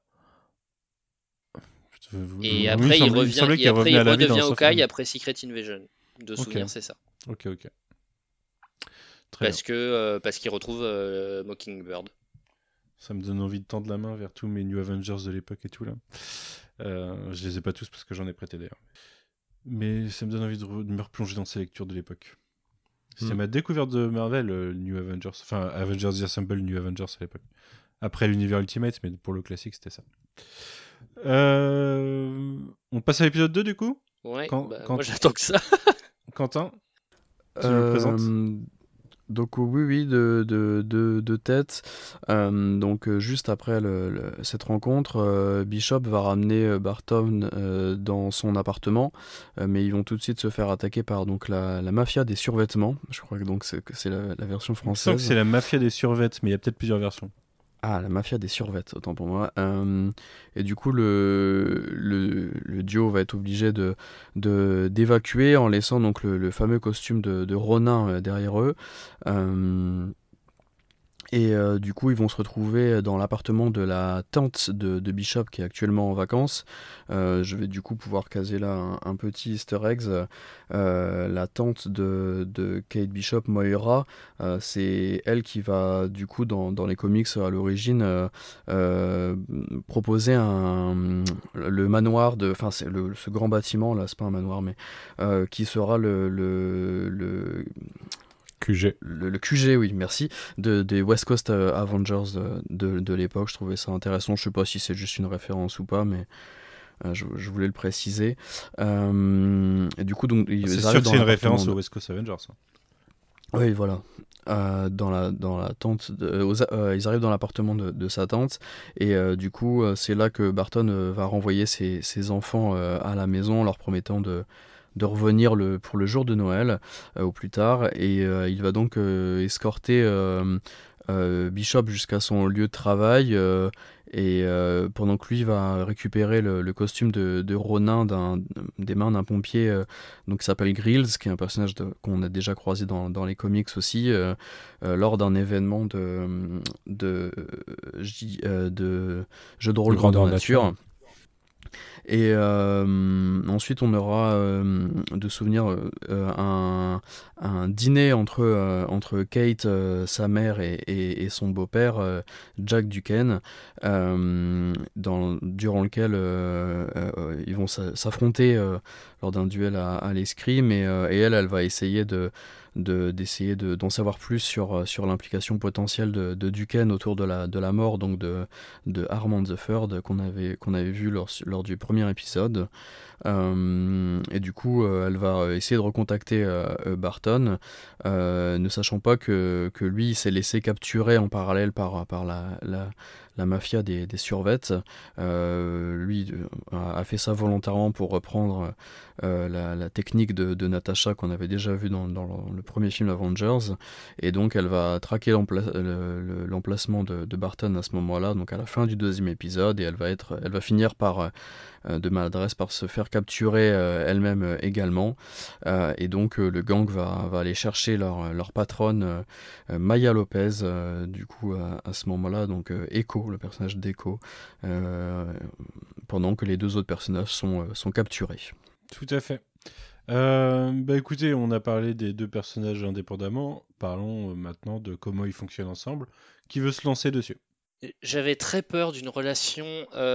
Et après, il redevient Hawkeye M. après Secret Invasion. De souvenir, c'est ça. Ok. Très bien. Parce qu'il retrouve Mockingbird. Ça me donne envie de tendre la main vers tous mes New Avengers de l'époque et tout là. Je les ai pas tous parce que j'en ai prêté d'ailleurs. Mais ça me donne envie de me replonger dans ces lectures de l'époque. C'était ma découverte de Marvel, New Avengers. Enfin, Avengers The Assemble, New Avengers à l'époque. Après l'univers Ultimate, mais pour le classique, c'était ça. On passe à l'épisode 2 du coup ? Ouais, moi j'attends que ça. Quentin, tu le présentes ? Donc oui, de tête. Donc juste après cette rencontre, Bishop va ramener Barton dans son appartement, mais ils vont tout de suite se faire attaquer par donc la mafia des survêtements. Je crois que donc c'est la version Je sens française. que c'est la mafia des survêtements, mais il y a peut-être plusieurs versions. Ah, la mafia des survêtements, autant pour moi. Et du coup, le duo va être obligé d'évacuer en laissant donc le fameux costume de Ronin derrière eux. Et du coup, ils vont se retrouver dans l'appartement de la tante de Bishop qui est actuellement en vacances. Je vais du coup pouvoir caser là un petit easter egg. La tante de Kate Bishop, Moira, c'est elle qui va du coup dans les comics à l'origine proposer le manoir enfin c'est ce grand bâtiment là, c'est pas un manoir mais qui sera le QG. Le QG, oui, merci, des West Coast Avengers de l'époque. Je trouvais ça intéressant. Je sais pas si c'est juste une référence ou pas, mais je voulais le préciser. Et du coup, donc, c'est sûr que c'est une référence aux West Coast Avengers. Oui, voilà. Dans la tente, ils arrivent dans l'appartement de sa tante et du coup, c'est là que Barton va renvoyer ses enfants à la maison, leur promettant de revenir pour le jour de Noël au plus tard, et il va donc escorter Bishop jusqu'à son lieu de travail et pendant que lui va récupérer le costume de Ronin des mains d'un pompier donc qui s'appelle Grills, qui est un personnage qu'on a déjà croisé dans les comics aussi lors d'un événement de jeu de rôle grandeur nature. Et ensuite on aura de souvenir un dîner entre Kate, sa mère et son beau-père Jack Duquesne durant lequel ils vont s'affronter lors d'un duel à l'escrime et elle va essayer d'essayer d'en savoir plus sur l'implication potentielle de Duquesne autour de la mort donc de Armand the Third qu'on avait vu lors du premier épisode. Et du coup elle va essayer de recontacter Barton ne sachant pas que lui il s'est laissé capturer en parallèle par la mafia des survettes. Lui a fait ça volontairement pour reprendre la technique de Natasha qu'on avait déjà vu dans le premier film Avengers, et donc elle va traquer l'emplacement de Barton à ce moment-là, donc à la fin du deuxième épisode, et elle va finir par de maladresse par se faire capturer elle-même également, et donc le gang va aller chercher leur patronne Maya Lopez du coup à ce moment-là, donc Echo, le personnage d'Echo, pendant que les deux autres personnages sont capturés. Tout à fait. Écoutez, on a parlé des deux personnages indépendamment. Parlons maintenant de comment ils fonctionnent ensemble. Qui veut se lancer dessus ? J'avais très peur d'une relation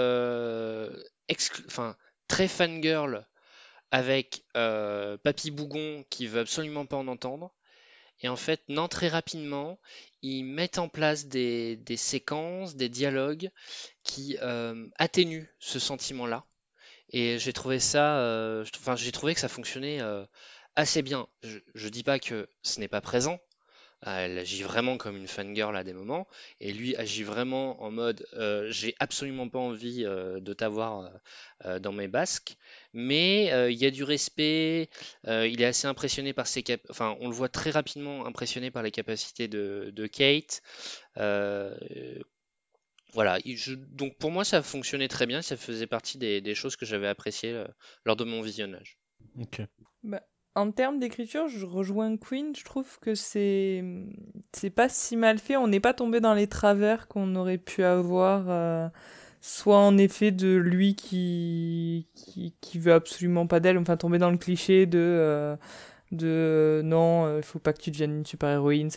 très fangirl avec Papy Bougon qui veut absolument pas en entendre. Et en fait, non, très rapidement, ils mettent en place des séquences, des dialogues qui atténuent ce sentiment-là. Et j'ai trouvé j'ai trouvé que ça fonctionnait assez bien. Je dis pas que ce n'est pas présent. Elle agit vraiment comme une fangirl à des moments, et lui agit vraiment en mode j'ai absolument pas envie de t'avoir dans mes basques, mais il y a du respect, il est assez impressionné par on le voit très rapidement impressionné par les capacités de Kate. Voilà, donc pour moi ça fonctionnait très bien, ça faisait partie des choses que j'avais appréciées lors de mon visionnage. Ok. En termes d'écriture, je rejoins Queen, je trouve que c'est pas si mal fait, on n'est pas tombé dans les travers qu'on aurait pu avoir, soit en effet de lui qui veut absolument pas d'elle, enfin tomber dans le cliché de non, il faut pas que tu deviennes une super-héroïne,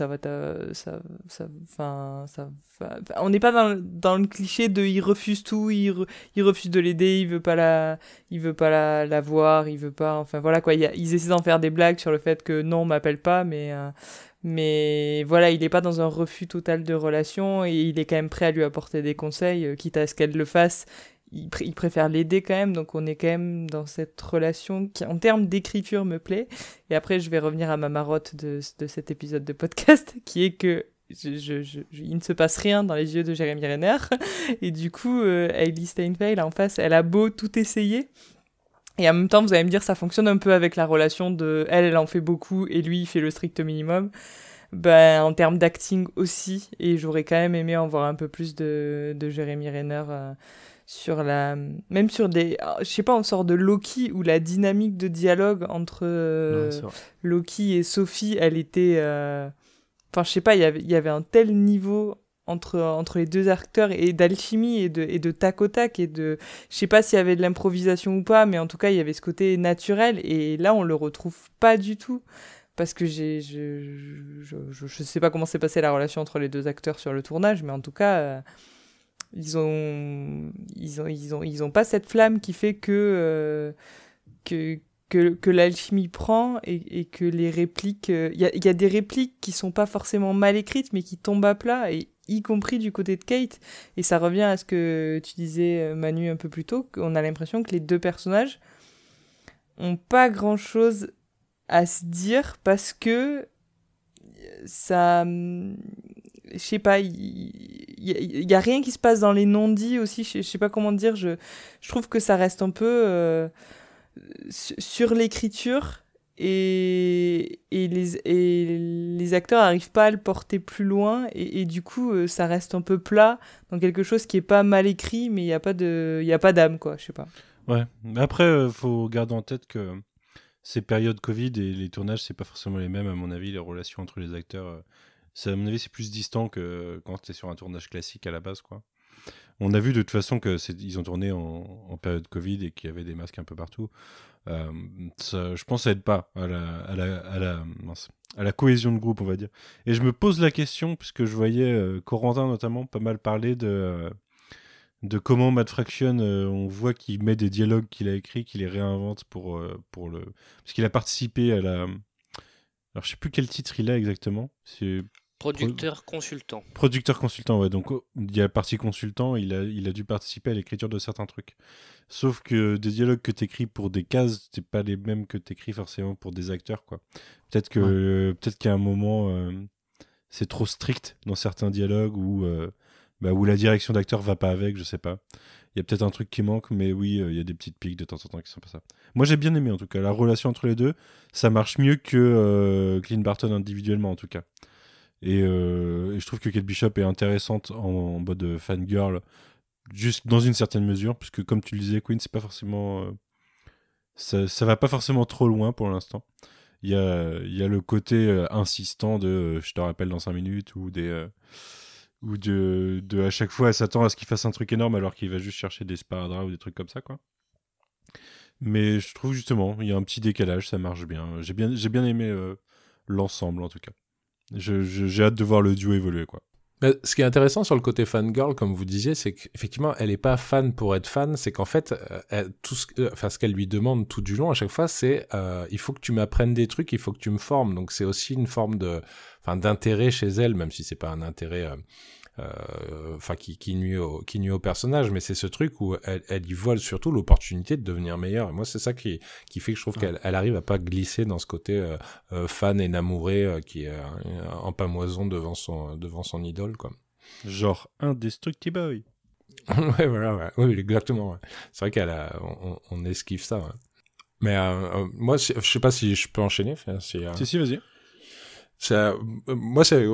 on n'est pas dans le cliché de il refuse tout, il refuse de l'aider, il veut pas la voir, il veut pas, enfin voilà quoi, ils essaient d'en faire des blagues sur le fait que non, on m'appelle pas, mais voilà, il est pas dans un refus total de relation, et il est quand même prêt à lui apporter des conseils, quitte à ce qu'elle le fasse. Il préfère l'aider quand même, donc on est quand même dans cette relation qui, en termes d'écriture, me plaît. Et après, je vais revenir à ma marotte de cet épisode de podcast, qui est que il ne se passe rien dans les yeux de Jeremy Renner. Et du coup, Hailee Steinfeld, en face, elle a beau tout essayer. Et en même temps, vous allez me dire, ça fonctionne un peu avec la relation de elle en fait beaucoup, et lui, il fait le strict minimum. En termes d'acting aussi, et j'aurais quand même aimé en voir un peu plus de Jeremy Renner même sur des, je sais pas, on sort de Loki où la dynamique de dialogue entre Loki et Sophie, elle était Enfin, je sais pas, il y avait un tel niveau entre les deux acteurs et d'alchimie et de tac au tac et de... Je sais pas s'il y avait de l'improvisation ou pas, mais en tout cas, il y avait ce côté naturel et là, on le retrouve pas du tout. Parce que je sais pas comment s'est passée la relation entre les deux acteurs sur le tournage, mais en tout cas, ils ont pas cette flamme qui fait que l'alchimie prend et que les répliques... Il y a des répliques qui sont pas forcément mal écrites, mais qui tombent à plat, et y compris du côté de Kate. Et ça revient à ce que tu disais, Manu, un peu plus tôt, qu'on a l'impression que les deux personnages ont pas grand-chose à se dire parce que ça... Je sais pas, il y a rien qui se passe dans les non-dits aussi, je sais pas comment dire, je trouve que ça reste un peu sur l'écriture et les acteurs n'arrivent pas à le porter plus loin et du coup ça reste un peu plat dans quelque chose qui est pas mal écrit mais il y a pas d'âme, quoi, je sais pas. Ouais, mais après faut garder en tête que ces périodes Covid et les tournages, c'est pas forcément les mêmes, à mon avis. Les relations entre les acteurs, à mon avis, c'est plus distant que quand t'es sur un tournage classique à la base, quoi. On a vu de toute façon qu'ils ont tourné en période Covid et qu'il y avait des masques un peu partout. Je pense que ça aide pas à la cohésion de groupe, on va dire. Et je me pose la question, puisque je voyais Corentin notamment pas mal parler de comment Matt Fraction, on voit qu'il met des dialogues qu'il a écrits, qu'il les réinvente pour le... Parce qu'il a participé à la... Alors, je sais plus quel titre il a exactement. C'est... Producteur consultant. Producteur consultant, ouais. Donc, il y a la partie consultant, il a dû participer à l'écriture de certains trucs. Sauf que des dialogues que t'écris pour des cases, c'est pas les mêmes que t'écris forcément pour des acteurs, quoi. Peut-être qu'à un moment, c'est trop strict dans certains dialogues où la direction d'acteur va pas avec, je sais pas. Il y a peut-être un truc qui manque, mais oui, il y a des petites piques de temps en temps qui sont pas ça. Moi, j'ai bien aimé, en tout cas. La relation entre les deux, ça marche mieux que Clint Barton individuellement, en tout cas. Et je trouve que Kate Bishop est intéressante en mode fangirl, juste dans une certaine mesure, puisque comme tu le disais, Queen, c'est pas forcément... ça va pas forcément trop loin pour l'instant. Il y a le côté insistant de je te rappelle dans 5 minutes, ou des... ou de à chaque fois elle s'attend à ce qu'il fasse un truc énorme alors qu'il va juste chercher des sparadraps ou des trucs comme ça, quoi. Mais je trouve justement il y a un petit décalage, ça marche bien. J'ai bien aimé l'ensemble, en tout cas. J'ai hâte de voir le duo évoluer, quoi. Ce qui est intéressant sur le côté fangirl, comme vous disiez, c'est qu'effectivement, elle est pas fan pour être fan, c'est qu'en fait, ce qu'elle lui demande tout du long, à chaque fois, c'est il faut que tu m'apprennes des trucs, il faut que tu me formes. Donc c'est aussi une forme d'intérêt chez elle, même si c'est pas un intérêt qui nuit au personnage, mais c'est ce truc où elle y voit surtout l'opportunité de devenir meilleure. Et moi, c'est ça qui fait que je trouve qu'elle arrive à pas glisser dans ce côté fan et namouré qui est en pamoison devant son idole, quoi. Genre Indestructible. Ouais, voilà, ouais. Oui, exactement. Ouais. C'est vrai on esquive ça. Ouais. Mais moi, je sais pas si je peux enchaîner. Si, vas-y. Moi, c'est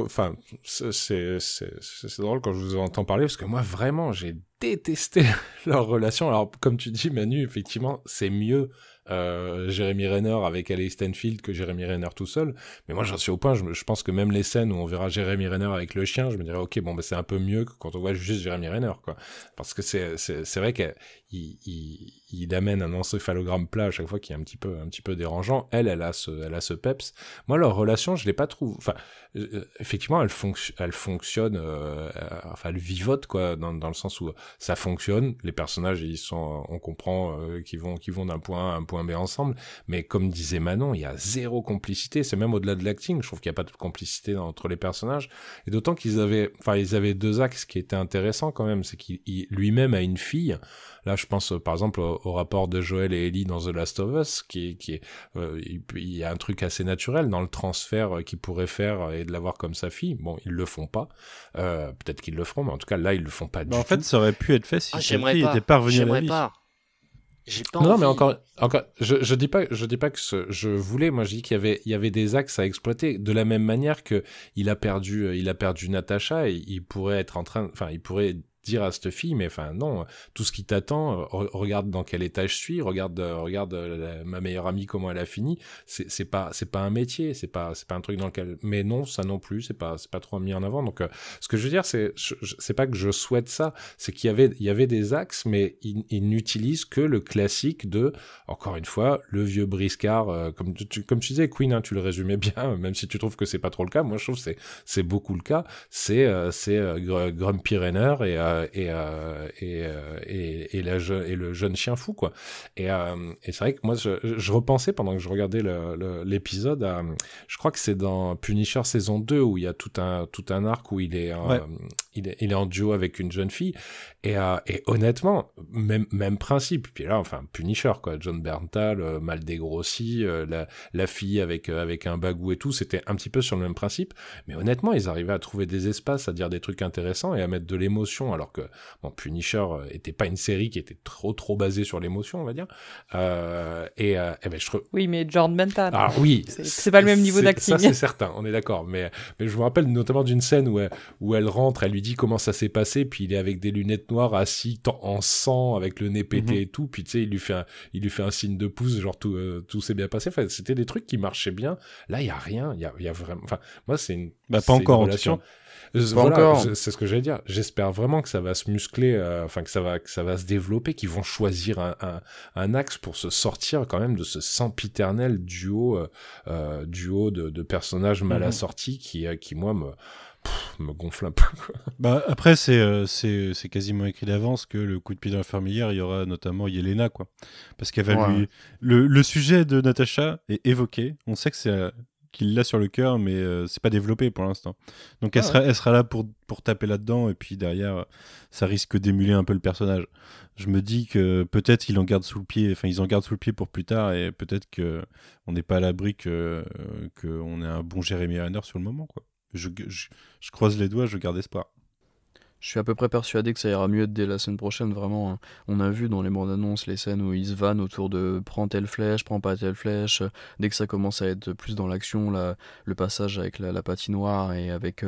drôle quand je vous entends parler, parce que moi, vraiment, j'ai détesté leur relation. Alors, comme tu dis, Manu, effectivement, c'est mieux Jeremy Renner avec Haley Stenfield que Jeremy Renner tout seul. Mais moi, j'en suis au point, je pense que même les scènes où on verra Jeremy Renner avec le chien, je me dirais, ok, bon, c'est un peu mieux que quand on voit juste Jeremy Renner, quoi. Parce que c'est vrai qu'il amène un encéphalogramme plat à chaque fois qui est un petit peu dérangeant. Elle a ce peps. Moi, leur relation, je l'ai pas trouvé, enfin, effectivement, elle fonctionne, elle vivote, quoi, dans le sens où ça fonctionne. Les personnages, on comprend qu'ils vont d'un point A à un point B ensemble. Mais comme disait Manon, il y a zéro complicité. C'est même au-delà de l'acting. Je trouve qu'il n'y a pas de complicité entre les personnages. Et d'autant ils avaient deux axes qui étaient intéressants quand même. C'est qu'il lui-même a une fille. Là, je pense par exemple au rapport de Joel et Ellie dans The Last of Us, il y a un truc assez naturel dans le transfert qu'il pourrait faire et de l'avoir comme sa fille. Bon, ils le font pas. Peut-être qu'ils le feront, mais en tout cas là, ils le font pas du tout. En fait, ça aurait pu être fait si sa fille n'était pas revenue à la vie. J'ai pas non, envie. mais encore, je dis pas que je voulais. Moi, je dis qu'il y avait des axes à exploiter. De la même manière que il a perdu Natasha et il pourrait dire à cette fille, mais enfin non, tout ce qui t'attend, regarde dans quel état je suis, regarde ma meilleure amie comment elle a fini. C'est pas un métier, c'est pas un truc dans lequel. Mais non, ça non plus, c'est pas trop mis en avant. Donc ce que je veux dire, c'est pas que je souhaite ça, c'est qu'il y avait des axes, mais ils n'utilisent que le classique de, encore une fois, le vieux briscard, comme tu disais, Queen, hein, tu le résumais bien, même si tu trouves que c'est pas trop le cas. Moi, je trouve que c'est beaucoup le cas. C'est Grumpy Rainer et le jeune chien fou, quoi. Et c'est vrai que moi, je repensais pendant que je regardais l'épisode, je crois que c'est dans Punisher saison 2 où il y a tout un arc où il est en duo avec une jeune fille. Et honnêtement, même principe. Puis là, enfin, Punisher, quoi. John Bernthal, mal dégrossi, la fille avec un bagou et tout, c'était un petit peu sur le même principe. Mais honnêtement, ils arrivaient à trouver des espaces, à dire des trucs intéressants et à mettre de l'émotion, alors que bon, Punisher était pas une série qui était trop basée sur l'émotion, on va dire. Ben, Oui, mais John Bernthal. Ah oui, c'est pas le même niveau d'acting. Ça, c'est certain, on est d'accord. Mais je me rappelle notamment d'une scène où elle rentre, elle lui dit comment ça s'est passé, puis il est avec des lunettes noires, assis en sang, avec le nez pété et tout, puis tu sais, il lui fait un signe de pouce, genre tout s'est bien passé. Enfin, c'était des trucs qui marchaient bien. Là, il y a rien, il y a vraiment. Enfin, moi, c'est une. Bah, pas encore, une en relation. tout cas. Voilà, c'est ce que j'allais dire. J'espère vraiment que ça va se muscler, enfin que ça va se développer, qu'ils vont choisir un axe pour se sortir quand même de ce sempiternel duo de personnages mal assortis qui moi me gonfle un peu, quoi. Bah, après, c'est quasiment écrit d'avance que le coup de pied dans la fourmilière, il y aura notamment Yelena, quoi. Parce qu'elle va lui... Le sujet de Natasha est évoqué. On sait que c'est... qu'il l'a sur le cœur, mais c'est pas développé pour l'instant. Donc elle sera là pour taper là-dedans, et puis derrière, ça risque d'émuler un peu le personnage. Je me dis que peut-être ils en gardent sous le pied pour plus tard, et peut-être que on n'est pas à l'abri que on ait un bon Jeremy Renner sur le moment, quoi. Je croise les doigts, je garde espoir. Je suis à peu près persuadé que ça ira mieux dès la semaine prochaine, vraiment. Hein. On a vu dans les bandes annonces les scènes où ils se vannent autour de prends telle flèche, prends pas telle flèche. Dès que ça commence à être plus dans l'action, le passage avec la patinoire et avec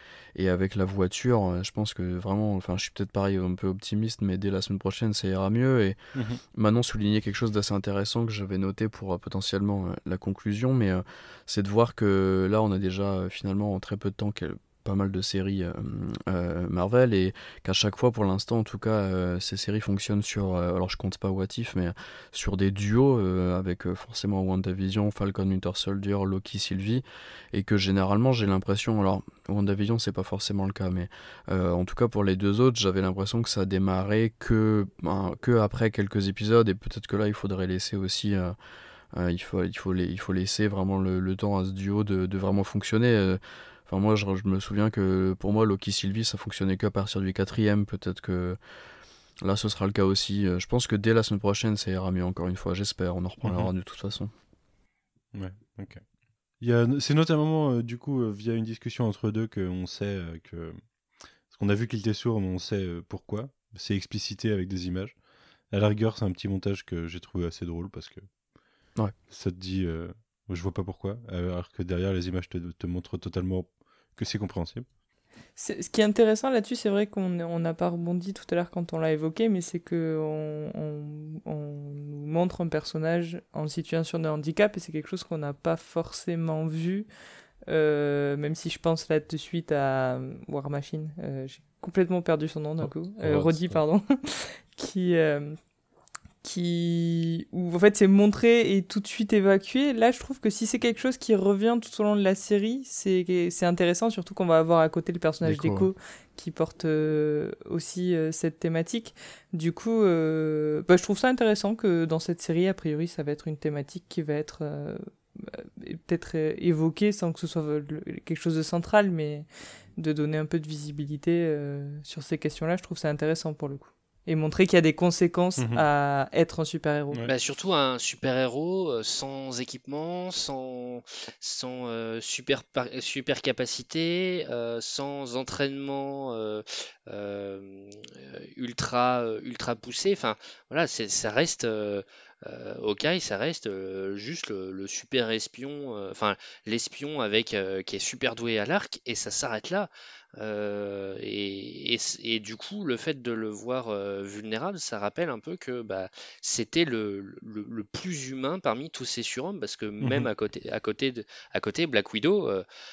la voiture, je pense que vraiment, enfin, je suis peut-être pareil un peu optimiste, mais dès la semaine prochaine, ça ira mieux. Et maintenant, souligner quelque chose d'assez intéressant que j'avais noté pour potentiellement la conclusion, mais c'est de voir que là, on a déjà finalement en très peu de temps pas mal de séries Marvel, et qu'à chaque fois pour l'instant en tout cas ces séries fonctionnent sur alors je compte pas What If, mais sur des duos avec forcément WandaVision, Falcon Winter Soldier, Loki, Sylvie, et que généralement j'ai l'impression, alors WandaVision c'est pas forcément le cas, mais en tout cas pour les deux autres j'avais l'impression que ça démarrait que après quelques épisodes, et peut-être que là il faudrait laisser aussi il faut laisser vraiment le temps à ce duo de vraiment fonctionner. Enfin, moi, je me souviens que pour moi, Loki Sylvie, ça fonctionnait qu'à partir du 4e. Peut-être que là, ce sera le cas aussi. Je pense que dès la semaine prochaine, ça ira mieux, encore une fois. J'espère. On en reparlera de toute façon. Ouais, ok. C'est notamment, du coup, via une discussion entre deux qu'on sait que... Parce qu'on a vu qu'il était sourd, mais on sait pourquoi. C'est explicité avec des images. À la rigueur, c'est un petit montage que j'ai trouvé assez drôle parce que ça te dit... je vois pas pourquoi. Alors que derrière, les images te montrent totalement que c'est compréhensible. Ce qui est intéressant là-dessus, c'est vrai qu'on n'a pas rebondi tout à l'heure quand on l'a évoqué, mais c'est qu'on nous montre un personnage en situation de handicap, et c'est quelque chose qu'on n'a pas forcément vu, même si je pense là de suite à War Machine. J'ai complètement perdu son nom d'un coup. Roddy, pardon. Où en fait c'est montré et tout de suite évacué. Là, je trouve que si c'est quelque chose qui revient tout au long de la série, c'est intéressant, surtout qu'on va avoir à côté le personnage d'Echo qui porte aussi cette thématique. Du coup, je trouve ça intéressant que dans cette série, a priori, ça va être une thématique qui va être peut-être évoquée sans que ce soit quelque chose de central, mais de donner un peu de visibilité sur ces questions-là. Je trouve ça intéressant pour le coup. Et montrer qu'il y a des conséquences à être un super-héros. Ouais. Bah, surtout un super-héros sans équipement, sans super capacité, sans entraînement ultra poussé. Enfin, voilà, ça reste... Hawkeye, ça reste juste le super espion, enfin l'espion avec qui est super doué à l'arc, et ça s'arrête là. Et du coup, le fait de le voir vulnérable, ça rappelle un peu que c'était le plus humain parmi tous ces surhommes, parce que même Mhm. à côté Black Widow,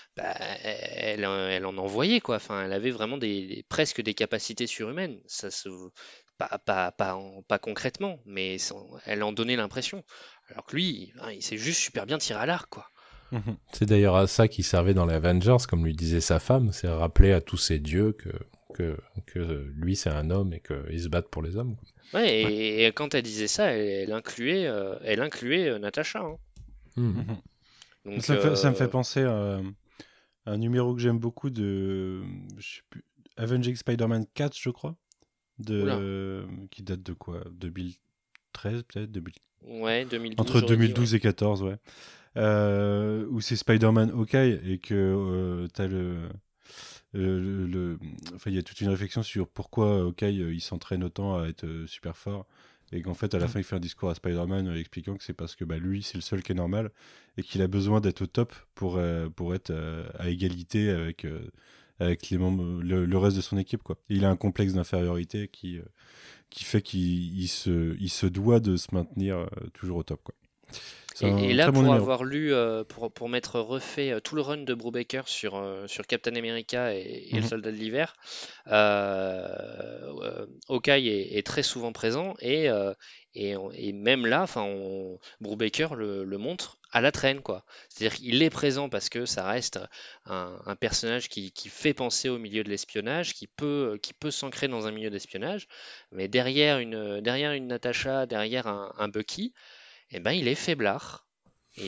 elle en envoyait quoi. Enfin, elle avait vraiment presque des capacités surhumaines. Ça se, pas concrètement, mais elle en donnait l'impression. Alors que lui, hein, il s'est juste super bien tiré à l'arc quoi. Mhm. C'est d'ailleurs à ça qu'il servait dans les Avengers, comme lui disait sa femme, c'est rappeler à tous ces dieux que lui c'est un homme et qu'ils se battent pour les hommes, quoi. Ouais, et quand elle disait ça, elle incluait Natasha, hein. Mhm. Mhm. Donc, Ça me fait penser à un numéro que j'aime beaucoup je sais plus, Avenging Spider-Man 4, je crois, oula, qui date de quoi? 2013 peut-être? ouais, 2012, Entre j'aurais dit, ouais. 2012 et 14, ouais. Où c'est Spider-Man Hawkeye et que t'as enfin, il y a toute une réflexion sur pourquoi Hawkeye il s'entraîne autant à être super fort et qu'en fait à la fin il fait un discours à Spider-Man expliquant que c'est parce que lui c'est le seul qui est normal et qu'il a besoin d'être au top pour être à égalité avec les membres, le reste de son équipe quoi. Et il a un complexe d'infériorité qui fait il se doit de se maintenir toujours au top quoi. C'est Et un là, très bon pour numéro. avoir lu, pour m'être refait tout le run de Brubaker sur Captain America et le Mhm. Soldat de l'Hiver, Hawkeye est très souvent présent et même là, Brubaker le montre à la traîne, quoi. C'est-à-dire qu'il est présent parce que ça reste un personnage qui fait penser au milieu de l'espionnage, qui peut s'ancrer dans un milieu d'espionnage, mais derrière une Natasha, derrière un Bucky, eh ben, il est faiblard. Et,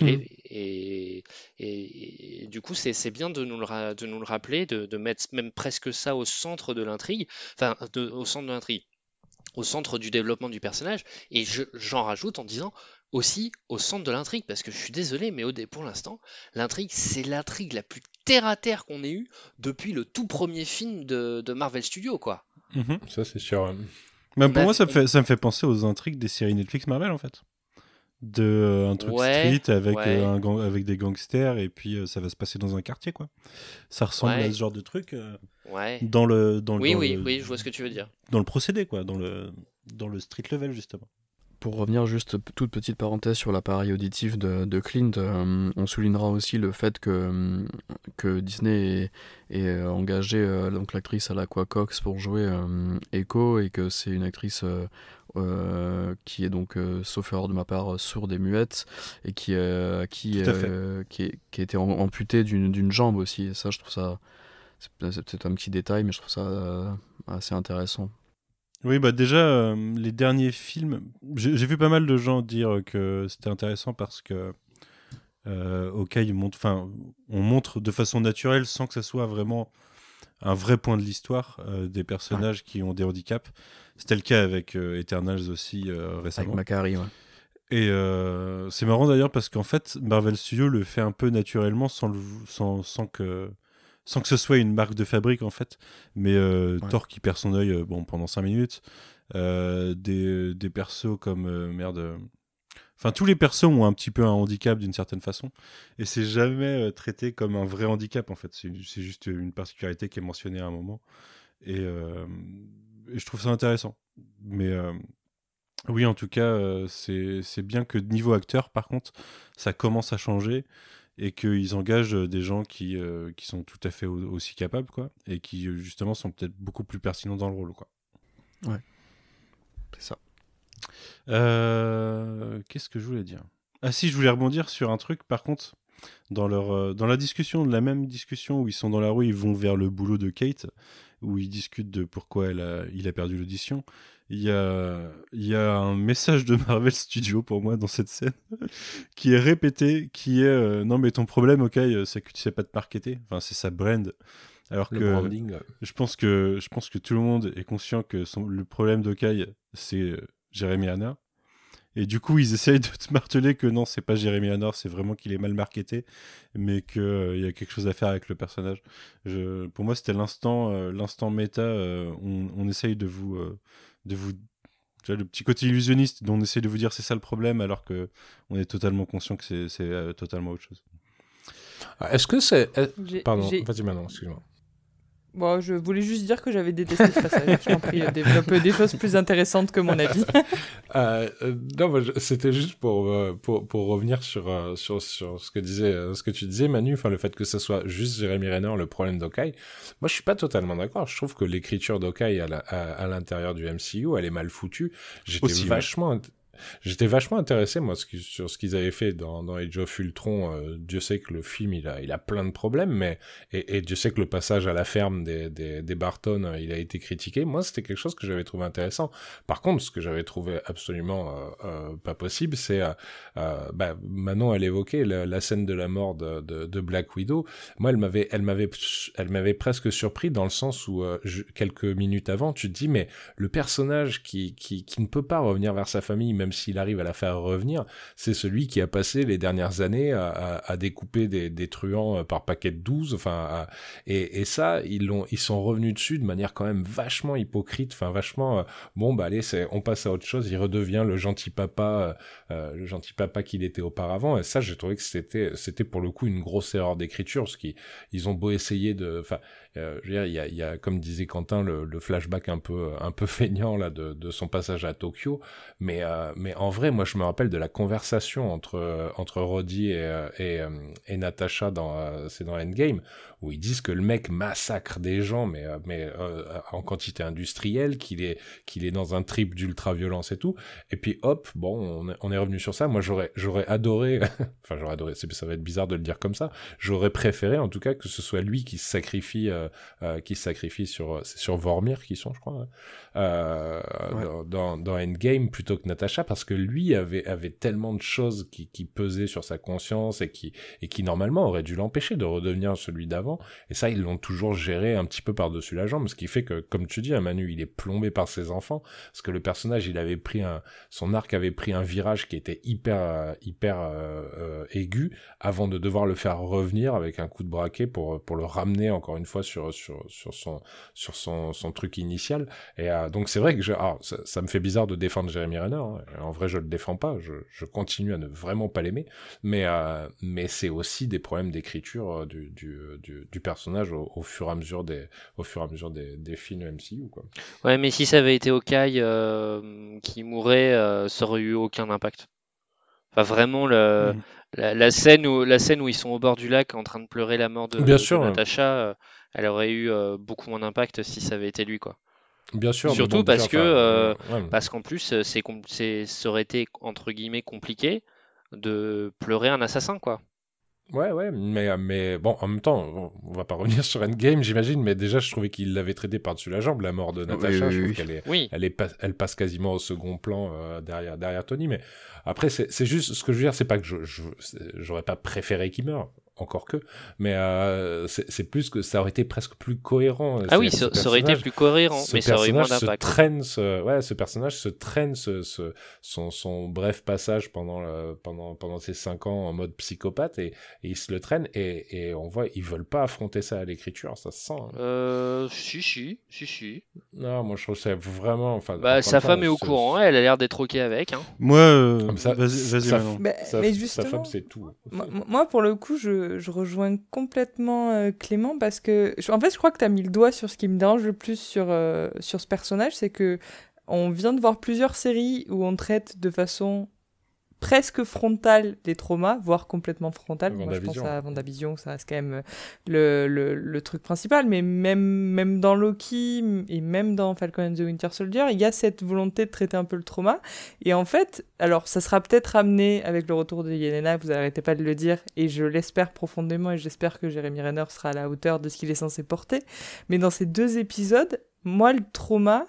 et du coup, c'est bien de nous le rappeler, de mettre même presque ça au centre de l'intrigue, au centre de l'intrigue, au centre du développement du personnage. Et j'en rajoute en disant aussi au centre de l'intrigue, parce que je suis désolé, mais pour l'instant, l'intrigue, c'est l'intrigue la plus terre à terre qu'on ait eue depuis le tout premier film de Marvel Studios, quoi. Mhm. Ça c'est sûr. Même On pour a, moi, ça me fait penser aux intrigues des séries Netflix Marvel, en fait. Un truc ouais, street avec, ouais, avec des gangsters, et puis ça va se passer dans un quartier, quoi. Ça ressemble à ouais, ce genre de truc ouais. Oui, je vois ce que tu veux dire. dans le procédé, quoi, dans le street level, justement. Pour revenir juste toute petite parenthèse sur l'appareil auditif de Clint, on soulignera aussi le fait que Disney ait engagé donc l'actrice Alaqua Cox pour jouer Echo et que c'est une actrice qui est donc, sauf erreur de ma part, sourde et muette et qui a été amputée d'une jambe aussi. Et ça, je trouve ça, c'est peut-être un petit détail, mais je trouve ça assez intéressant. Oui, bah déjà, les derniers films, j'ai vu pas mal de gens dire que c'était intéressant parce que on montre de façon naturelle sans que ça soit vraiment un vrai point de l'histoire des personnages qui ont des handicaps. C'était le cas avec Eternals aussi Avec récemment. Macari, ouais. Et c'est marrant d'ailleurs parce qu'en fait, Marvel Studios le fait un peu naturellement sans que ce soit une marque de fabrique en fait. Mais Thor qui perd son œil pendant 5 minutes. Des persos comme Enfin, tous les persos ont un petit peu un handicap d'une certaine façon. Et c'est jamais traité comme un vrai handicap en fait. C'est juste une particularité qui est mentionnée à un moment. Et je trouve ça intéressant. Mais oui, en tout cas, c'est bien que niveau acteur, par contre, ça commence à changer et qu'ils engagent des gens qui sont tout à fait aussi capables, quoi, et qui, justement, sont peut-être beaucoup plus pertinents dans le rôle, quoi. Ouais, c'est ça. Qu'est-ce que je voulais dire? Ah si, je voulais rebondir sur un truc, par contre, dans la discussion, la même discussion où ils sont dans la rue, ils vont vers le boulot de Kate, où ils discutent de pourquoi il a perdu l'audition. Il y a un message de Marvel Studios pour moi dans cette scène qui est répété, qui est non mais ton problème, ok, c'est que tu sais pas te marketer. Enfin, c'est sa brand. Alors Le que branding. je pense que tout le monde est conscient que le problème d'Hawkeye, c'est Jeremy Renner. Et du coup, ils essayent de te marteler que non, c'est pas Jeremy Renner, c'est vraiment qu'il est mal marketé, mais qu'il y a quelque chose à faire avec le personnage. Pour moi, c'était l'instant méta. On essaye de vous, tu vois, le petit côté illusionniste dont on essaye de vous dire c'est ça le problème, alors que on est totalement conscient que c'est totalement autre chose. Est-ce que c'est... J'ai- Pardon, j'ai- vas-y maintenant, excuse-moi. Bon, je voulais juste dire que j'avais détesté ce passage. Je t'en prie, développe des choses plus intéressantes que mon avis. Non, c'était juste pour revenir sur ce que tu disais, Manu, enfin le fait que ce soit juste Jeremy Renner le problème d'Hawkeye. Moi, je suis pas totalement d'accord. Je trouve que l'écriture d'Hawkeye à l'intérieur du MCU, elle est mal foutue. J'étais vachement intéressé, moi, sur ce qu'ils avaient fait dans Age of Ultron. Dieu sait que le film, il a plein de problèmes, mais et Dieu sait que le passage à la ferme des Barton, il a été critiqué. Moi, c'était quelque chose que j'avais trouvé intéressant. Par contre, ce que j'avais trouvé absolument pas possible, c'est Manon, elle évoquait la scène de la mort de Black Widow. Moi, elle m'avait presque surpris dans le sens où quelques minutes avant, tu te dis, mais le personnage qui ne peut pas revenir vers sa famille, même s'il arrive à la faire revenir, c'est celui qui a passé les dernières années à découper des truands par paquet de 12, et ça, ils sont revenus dessus de manière quand même vachement hypocrite, vachement, allez, on passe à autre chose, il redevient le gentil papa qu'il était auparavant, et ça, j'ai trouvé que c'était pour le coup une grosse erreur d'écriture, parce qu'ils ont beau essayer je veux dire, il y a, comme disait Quentin, le flashback un peu feignant là de son passage à Tokyo, mais en vrai, moi je me rappelle de la conversation entre Rhodey et Natasha c'est dans Endgame, où ils disent que le mec massacre des gens, mais en quantité industrielle, qu'il est dans un trip d'ultra-violence et tout, et puis hop, bon, on est revenu sur ça. Moi j'aurais adoré, j'aurais adoré, ça va être bizarre de le dire comme ça, j'aurais préféré en tout cas que ce soit lui qui se sacrifie sur Vormir qui sont, je crois, dans Endgame, plutôt que Natasha, parce que lui avait tellement de choses qui pesaient sur sa conscience et qui normalement auraient dû l'empêcher de redevenir celui d'avant, et ça ils l'ont toujours géré un petit peu par-dessus la jambe, ce qui fait que, comme tu dis, Manu, il est plombé par ses enfants, parce que le personnage, son arc avait pris un virage qui était hyper aigu, avant de devoir le faire revenir avec un coup de braquet pour le ramener encore une fois sur son truc initial. Et donc c'est vrai que ça me fait bizarre de défendre Jeremy Renner, hein. En vrai, je le défends pas, je continue à ne vraiment pas l'aimer, mais c'est aussi des problèmes d'écriture du personnage au fur et à mesure des films MCU, quoi. Ouais, mais si ça avait été Hawkeye qui mourait, ça aurait eu aucun impact. Enfin, vraiment, la scène où ils sont au bord du lac en train de pleurer la mort Bien sûr, de Natasha, elle aurait eu beaucoup moins d'impact si ça avait été lui, quoi. Bien sûr, Surtout bon, parce que ouais. parce qu'en plus ça aurait été entre guillemets compliqué de pleurer un assassin, quoi. Ouais, mais bon, en même temps, on va pas revenir sur Endgame, j'imagine, mais déjà, je trouvais qu'il l'avait traité par-dessus la jambe, la mort de Natasha. Oui, je trouve oui. qu'elle elle passe quasiment au second plan derrière Tony, mais après, c'est juste, ce que je veux dire, c'est pas que j'aurais pas préféré qu'il meure, encore que, mais c'est plus que ça aurait été presque plus cohérent. Ah oui, ça aurait été plus cohérent, mais ça aurait eu moins d'impact. Ce personnage se traîne son bref passage pendant ces 5 ans en mode psychopathe, et ils se le traînent, et on voit, ils veulent pas affronter ça à l'écriture, ça se sent, hein. Si. Non, moi je trouve ça vraiment, Sa femme est au courant, elle a l'air d'être ok avec, hein. Moi, ça, vas-y, Manon. Mais justement, sa femme, c'est tout. moi, pour le coup, je rejoins complètement Clément, parce que, en fait, je crois que tu as mis le doigt sur ce qui me dérange le plus sur ce personnage, c'est que on vient de voir plusieurs séries où on traite de façon presque frontale des traumas, voire complètement frontale. Moi, je pense à WandaVision, ça reste quand même le truc principal, mais même dans Loki et même dans Falcon and the Winter Soldier, il y a cette volonté de traiter un peu le trauma. Et en fait, alors ça sera peut-être amené avec le retour de Yelena, vous n'arrêtez pas de le dire, et je l'espère profondément, et j'espère que Jeremy Renner sera à la hauteur de ce qu'il est censé porter. Mais dans ces 2 épisodes, moi, le trauma,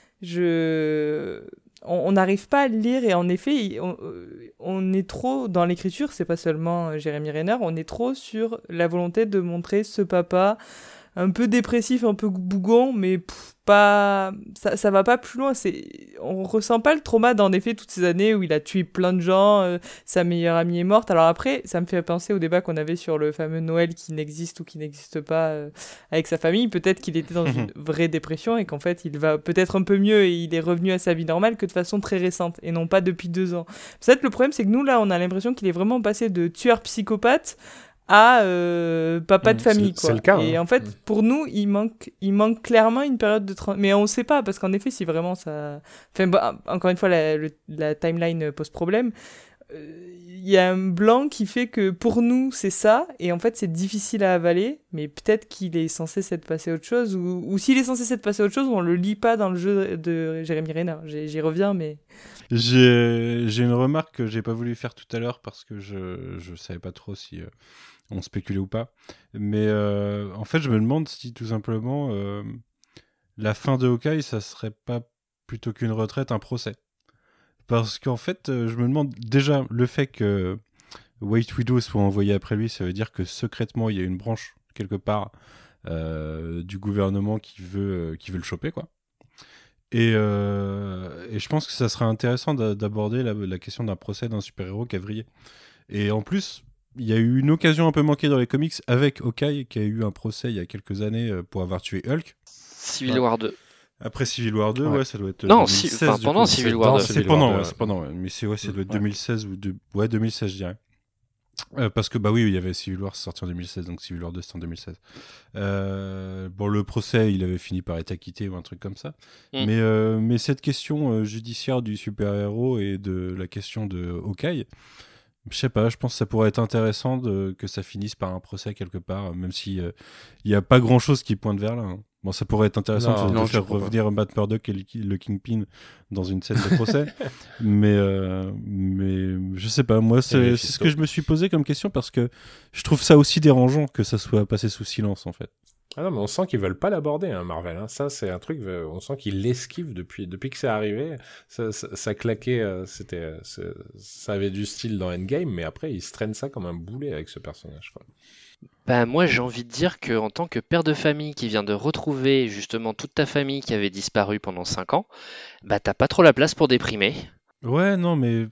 on n'arrive pas à le lire, et en effet, on est trop dans l'écriture, c'est pas seulement Jeremy Renner, on est trop sur la volonté de montrer ce papa un peu dépressif, un peu bougon, mais ça va pas plus loin. On ressent pas le trauma d'en effet toutes ces années où il a tué plein de gens, sa meilleure amie est morte. Alors après, ça me fait penser au débat qu'on avait sur le fameux Noël qui n'existe ou qui n'existe pas avec sa famille. Peut-être qu'il était dans une vraie dépression et qu'en fait il va peut-être un peu mieux et il est revenu à sa vie normale que de façon très récente et non pas depuis 2 ans. Peut-être le problème, c'est que nous là on a l'impression qu'il est vraiment passé de tueur psychopathe à papa de famille, C'est quoi. le cas, Et hein. en fait, pour nous, il manque clairement une période de mais on sait pas, parce qu'en effet, si vraiment ça... Enfin, encore une fois, la timeline pose problème. Il y a un blanc qui fait que pour nous c'est ça, et en fait c'est difficile à avaler, mais peut-être qu'il est censé s'être passé à autre chose, ou s'il est censé s'être passé à autre chose, on le lit pas dans le jeu de Jeremy Renner. J'y reviens, mais J'ai une remarque que j'ai pas voulu faire tout à l'heure parce que je savais pas trop si on spéculait ou pas. Mais en fait, je me demande si tout simplement la fin de Hawkeye, ça serait pas plutôt qu'une retraite, un procès. Parce qu'en fait, je me demande déjà le fait que White Widow soit envoyé après lui, ça veut dire que secrètement, il y a une branche quelque part du gouvernement qui veut le choper, quoi. Et je pense que ça serait intéressant d'aborder la question d'un procès d'un super-héros qui a vrillé. Et en plus, il y a eu une occasion un peu manquée dans les comics avec Hawkeye, qui a eu un procès il y a quelques années pour avoir tué Hulk. Civil War 2. Après Civil War 2, ouais, ça doit être Non, 2016. pendant du coup. Civil War 2. C'est pendant, ouais. Mais c'est ça doit être 2016 ou 2016, je dirais. Parce que, bah oui, il y avait Civil War sorti en 2016, donc Civil War 2 c'était en 2016. Bon, le procès, il avait fini par être acquitté ou un truc comme ça. Mais cette question judiciaire du super-héros et de la question de Hawkeye, je sais pas, je pense que ça pourrait être intéressant que ça finisse par un procès quelque part, même si il n'y a pas grand-chose qui pointe vers là. Hein. Bon, ça pourrait être intéressant de faire revenir Matt Murdock et le Kingpin dans une scène de procès. mais je sais pas, moi, c'est ce que je me suis posé comme question parce que je trouve ça aussi dérangeant que ça soit passé sous silence, en fait. Ah non, mais on sent qu'ils veulent pas l'aborder, hein, Marvel. Hein. Ça, c'est un truc, on sent qu'ils l'esquivent depuis que c'est arrivé. Ça claquait, ça avait du style dans Endgame, mais après, ils se traînent ça comme un boulet avec ce personnage, quoi. Bah, moi, j'ai envie de dire que en tant que père de famille qui vient de retrouver justement toute ta famille qui avait disparu pendant 5 ans, bah t'as pas trop la place pour déprimer. Ouais, non, mais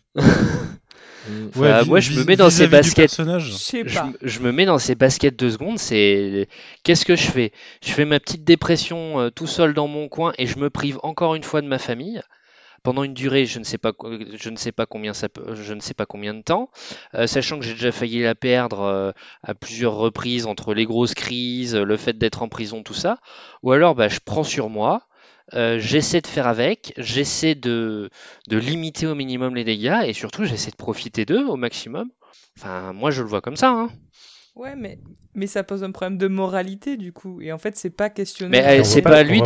Moi, je me mets dans ces baskets. je sais pas. Je me mets dans ces baskets 2 secondes. C'est qu'est-ce que je fais? Je fais ma petite dépression tout seul dans mon coin et je me prive encore une fois de ma famille pendant une durée, je ne sais pas combien je ne sais pas combien de temps, sachant que j'ai déjà failli la perdre à plusieurs reprises entre les grosses crises, le fait d'être en prison, tout ça. Ou alors, bah, je prends sur moi. J'essaie de faire avec, j'essaie de limiter au minimum les dégâts et surtout j'essaie de profiter d'eux au maximum. Enfin, moi je le vois comme ça, hein. Ouais, mais ça pose un problème de moralité du coup, et en fait c'est pas questionné. Mais c'est pas à lui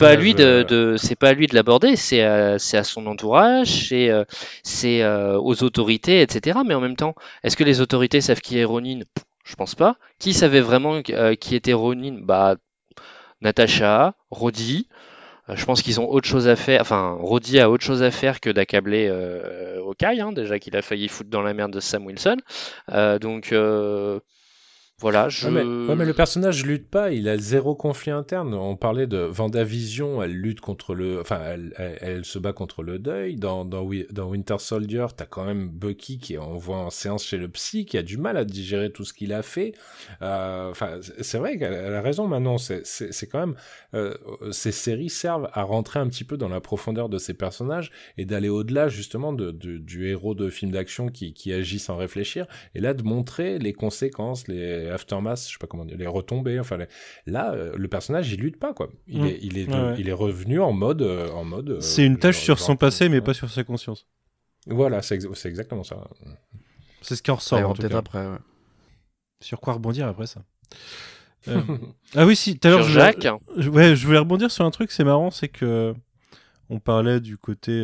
de l'aborder, c'est à son entourage, c'est aux autorités, etc. Mais en même temps, est-ce que les autorités savent qui est Ronin? Je pense pas. Qui savait vraiment qui était Ronin? Bah, Natasha, Rhodey. Je pense qu'ils ont autre chose à faire. Enfin, Rhodey a autre chose à faire que d'accabler Hawkeye, hein, déjà qu'il a failli foutre dans la merde de Sam Wilson. Donc voilà. Ouais, mais le personnage lutte pas. Il a zéro conflit interne. On parlait de Vendavision. Elle lutte contre elle se bat contre le deuil. Dans Winter Soldier, t'as quand même Bucky qui envoie en séance chez le psy, qui a du mal à digérer tout ce qu'il a fait. Enfin, c'est vrai qu'elle a raison. Maintenant, c'est quand même ces séries servent à rentrer un petit peu dans la profondeur de ces personnages et d'aller au-delà justement du héros de film d'action qui agit sans réfléchir, et là de montrer les conséquences, les aftermath, je sais pas comment dire, les retombées. Enfin, là, le personnage il lutte pas, quoi. Il est revenu en mode. C'est une tâche sur son passé, mais pas sur sa conscience. Voilà, c'est exactement ça. C'est ce qui en ressort. Ouais, en tout peut-être cas. après. Ouais. Sur quoi rebondir après ça? Ah oui, si, tout à l'heure, Jacques. je voulais rebondir sur un truc, c'est marrant, c'est que on parlait du côté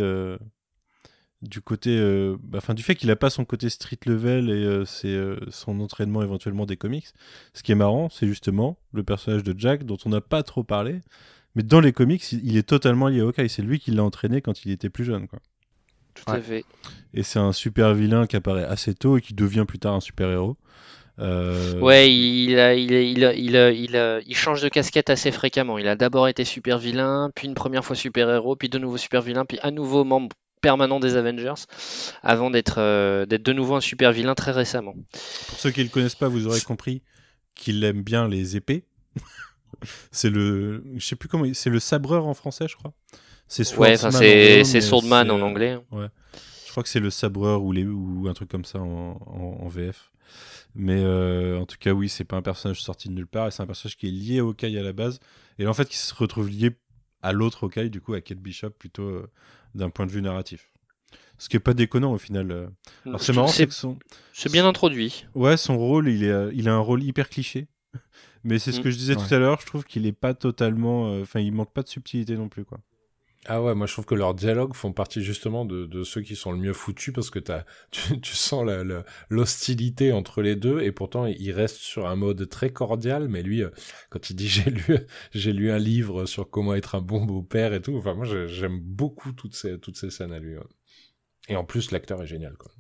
du fait qu'il a pas son côté street level et son entraînement éventuellement des comics. Ce qui est marrant, c'est justement le personnage de Jack dont on n'a pas trop parlé, mais dans les comics, il est totalement lié à Hawkeye. C'est lui qui l'a entraîné quand il était plus jeune, quoi. Tout à fait. Et c'est un super vilain qui apparaît assez tôt et qui devient plus tard un super héros. Ouais, il change de casquette assez fréquemment. Il a d'abord été super vilain, puis une première fois super héros, puis de nouveau super vilain, puis à nouveau membre permanent des Avengers, avant d'être de nouveau un super vilain très récemment. Pour ceux qui ne le connaissent pas, vous aurez compris qu'il aime bien les épées. C'est je sais plus comment, c'est le sabreur en français, je crois. C'est Swordsman. Ouais, c'est Swordman en anglais. Ouais. Je crois que c'est le sabreur ou un truc comme ça en VF. Mais en tout cas, oui, c'est pas un personnage sorti de nulle part, et c'est un personnage qui est lié au Hawkeye à la base, et là, en fait, qui se retrouve lié à l'autre Hawkeye, du coup, à Kate Bishop, plutôt d'un point de vue narratif. Ce qui est pas déconnant au final. Alors c'est marrant, c'est que C'est bien introduit. ouais, son rôle, il a un rôle hyper cliché. Mais c'est ce que je disais tout à l'heure, je trouve qu'il est pas totalement... Enfin, il manque pas de subtilité non plus, quoi. Ah ouais, moi je trouve que leurs dialogues font partie justement de ceux qui sont le mieux foutus parce que tu sens l'hostilité entre les deux et pourtant il reste sur un mode très cordial, mais lui, quand il dit j'ai lu un livre sur comment être un bon beau-père et tout, enfin moi j'aime beaucoup toutes ces scènes à lui. Ouais. Et en plus l'acteur est génial, quoi.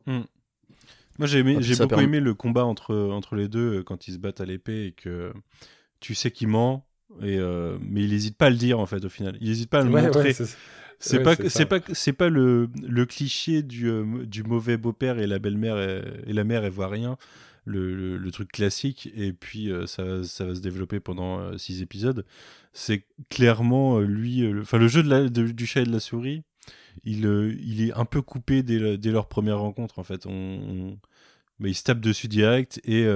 Moi j'ai beaucoup permet- aimé le combat entre les deux quand ils se battent à l'épée et que tu sais qu'il ment, mais il n'hésite pas à le dire en fait au final. Il n'hésite pas à le montrer. Ouais, C'est pas le cliché du mauvais beau-père et la belle-mère et la mère elle voit rien, le truc classique, et puis ça va se développer pendant 6 épisodes. C'est clairement lui, enfin le jeu du chat et de la souris, il est un peu coupé dès leur première rencontre en fait. Mais ils se tapent dessus direct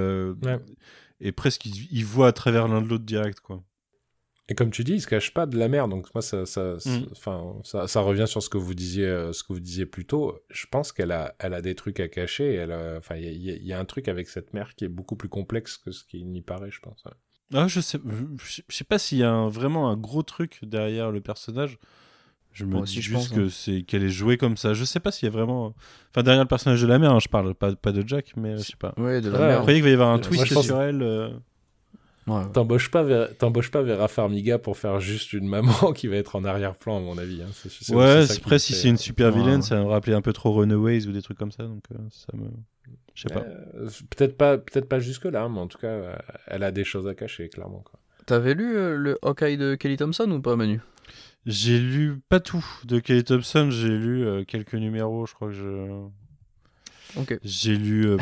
et presque ils voient à travers l'un de l'autre direct, quoi. Et comme tu dis, il se cache pas de la merde, donc moi ça revient sur ce que vous disiez plus tôt. Je pense elle a des trucs à cacher. Enfin, il y a un truc avec cette mère qui est beaucoup plus complexe que ce qui n'y paraît, je pense. Ouais. Ah, je sais pas s'il y a vraiment un gros truc derrière le personnage. Je me dis juste que c'est qu'elle est jouée comme ça. Je sais pas s'il y a vraiment. Enfin, derrière le personnage de la mère, hein, je parle pas de Jack, mais je sais pas. Ouais, de la mère. Vous croyez qu'il va y avoir un Moi, twist sur elle Ouais. T'embauches pas Vera Farmiga pour faire juste une maman qui va être en arrière-plan, à mon avis. Hein. C'est après, si c'est une super vilaine, ça va me rappeler un peu trop Runaways ou des trucs comme ça. Donc, ça me. Je sais pas. Peut-être pas jusque-là, mais en tout cas, elle a des choses à cacher, clairement. Quoi. T'avais lu le Hawkeye de Kelly Thompson ou pas, Manu? J'ai lu pas tout de Kelly Thompson, j'ai lu quelques numéros, je crois que Ok. J'ai lu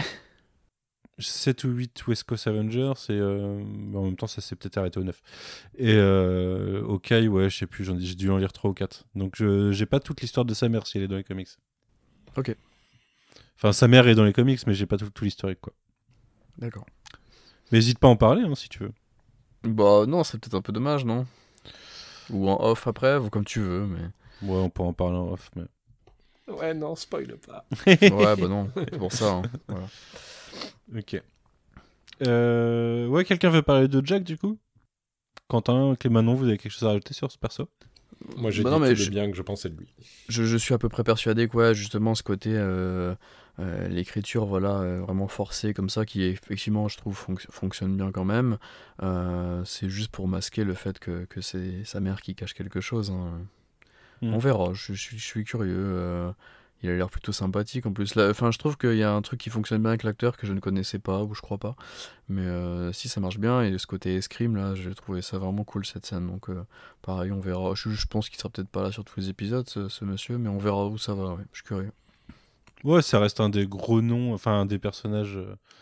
7 ou 8 West Coast Avengers et en même temps ça s'est peut-être arrêté au 9. Et Hawkeye, ouais, je sais plus, j'ai dû en lire 3 ou 4. Donc j'ai pas toute l'histoire de sa mère si elle est dans les comics. Ok. Enfin, sa mère est dans les comics, mais j'ai pas tout l'historique, quoi. D'accord. Mais n'hésite pas à en parler, hein, si tu veux. Bah non, c'est peut-être un peu dommage, non? Ou en off après, ou comme tu veux, mais... Ouais, on pourra en parler en off, mais... Ouais, non, spoil pas. Ouais, bah non, c'est pour ça. Hein. Voilà. Ok. Ouais, quelqu'un veut parler de Jack, du coup? Quentin, Clémanon, vous avez quelque chose à rajouter sur ce perso? Moi, j'ai dit tous les biens que je pensais de lui. Je suis à peu près persuadé que, ouais, justement, ce côté... l'écriture, voilà, vraiment forcée comme ça, qui effectivement, je trouve, fonctionne bien quand même. C'est juste pour masquer le fait que c'est sa mère qui cache quelque chose. Hein. On verra, je suis curieux. Il a l'air plutôt sympathique en plus. Enfin, je trouve qu'il y a un truc qui fonctionne bien avec l'acteur que je ne connaissais pas ou je crois pas. Mais si ça marche bien, et ce côté escrime là, j'ai trouvé ça vraiment cool cette scène. Donc pareil, on verra. Je pense qu'il sera peut-être pas là sur tous les épisodes, ce monsieur, mais on verra où ça va. Ouais. Je suis curieux. Ouais, ça reste un des gros noms, enfin un des personnages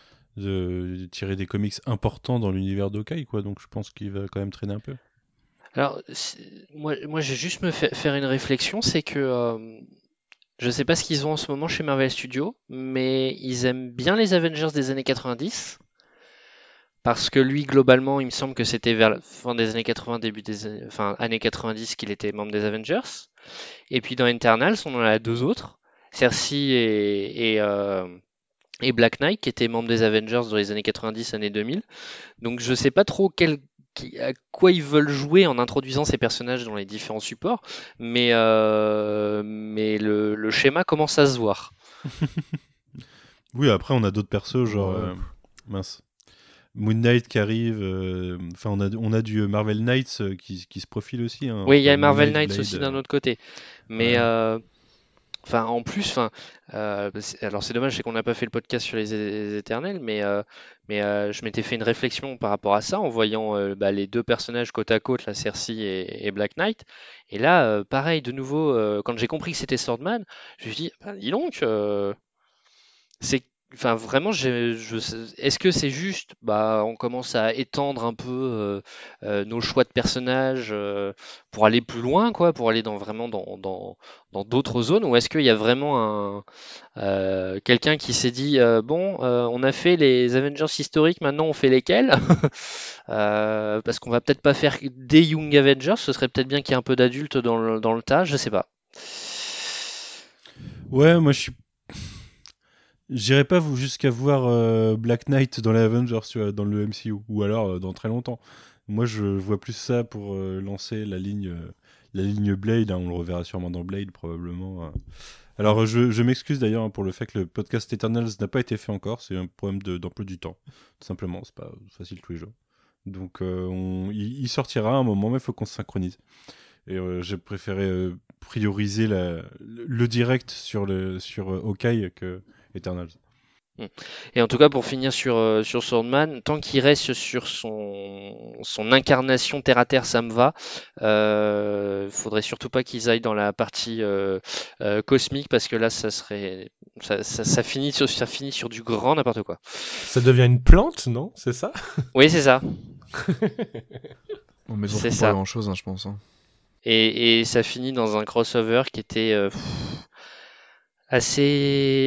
tirés des comics importants dans l'univers d'Hawkeye, quoi. Donc je pense qu'il va quand même traîner un peu. Alors, moi j'ai juste me faire une réflexion, c'est que je sais pas ce qu'ils ont en ce moment chez Marvel Studios, mais ils aiment bien les Avengers des années 90. Parce que lui, globalement, il me semble que c'était vers la fin des années 80, années 90 qu'il était membre des Avengers. Et puis dans Eternals, on en a deux autres, Cersei et Black Knight, qui étaient membres des Avengers dans les années 90, années 2000. Donc je sais pas trop à quoi ils veulent jouer en introduisant ces personnages dans les différents supports, mais le schéma commence à se voir. Oui, après on a d'autres persos, genre mince, Moon Knight qui arrive. Enfin, on a du Marvel Knights qui se profile aussi. Hein, oui, il y a Marvel Knight, Knights Blade, aussi d'un autre côté, mais enfin, en plus, alors c'est dommage, c'est qu'on n'a pas fait le podcast sur les Éternels, mais je m'étais fait une réflexion par rapport à ça en voyant les deux personnages côte à côte, la Cersei et Black Knight. Et là, pareil, de nouveau, quand j'ai compris que c'était Swordman, je me suis dit, dis donc, enfin vraiment, est-ce que c'est juste, bah, on commence à étendre un peu nos choix de personnages pour aller plus loin, quoi, pour aller vraiment dans d'autres zones, ou est-ce qu'il y a vraiment quelqu'un qui s'est dit bon, on a fait les Avengers historiques, maintenant on fait lesquels? Parce qu'on va peut-être pas faire des Young Avengers, ce serait peut-être bien qu'il y ait un peu d'adultes dans le tas, je sais pas. Ouais, moi j'irais pas jusqu'à voir Black Knight dans les Avengers, tu vois, dans le MCU, ou alors dans très longtemps. Moi, je vois plus ça pour lancer la ligne Blade. Hein, on le reverra sûrement dans Blade, probablement. Alors, je m'excuse d'ailleurs pour le fait que le podcast Eternals n'a pas été fait encore. C'est un problème d'emploi du temps, tout simplement. C'est pas facile tous les jours. Donc, il sortira à un moment, mais il faut qu'on se synchronise. Et j'ai préféré prioriser le direct sur Hawkeye que Eternals. Et en tout cas, pour finir sur Swordman, tant qu'il reste sur son incarnation terre à terre, ça me va. Faudrait surtout pas qu'ils aillent dans la partie cosmique, parce que là, ça finit sur du grand n'importe quoi. Ça devient une plante, non? C'est ça? Oui, c'est ça. Bon, mais ils en C'est font ça. pas grand-chose, hein, je pense. Hein. Et ça finit dans un crossover qui était assez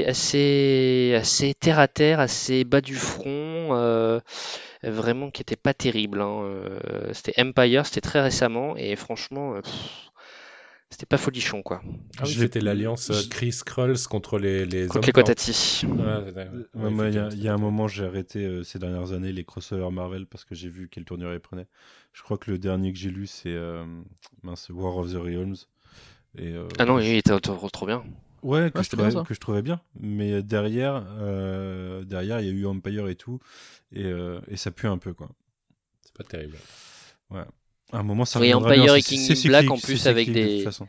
terre à terre, assez bas du front, vraiment qui était pas terrible. Hein. C'était Empire, c'était très récemment, et franchement, c'était pas folichon, quoi. Ah oui, c'était l'alliance Chris Krulls contre les Contre hommes les Quatati. Moi, il y a un moment, j'ai arrêté ces dernières années les crossovers Marvel parce que j'ai vu quelle tournure ils prenaient. Je crois que le dernier que j'ai lu, c'est War of the Realms. Et, Ah non, il était trop bien. Ouais, c'était bien, ça. que je trouvais bien. Mais derrière, il y a eu Empire et tout. Et ça pue un peu, quoi. C'est pas terrible. Ouais. À un moment, ça Oui, reviendra Empire bien. et King in Black en plus avec de des. toute façon.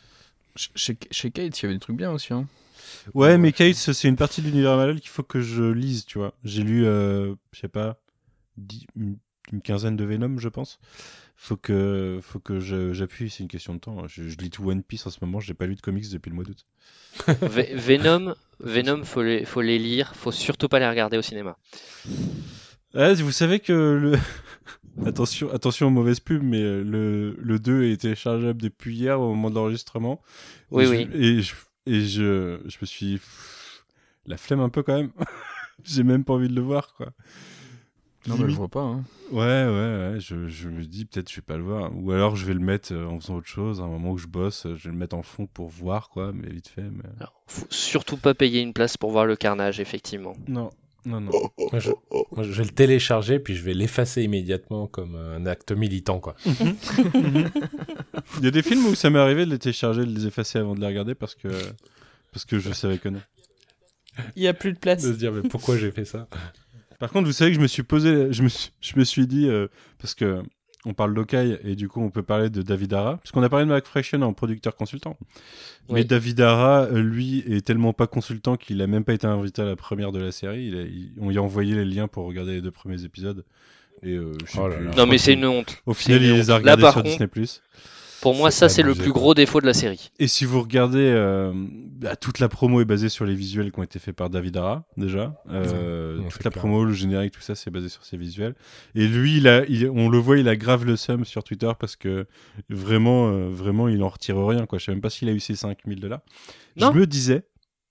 Chez Kate, il y avait des trucs bien aussi. Hein. Ouais, mais Kate, c'est une partie de l'univers Marvel qu'il faut que je lise, tu vois. J'ai lu, je sais pas, une quinzaine de Venom, je pense. Faut que j'appuie, c'est une question de temps. Je lis tout One Piece en ce moment, j'ai pas lu de comics depuis le mois d'août. Venom, faut les lire, faut surtout pas les regarder au cinéma. Ah, vous savez que attention aux mauvaises pubs, mais le 2 est téléchargeable depuis hier au moment de l'enregistrement. Oui. Et je me suis la flemme un peu quand même. J'ai même pas envie de le voir, quoi. Non, mais je le vois pas. Hein. Ouais. Je me dis peut-être je vais pas le voir. Ou alors je vais le mettre en faisant autre chose. À un moment où je bosse, je vais le mettre en fond pour voir, quoi. Mais vite fait. Mais... Alors, faut surtout pas payer une place pour voir le carnage, effectivement. Non. Moi, je vais le télécharger puis je vais l'effacer immédiatement comme un acte militant, quoi. Il y a des films où ça m'est arrivé de les télécharger, de les effacer avant de les regarder parce que je savais que non. Il y a plus de place. De se dire mais pourquoi j'ai fait ça? Par contre, vous savez que je me suis posé, je me suis dit parce que on parle d'Hawkeye et du coup on peut parler de David Hara parce qu'on a parlé de Mark Fraction en producteur consultant. Oui. Mais David Hara, lui, est tellement pas consultant qu'il a même pas été invité à la première de la série. On lui a envoyé les liens pour regarder les 2 premiers épisodes. Et je sais plus, non mais c'est une honte. Au final, C'est une il les a honte. regardés Là, sur par Disney+. Pour moi, ça c'est le plus gros défaut de la série. Et si vous regardez, toute la promo est basée sur les visuels qui ont été faits par David Hara, déjà. Toute la promo, le générique, tout ça, c'est basé sur ces visuels. Et lui, on le voit, il a grave le seum sur Twitter parce que vraiment, il en retire rien, quoi. Je sais même pas s'il a eu ses $5,000. Non. Je me disais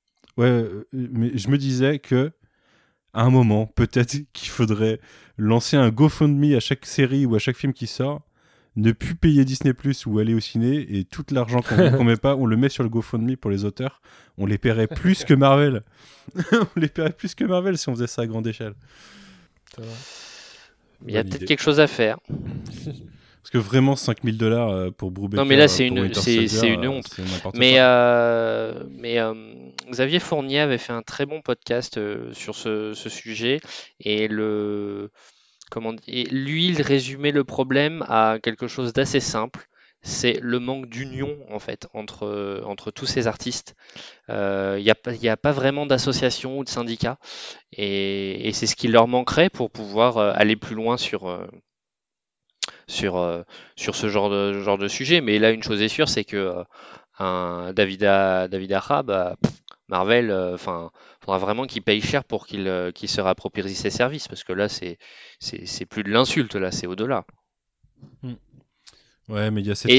que, à un moment, peut-être qu'il faudrait lancer un GoFundMe à chaque série ou à chaque film qui sort, ne plus payer Disney+ ou aller au ciné, et tout l'argent qu'on met pas, on le met sur le GoFundMe pour les auteurs. On les paierait plus que Marvel. On les paierait plus que Marvel si on faisait ça à grande échelle. Il y a peut-être quelque chose à faire. Parce que vraiment, $5,000 pour Brubaker. Non mais là c'est une honte. Mais Xavier Fournier avait fait un très bon podcast sur ce sujet, et lui, il résumait le problème à quelque chose d'assez simple. C'est le manque d'union, en fait, entre tous ces artistes. Il n'y a pas vraiment d'association ou de syndicat. Et c'est ce qui leur manquerait pour pouvoir aller plus loin sur ce genre de sujet. Mais là, une chose est sûre, c'est que un David Hara, Marvel, faudra vraiment qu'il paye cher pour qu'il se réapproprie ses services, parce que là, c'est plus de l'insulte, là, c'est au-delà. Ouais, mais il y a cette.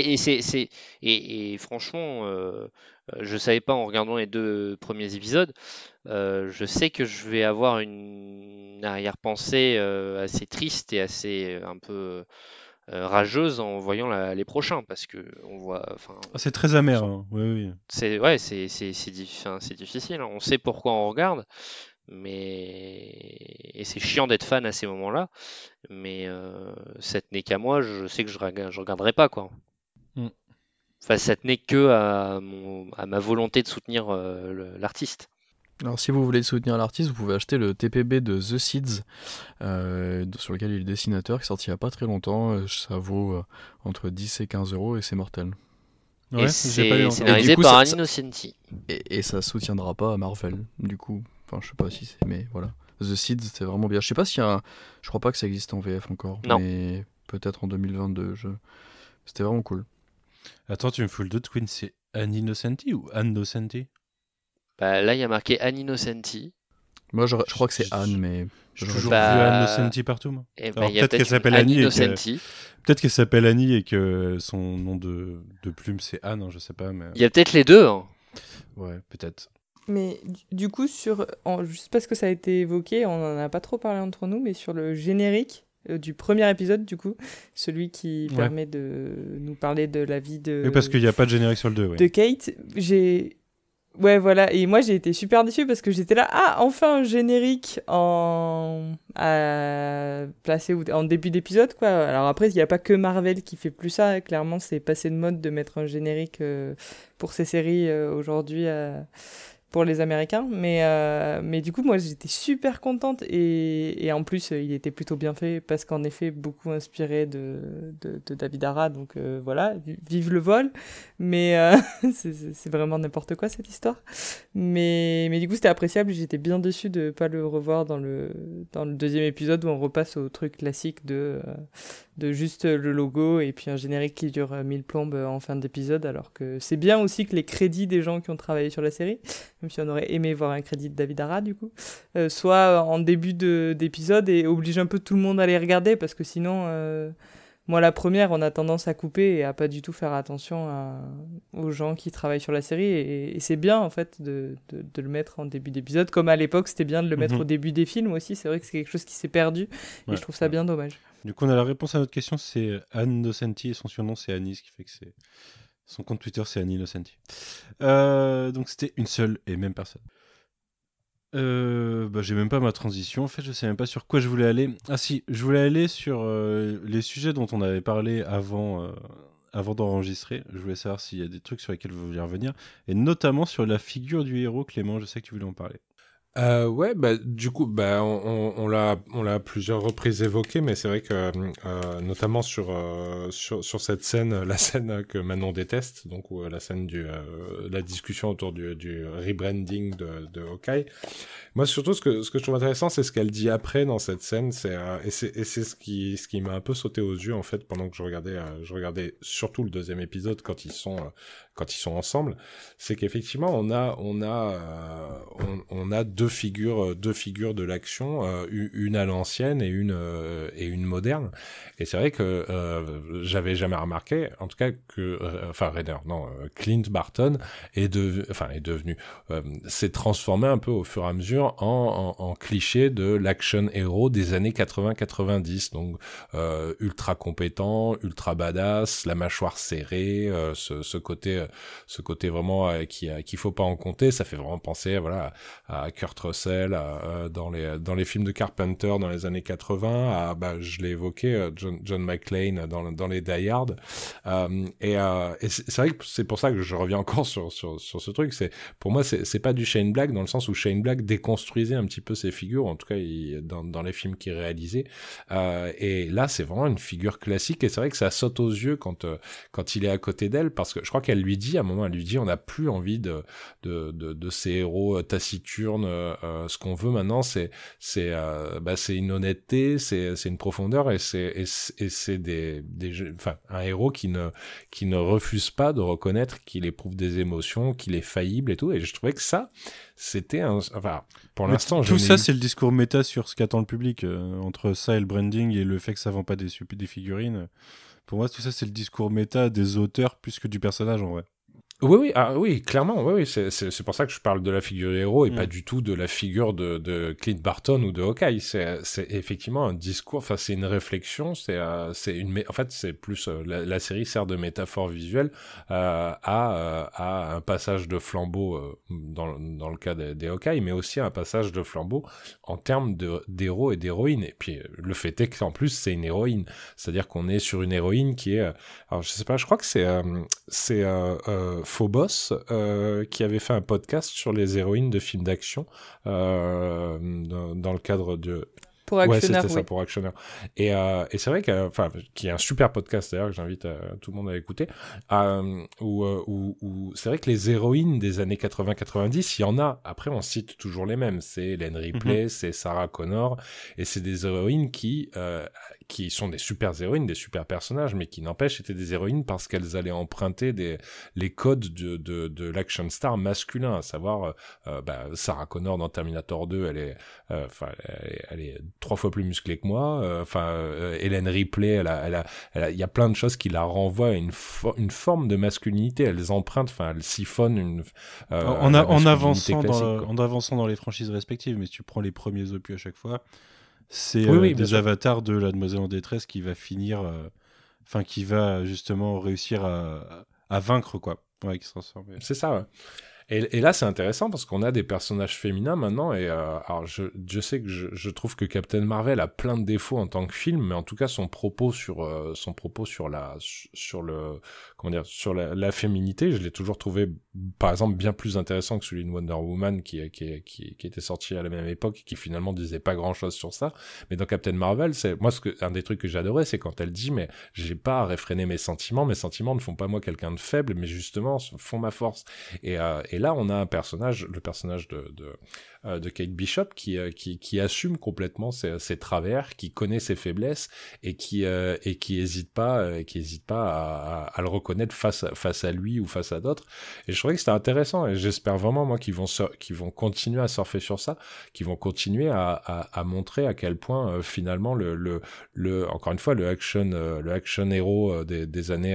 Et franchement, je savais pas en regardant les 2 premiers épisodes. Je sais que je vais avoir une arrière-pensée assez triste et assez un peu rageuse en voyant les prochains, parce que on voit, C'est très amer, hein. Oui. c'est difficile, hein. On sait pourquoi on regarde, et c'est chiant d'être fan à ces moments-là. Mais ça tenait qu'à moi, je sais que je regarderai pas, quoi. Enfin, ça tenait que à ma volonté de soutenir l'artiste. Alors si vous voulez soutenir l'artiste, vous pouvez acheter le TPB de The Seeds, sur lequel il est le dessinateur, qui est sorti il n'y a pas très longtemps. Ça vaut entre 10 et 15 euros et c'est mortel. Ouais, et c'est scénarisé par Annie Innocenti. Et ça soutiendra pas Marvel, du coup. Enfin, je sais pas si c'est, mais voilà. The Seeds, c'est vraiment bien. Je sais pas s'il y a Je crois pas que ça existe en VF encore. Non. Mais peut-être en 2022. C'était vraiment cool. Attends, tu me fous le doute, Queen, c'est Annie Innocenti ou Anne Innocenti? Bah, là, il y a marqué Annie Innocenti. Moi, je crois que c'est Anne, mais... J'ai toujours vu Anne Innocenti partout, moi. Alors, peut-être qu'elle s'appelle Annie Innocenti. Peut-être qu'elle s'appelle Annie et que son nom de plume, c'est Anne, hein, je sais pas. Mais... Il y a peut-être les deux. Hein. Ouais, peut-être. Mais du coup, juste parce que ça a été évoqué, on n'en a pas trop parlé entre nous, mais sur le générique du premier épisode, du coup, celui qui permet de nous parler de la vie de... Oui, parce qu'il n'y a pas de générique sur le 2, ouais. De Kate, Ouais, voilà, et moi j'ai été super déçue parce que j'étais là, enfin un générique placé en début d'épisode, quoi. Alors après, il n'y a pas que Marvel qui fait plus ça, clairement c'est passé de mode de mettre un générique pour ces séries aujourd'hui pour les Américains, mais du coup moi j'étais super contente et en plus il était plutôt bien fait parce qu'en effet beaucoup inspiré de David Hara, donc voilà, vive le vol, mais c'est vraiment n'importe quoi cette histoire, mais du coup c'était appréciable. J'étais bien déçue de pas le revoir dans le deuxième épisode où on repasse au truc classique de juste le logo et puis un générique qui dure 1000 plombes en fin d'épisode, alors que c'est bien aussi que les crédits des gens qui ont travaillé sur la série, même si on aurait aimé voir un crédit de David Hara du coup, soit en début d'épisode et oblige un peu tout le monde à les regarder, parce que sinon moi la première on a tendance à couper et à pas du tout faire attention aux gens qui travaillent sur la série, et c'est bien en fait de le mettre en début d'épisode, comme à l'époque c'était bien de le mettre au début des films aussi. C'est vrai que c'est quelque chose qui s'est perdu et je trouve ça bien dommage. Du coup, on a la réponse à notre question, c'est Anne Innocenti, et son surnom c'est Annie, ce qui fait que son compte Twitter c'est Annie Innocenti. Donc c'était une seule et même personne. J'ai même pas ma transition, en fait je sais même pas sur quoi je voulais aller. Ah si, je voulais aller sur les sujets dont on avait parlé avant d'enregistrer. Je voulais savoir s'il y a des trucs sur lesquels vous vouliez revenir, et notamment sur la figure du héros. Clément, je sais que tu voulais en parler. Ouais, du coup, on l'a à plusieurs reprises évoqué, mais c'est vrai que notamment sur cette scène, la scène que Manon déteste, donc la scène la discussion autour du rebranding de Hawkeye. Moi, surtout, ce que je trouve intéressant, c'est ce qu'elle dit après dans cette scène, c'est ce qui m'a un peu sauté aux yeux en fait pendant que je regardais surtout le deuxième épisode quand ils sont ensemble, c'est qu'effectivement on a deux figures de l'action, une à l'ancienne et une moderne. Et c'est vrai que j'avais jamais remarqué, en tout cas Clint Barton s'est transformé un peu au fur et à mesure en cliché de l'action héros des années 80-90, donc ultra compétent, ultra badass, la mâchoire serrée, ce côté vraiment qu'il faut pas en compter. Ça fait vraiment penser à Kurt Russell, dans les films de Carpenter dans les années 80, je l'ai évoqué, John McClane dans les Die Hard, et c'est vrai que c'est pour ça que je reviens encore sur ce truc. Pour moi c'est pas du Shane Black, dans le sens où Shane Black déconstruisait un petit peu ses figures, en tout cas dans les films qu'il réalisait, et là c'est vraiment une figure classique, et c'est vrai que ça saute aux yeux quand il est à côté d'elle, parce que je crois qu'elle lui dit, à un moment, on n'a plus envie de ces héros taciturne. Ce qu'on veut maintenant, c'est une honnêteté, c'est une profondeur, et c'est un héros qui ne refuse pas de reconnaître qu'il éprouve des émotions, qu'il est faillible et tout. Et je trouvais que ça, c'était pour l'instant, tout ça, c'est le discours méta sur ce qu'attend le public, entre ça et le branding et le fait que ça vend pas des figurines. Pour moi, tout ça, c'est le discours méta des auteurs plus que du personnage, en vrai. Oui, clairement, oui, c'est pour ça que je parle de la figure héros et pas du tout de la figure de Clint Barton ou de Hawkeye. C'est effectivement un discours, enfin, c'est une réflexion, en fait, c'est plus, la série sert de métaphore visuelle, à un passage de flambeau, dans le cas des Hawkeye, mais aussi un passage de flambeau en termes d'héros et d'héroïnes. Et puis, le fait est qu'en plus, c'est une héroïne. C'est-à-dire qu'on est sur une héroïne qui est, alors, je sais pas, je crois que c'est Phobos, qui avait fait un podcast sur les héroïnes de films d'action, dans le cadre de... Pour Actionneur, c'était ça, pour Actionneur. Et c'est vrai qu'il y a un super podcast d'ailleurs que j'invite tout le monde à écouter, où c'est vrai que les héroïnes des années 80-90, il y en a. Après, on cite toujours les mêmes. C'est Ellen Ripley, c'est Sarah Connor, et c'est des héroïnes qui sont des super héroïnes, des super personnages, mais qui n'empêchent étaient des héroïnes parce qu'elles allaient emprunter les codes de l'action star masculin, à savoir Sarah Connor dans Terminator 2, elle est 3 fois plus musclée que moi. Ellen Ripley, il y a plein de choses qui la renvoient à une forme de masculinité. Elles empruntent, elles siphonnent en avançant dans les franchises respectives. Mais si tu prends les premiers opus à chaque fois, c'est des avatars de la demoiselle en détresse qui va finir, qui va justement réussir à vaincre, quoi. Ouais, qui se transforme. C'est ça, ouais. Et là, c'est intéressant parce qu'on a des personnages féminins maintenant. Et alors, je sais que je trouve que Captain Marvel a plein de défauts en tant que film, mais en tout cas, son propos sur la féminité, je l'ai toujours trouvé, par exemple, bien plus intéressant que celui de Wonder Woman qui était sorti à la même époque et qui finalement disait pas grand-chose sur ça. Mais dans Captain Marvel, un des trucs que j'adorais, c'est quand elle dit, mais j'ai pas à réfréner mes sentiments ne font pas moi quelqu'un de faible, mais justement font ma force. Et là, on a le personnage de Kate Bishop qui assume complètement ses travers, qui connaît ses faiblesses et qui hésite pas à le reconnaître face à lui ou face à d'autres. Et je trouvais que c'était intéressant, et j'espère vraiment, moi, qu'ils vont continuer à surfer sur ça, qu'ils vont continuer à montrer à quel point finalement encore une fois le action héros des années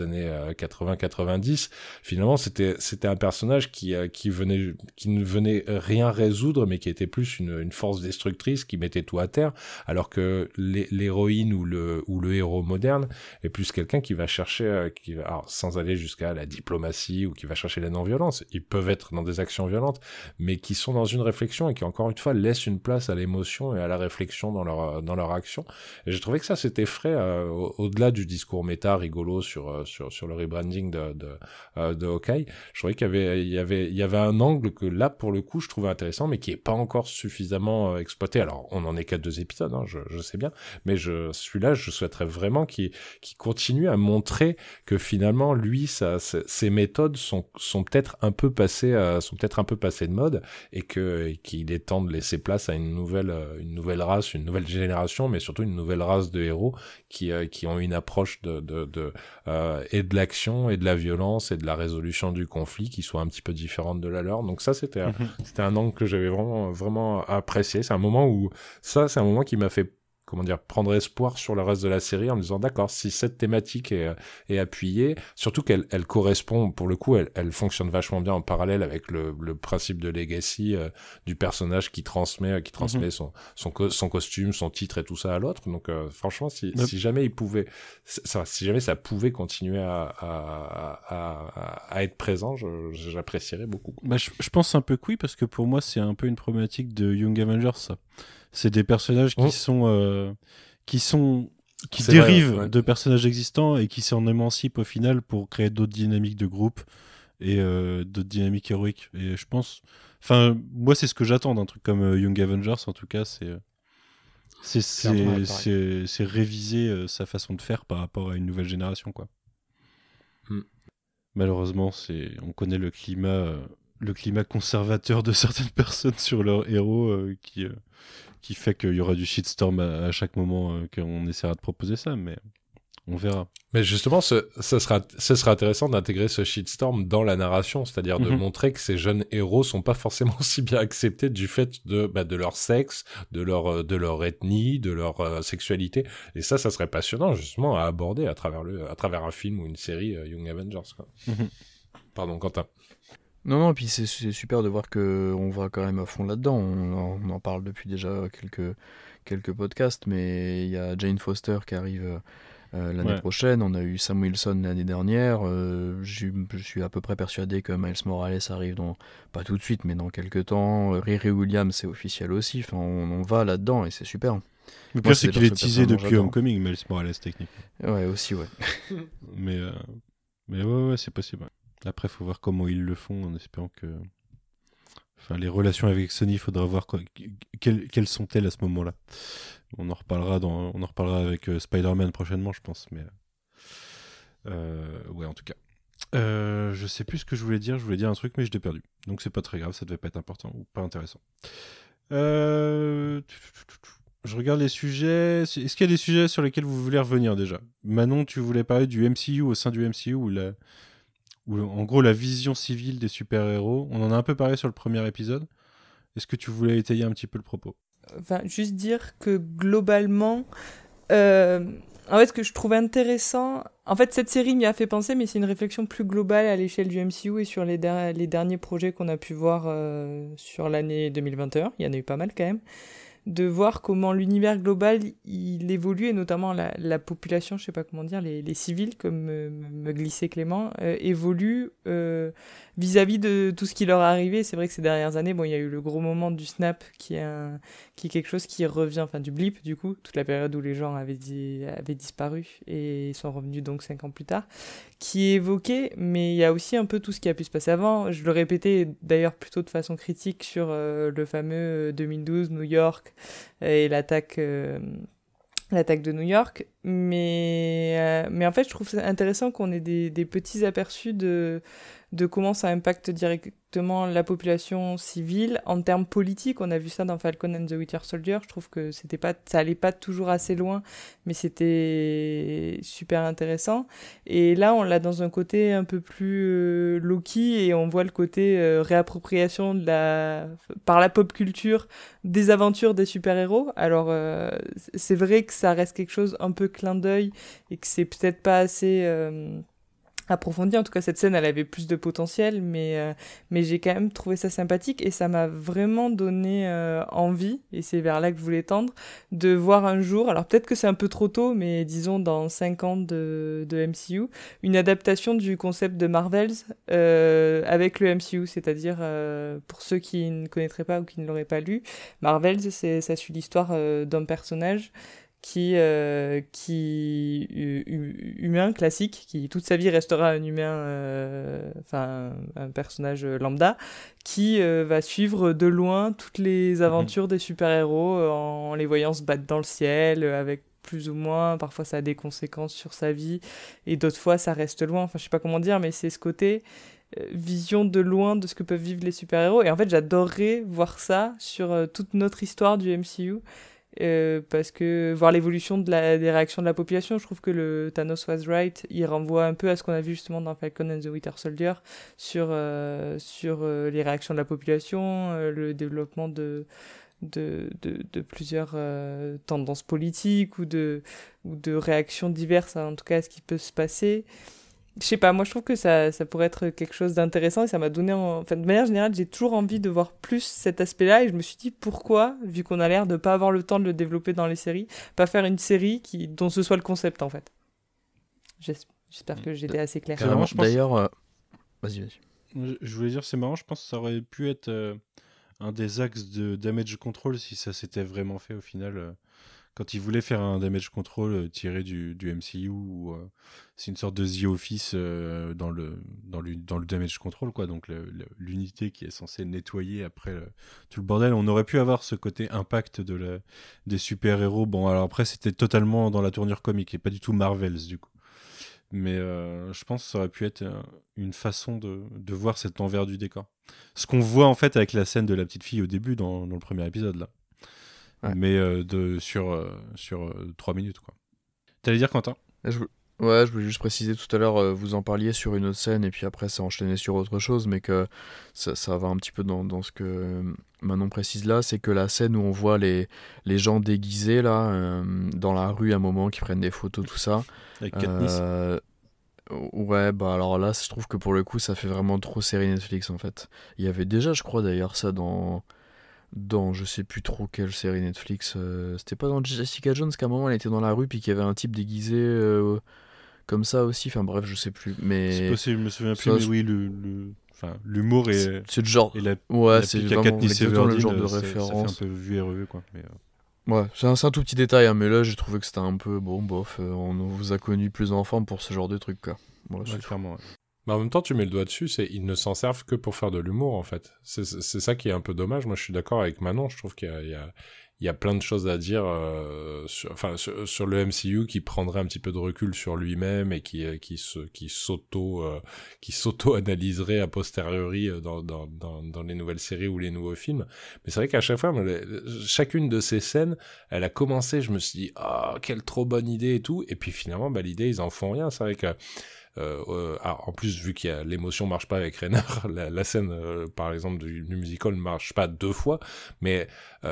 80-90, finalement c'était un personnage qui ne venait rien résoudre, mais qui était plus une force destructrice qui mettait tout à terre, alors que l'héroïne ou le héros moderne est plus quelqu'un qui va chercher, alors, sans aller jusqu'à la diplomatie ou qui va chercher la non-violence. Ils peuvent être dans des actions violentes, mais qui sont dans une réflexion et qui, encore une fois, laissent une place à l'émotion et à la réflexion dans leur action. Et j'ai trouvé que ça, c'était frais, au-delà du discours méta rigolo sur le rebranding de Hawkeye. Je trouvais qu'il y avait un angle que là, pour le coup, je trouvais intéressant, mais qui est pas encore suffisamment exploité. Alors, on en est qu'à 2 épisodes, hein, je sais bien, mais celui-là, je souhaiterais vraiment qu'il continue à montrer que finalement, lui, ses méthodes sont peut-être un peu passées de mode, et qu'il est temps de laisser place à une nouvelle race, une nouvelle génération, mais surtout une nouvelle race de héros qui ont une approche et de l'action et de la violence et de la résolution du conflit qui soit un petit peu différente de la leur. Donc ça, c'était un angle que j'avais vraiment, vraiment apprécié. C'est un moment qui m'a fait, prendre espoir sur le reste de la série, en me disant, d'accord, si cette thématique est appuyée, surtout qu'elle correspond, pour le coup, elle fonctionne vachement bien en parallèle avec le principe de legacy du personnage qui transmet son costume, son titre et tout ça à l'autre. Donc franchement, si jamais si jamais ça pouvait continuer à être présent, j'apprécierais beaucoup. Je pense un peu que oui, parce que pour moi, c'est un peu une problématique de Young Avengers, ça. C'est des personnages qui dérivent de personnages existants et qui s'en émancipent au final pour créer d'autres dynamiques de groupe et d'autres dynamiques héroïques. Et je pense, moi, c'est ce que j'attends d'un truc comme Young Avengers. En tout cas, c'est réviser sa façon de faire par rapport à une nouvelle génération, quoi. Malheureusement, on connaît le climat le climat conservateur de certaines personnes sur leurs héros qui fait qu'il y aura du shitstorm à chaque moment qu'on essaiera de proposer ça, mais on verra. Mais justement, ce sera intéressant d'intégrer ce shitstorm dans la narration, c'est-à-dire de montrer que ces jeunes héros sont pas forcément si bien acceptés du fait de leur sexe, de leur ethnie, de leur sexualité. Et ça serait passionnant justement à aborder à travers un film ou une série Young Avengers, quoi. Pardon, Quentin. Non, puis c'est super de voir qu'on va quand même à fond là-dedans. On en parle depuis déjà quelques podcasts, mais il y a Jane Foster qui arrive l'année prochaine. On a eu Sam Wilson l'année dernière. Je suis à peu près persuadé que Miles Morales arrive pas tout de suite, mais dans quelques temps. Riri Williams, c'est officiel aussi. Enfin, on va là-dedans et c'est super. Le pire, c'est qu'il est teasé depuis Homecoming, Miles Morales, techniquement. Ouais, aussi, ouais. mais ouais, c'est possible. Après, il faut voir comment ils le font, en espérant que... Enfin, les relations avec Sony, il faudra voir quelles sont-elles à ce moment-là. On en reparlera avec Spider-Man prochainement, je pense. Mais ouais, en tout cas. Je sais plus ce que je voulais dire. Je voulais dire un truc, mais je l'ai perdu. Donc c'est pas très grave, ça devait pas être important ou pas intéressant. Je regarde les sujets. Est-ce qu'il y a des sujets sur lesquels vous voulez revenir déjà ? Manon, tu voulais parler du MCU au sein du MCU ou en gros la vision civile des super-héros. On en a un peu parlé sur le premier épisode. Est-ce que tu voulais étayer un petit peu le propos ? Enfin, juste dire que globalement, en fait, ce que je trouve intéressant, en fait, cette série m'y a fait penser, mais c'est une réflexion plus globale à l'échelle du MCU et sur les derniers projets qu'on a pu voir sur l'année 2021. Il y en a eu pas mal quand même. De voir comment l'univers global il évolue, et notamment la population, je sais pas comment dire, les civils, comme me glissait Clément, évolue vis-à-vis de tout ce qui leur est arrivé. C'est vrai que ces dernières années, bon, il y a eu le gros moment du snap qui est quelque chose qui revient, enfin du blip du coup, toute la période où les gens avaient disparu et ils sont revenus donc 5 ans plus tard, qui est évoqué, mais il y a aussi un peu tout ce qui a pu se passer avant. Je le répétais d'ailleurs plutôt de façon critique sur le fameux 2012 New York et l'attaque de New York, mais en fait je trouve ça intéressant qu'on ait des petits aperçus de comment ça impacte directement la population civile en termes politiques. On a vu ça dans Falcon and the Winter Soldier. Je trouve que ça allait pas toujours assez loin, mais c'était super intéressant. Et là, on l'a dans un côté un peu plus low-key, et on voit le côté réappropriation par la pop culture des aventures des super-héros. Alors, c'est vrai que ça reste quelque chose un peu clin d'œil et que c'est peut-être pas assez approfondie. En tout cas, cette scène, elle avait plus de potentiel, mais j'ai quand même trouvé ça sympathique, et ça m'a vraiment donné envie, et c'est vers là que je voulais tendre, de voir un jour, alors peut-être que c'est un peu trop tôt, mais disons dans 5 ans de MCU, une adaptation du concept de Marvels avec le MCU, c'est-à-dire, pour ceux qui ne connaîtraient pas ou qui ne l'auraient pas lu, Marvels, ça suit l'histoire d'un personnage humain classique, qui toute sa vie restera un humain, un personnage lambda, qui va suivre de loin toutes les aventures des super-héros en les voyant se battre dans le ciel avec plus ou moins, parfois ça a des conséquences sur sa vie et d'autres fois ça reste loin, enfin je sais pas comment dire, mais c'est ce côté vision de loin de ce que peuvent vivre les super-héros, et en fait j'adorerais voir ça sur toute notre histoire du MCU. Parce que voir l'évolution des réactions de la population, je trouve que le Thanos was right, il renvoie un peu à ce qu'on a vu justement dans Falcon and the Winter Soldier sur les réactions de la population, le développement de plusieurs tendances politiques ou de réactions diverses, en tout cas à ce qui peut se passer. Je sais pas, moi je trouve que ça pourrait être quelque chose d'intéressant, et ça m'a donné... Enfin, de manière générale, j'ai toujours envie de voir plus cet aspect-là, et je me suis dit pourquoi, vu qu'on a l'air de pas avoir le temps de le développer dans les séries, pas faire une série dont ce soit le concept en fait. J'espère que j'étais assez clair. Carrément, d'ailleurs... Vas-y. Je voulais dire, c'est marrant, je pense que ça aurait pu être un des axes de Damage Control si ça s'était vraiment fait au final... Quand ils voulaient faire un damage control tiré du MCU, c'est une sorte de The Office dans le damage control, quoi. Donc l'unité qui est censée nettoyer après tout le bordel. On aurait pu avoir ce côté impact des super-héros. Bon, alors après, c'était totalement dans la tournure comique et pas du tout Marvels, du coup. mais je pense que ça aurait pu être une façon de voir cet envers du décor. Ce qu'on voit en fait avec la scène de la petite fille au début dans le premier épisode là. Ouais. Mais sur 3 minutes quoi. T'allais dire Quentin? Ouais, je voulais juste préciser tout à l'heure, vous en parliez sur une autre scène et puis après ça enchaînait sur autre chose, mais que ça va un petit peu dans ce que Manon précise là, c'est que la scène où on voit les gens déguisés là, dans la rue à un moment qui prennent des photos, tout ça. Avec Katniss. Ouais, bah alors là, je trouve que pour le coup, ça fait vraiment trop série Netflix en fait. Il y avait déjà, je crois d'ailleurs, ça dans je sais plus trop quelle série Netflix. C'était pas dans Jessica Jones qu'à un moment elle était dans la rue puis qu'il y avait un type déguisé comme ça aussi. Enfin bref, je sais plus. C'est Mais possible, je me souviens plus, ça, mais oui, l'humour et c'est le genre. la Ouais, c'est pique à vraiment Katniss exactement le Everdeen, genre de ça fait référence. un peu vu et revu quoi. Mais, Ouais, c'est un tout petit détail, hein, mais là j'ai trouvé que c'était un peu bon, bof. On vous a connu plus enfant pour ce genre de truc quoi. Voilà, c'est tout. clairement. Ouais. Mais en même temps, tu mets le doigt dessus, ils ne s'en servent que pour faire de l'humour, en fait. C'est ça qui est un peu dommage. Moi, je suis d'accord avec Manon. Je trouve qu'il y a plein de choses à dire sur le MCU qui prendrait un petit peu de recul sur lui-même et qui s'auto-analyserait a posteriori dans les nouvelles séries ou les nouveaux films. Mais c'est vrai qu'à chaque fois, chacune de ces scènes, elle a commencé, je me suis dit, ah, quelle trop bonne idée et tout. Et puis finalement, l'idée, ils en font rien. C'est vrai que en plus, vu qu'il y a l'émotion marche pas avec Renner, la scène, par exemple, du musical ne marche pas 2 fois, mais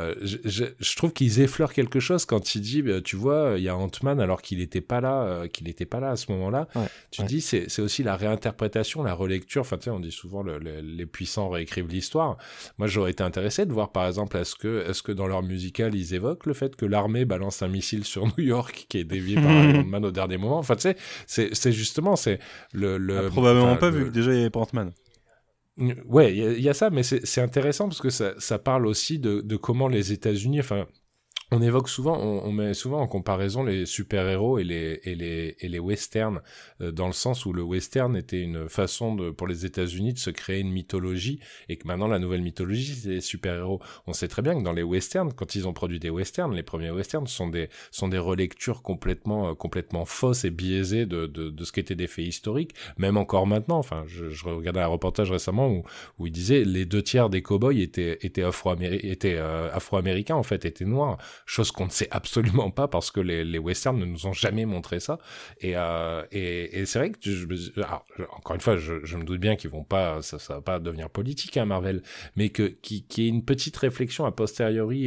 je trouve qu'ils effleurent quelque chose quand il dit, tu vois, il y a Ant-Man alors qu'il était pas là à ce moment-là. Ouais, tu dis, c'est aussi la réinterprétation, la relecture. Enfin, tu sais, on dit souvent les puissants réécrivent l'histoire. Moi, j'aurais été intéressé de voir, par exemple, est-ce que dans leur musical, ils évoquent le fait que l'armée balance un missile sur New York qui est dévié par Iron Man au dernier moment. Enfin, tu sais, c'est justement, probablement pas, vu que déjà il y avait Ant-Man. Ouais, il y a ça, mais c'est intéressant parce que ça parle aussi de comment les États-Unis, enfin, on évoque souvent, on met souvent en comparaison les super-héros et les westerns, dans le sens où le western était une façon pour les États-Unis de se créer une mythologie, et que maintenant la nouvelle mythologie, c'est les super-héros. On sait très bien que dans les westerns, quand ils ont produit des westerns, les premiers westerns sont des relectures complètement fausses et biaisées de ce qu'étaient des faits historiques, même encore maintenant. Enfin, je regardais un reportage récemment où il disait les 2/3 des cow-boys étaient afro-américains, en fait, étaient noirs. Chose qu'on ne sait absolument pas parce que les westerns ne nous ont jamais montré ça. Et c'est vrai que encore une fois, je me doute bien qu'ils vont pas, ça va pas devenir politique, hein, Marvel, mais qu'il y ait une petite réflexion a posteriori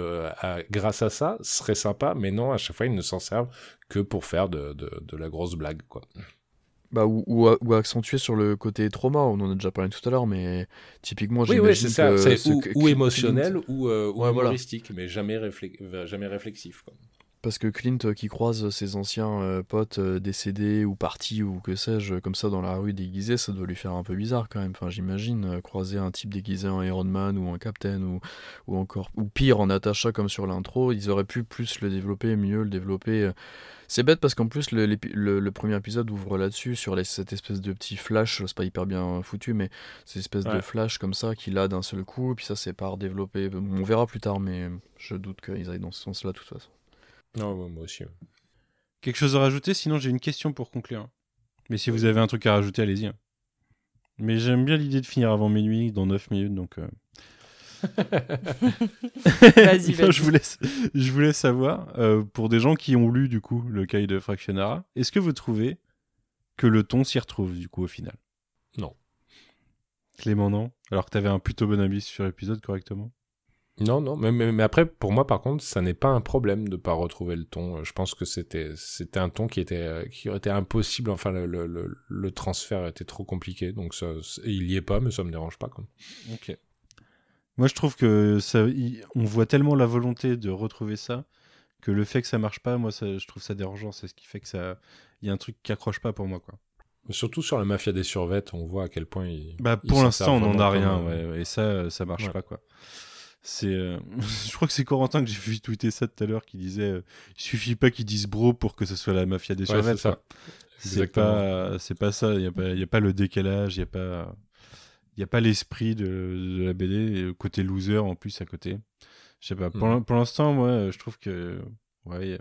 grâce à ça serait sympa, mais non, à chaque fois ils ne s'en servent que pour faire de la grosse blague, quoi. Bah, ou accentuer sur le côté trauma, on en a déjà parlé tout à l'heure, mais typiquement j'imagine c'est ça, que c'est ou émotionnel ou ouais, humoristique, voilà. Mais jamais réflexif, quoi. Parce que Clint qui croise ses anciens potes décédés ou partis ou que sais-je, comme ça dans la rue déguisé, ça doit lui faire un peu bizarre quand même. Enfin, j'imagine croiser un type déguisé en Iron Man ou en Captain ou encore, ou pire en Natasha comme sur l'intro, ils auraient pu plus le développer, mieux le développer. C'est bête parce qu'en plus le premier épisode ouvre là-dessus, sur cette espèce de petit flash, c'est pas hyper bien foutu, mais cette espèce de flash comme ça qu'il a d'un seul coup, et puis ça c'est pas redéveloppé. On verra plus tard, mais je doute qu'ils aillent dans ce sens-là de toute façon. Non, moi aussi. Quelque chose à rajouter? Sinon, j'ai une question pour conclure. Mais si vous avez un truc à rajouter, allez-y. Mais j'aime bien l'idée de finir avant minuit, dans 9 minutes, donc... Vas-y. Je voulais savoir, pour des gens qui ont lu, du coup, le cahier de Fractionara, est-ce que vous trouvez que le ton s'y retrouve, du coup, au final? Non. Clément, non? Alors que t'avais un plutôt bon avis sur l'épisode, correctement? Non, mais après, pour moi, par contre, ça n'est pas un problème de pas retrouver le ton. Je pense que c'était un ton qui aurait été impossible. Enfin, le transfert était trop compliqué, donc il y est pas, mais ça me dérange pas, quoi. Ok. Moi, je trouve que on voit tellement la volonté de retrouver ça que le fait que ça marche pas, moi, je trouve ça dérangeant. C'est ce qui fait que il y a un truc qui accroche pas pour moi, quoi. Surtout sur la mafia des survêtes, on voit à quel point pour l'instant, on n'en a rien, ouais, et ça marche pas, quoi. Je crois que c'est Corentin que j'ai vu tweeter ça tout à l'heure qui disait il suffit pas qu'ils disent bro pour que ce soit la mafia des survêtes. C'est pas ça, il y a pas le décalage, il y a pas l'esprit de la BD, côté loser en plus à côté. Je sais pas, pour l'instant, moi je trouve que ouais,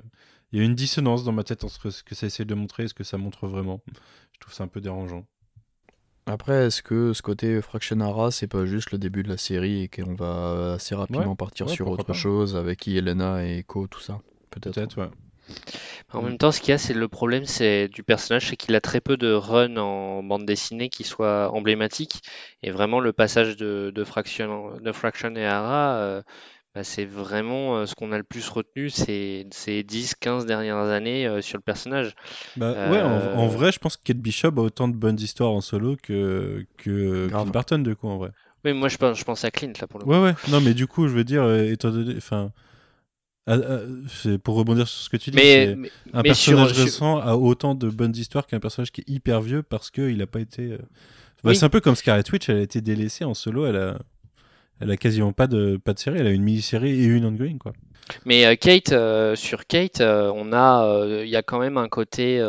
il y a une dissonance dans ma tête entre ce que ça essaie de montrer et ce que ça montre vraiment. Je trouve ça un peu dérangeant. Après, est-ce que ce côté Fraction Hara, c'est pas juste le début de la série et qu'on va assez rapidement partir sur pourquoi autre pas. chose avec Yelena et Echo, tout ça? Peut-être. Ouais. En même temps, ce qu'il y a, c'est le problème, c'est du personnage, c'est qu'il a très peu de run en bande dessinée qui soit emblématique. Et vraiment, le passage de Fraction et Hara, bah, c'est vraiment ce qu'on a le plus retenu ces 10-15 dernières années sur le personnage. Bah ouais, en vrai, je pense que Kate Bishop a autant de bonnes histoires en solo que Grave. Clint Barton, du coup, en vrai. Oui, moi je pense à Clint là pour le coup. Ouais. Non, mais du coup, je veux dire, étant donné... Enfin, c'est pour rebondir sur ce que tu dis, Mais, c'est mais, un mais personnage sur- récent a autant de bonnes histoires qu'un personnage qui est hyper vieux parce qu'il a pas été... Bah, Oui. c'est un peu comme Scarlet Witch, elle a été délaissée en solo, elle a quasiment pas de série, elle a une mini-série et une ongoing, quoi. Mais Kate, sur Kate, il y a quand même un côté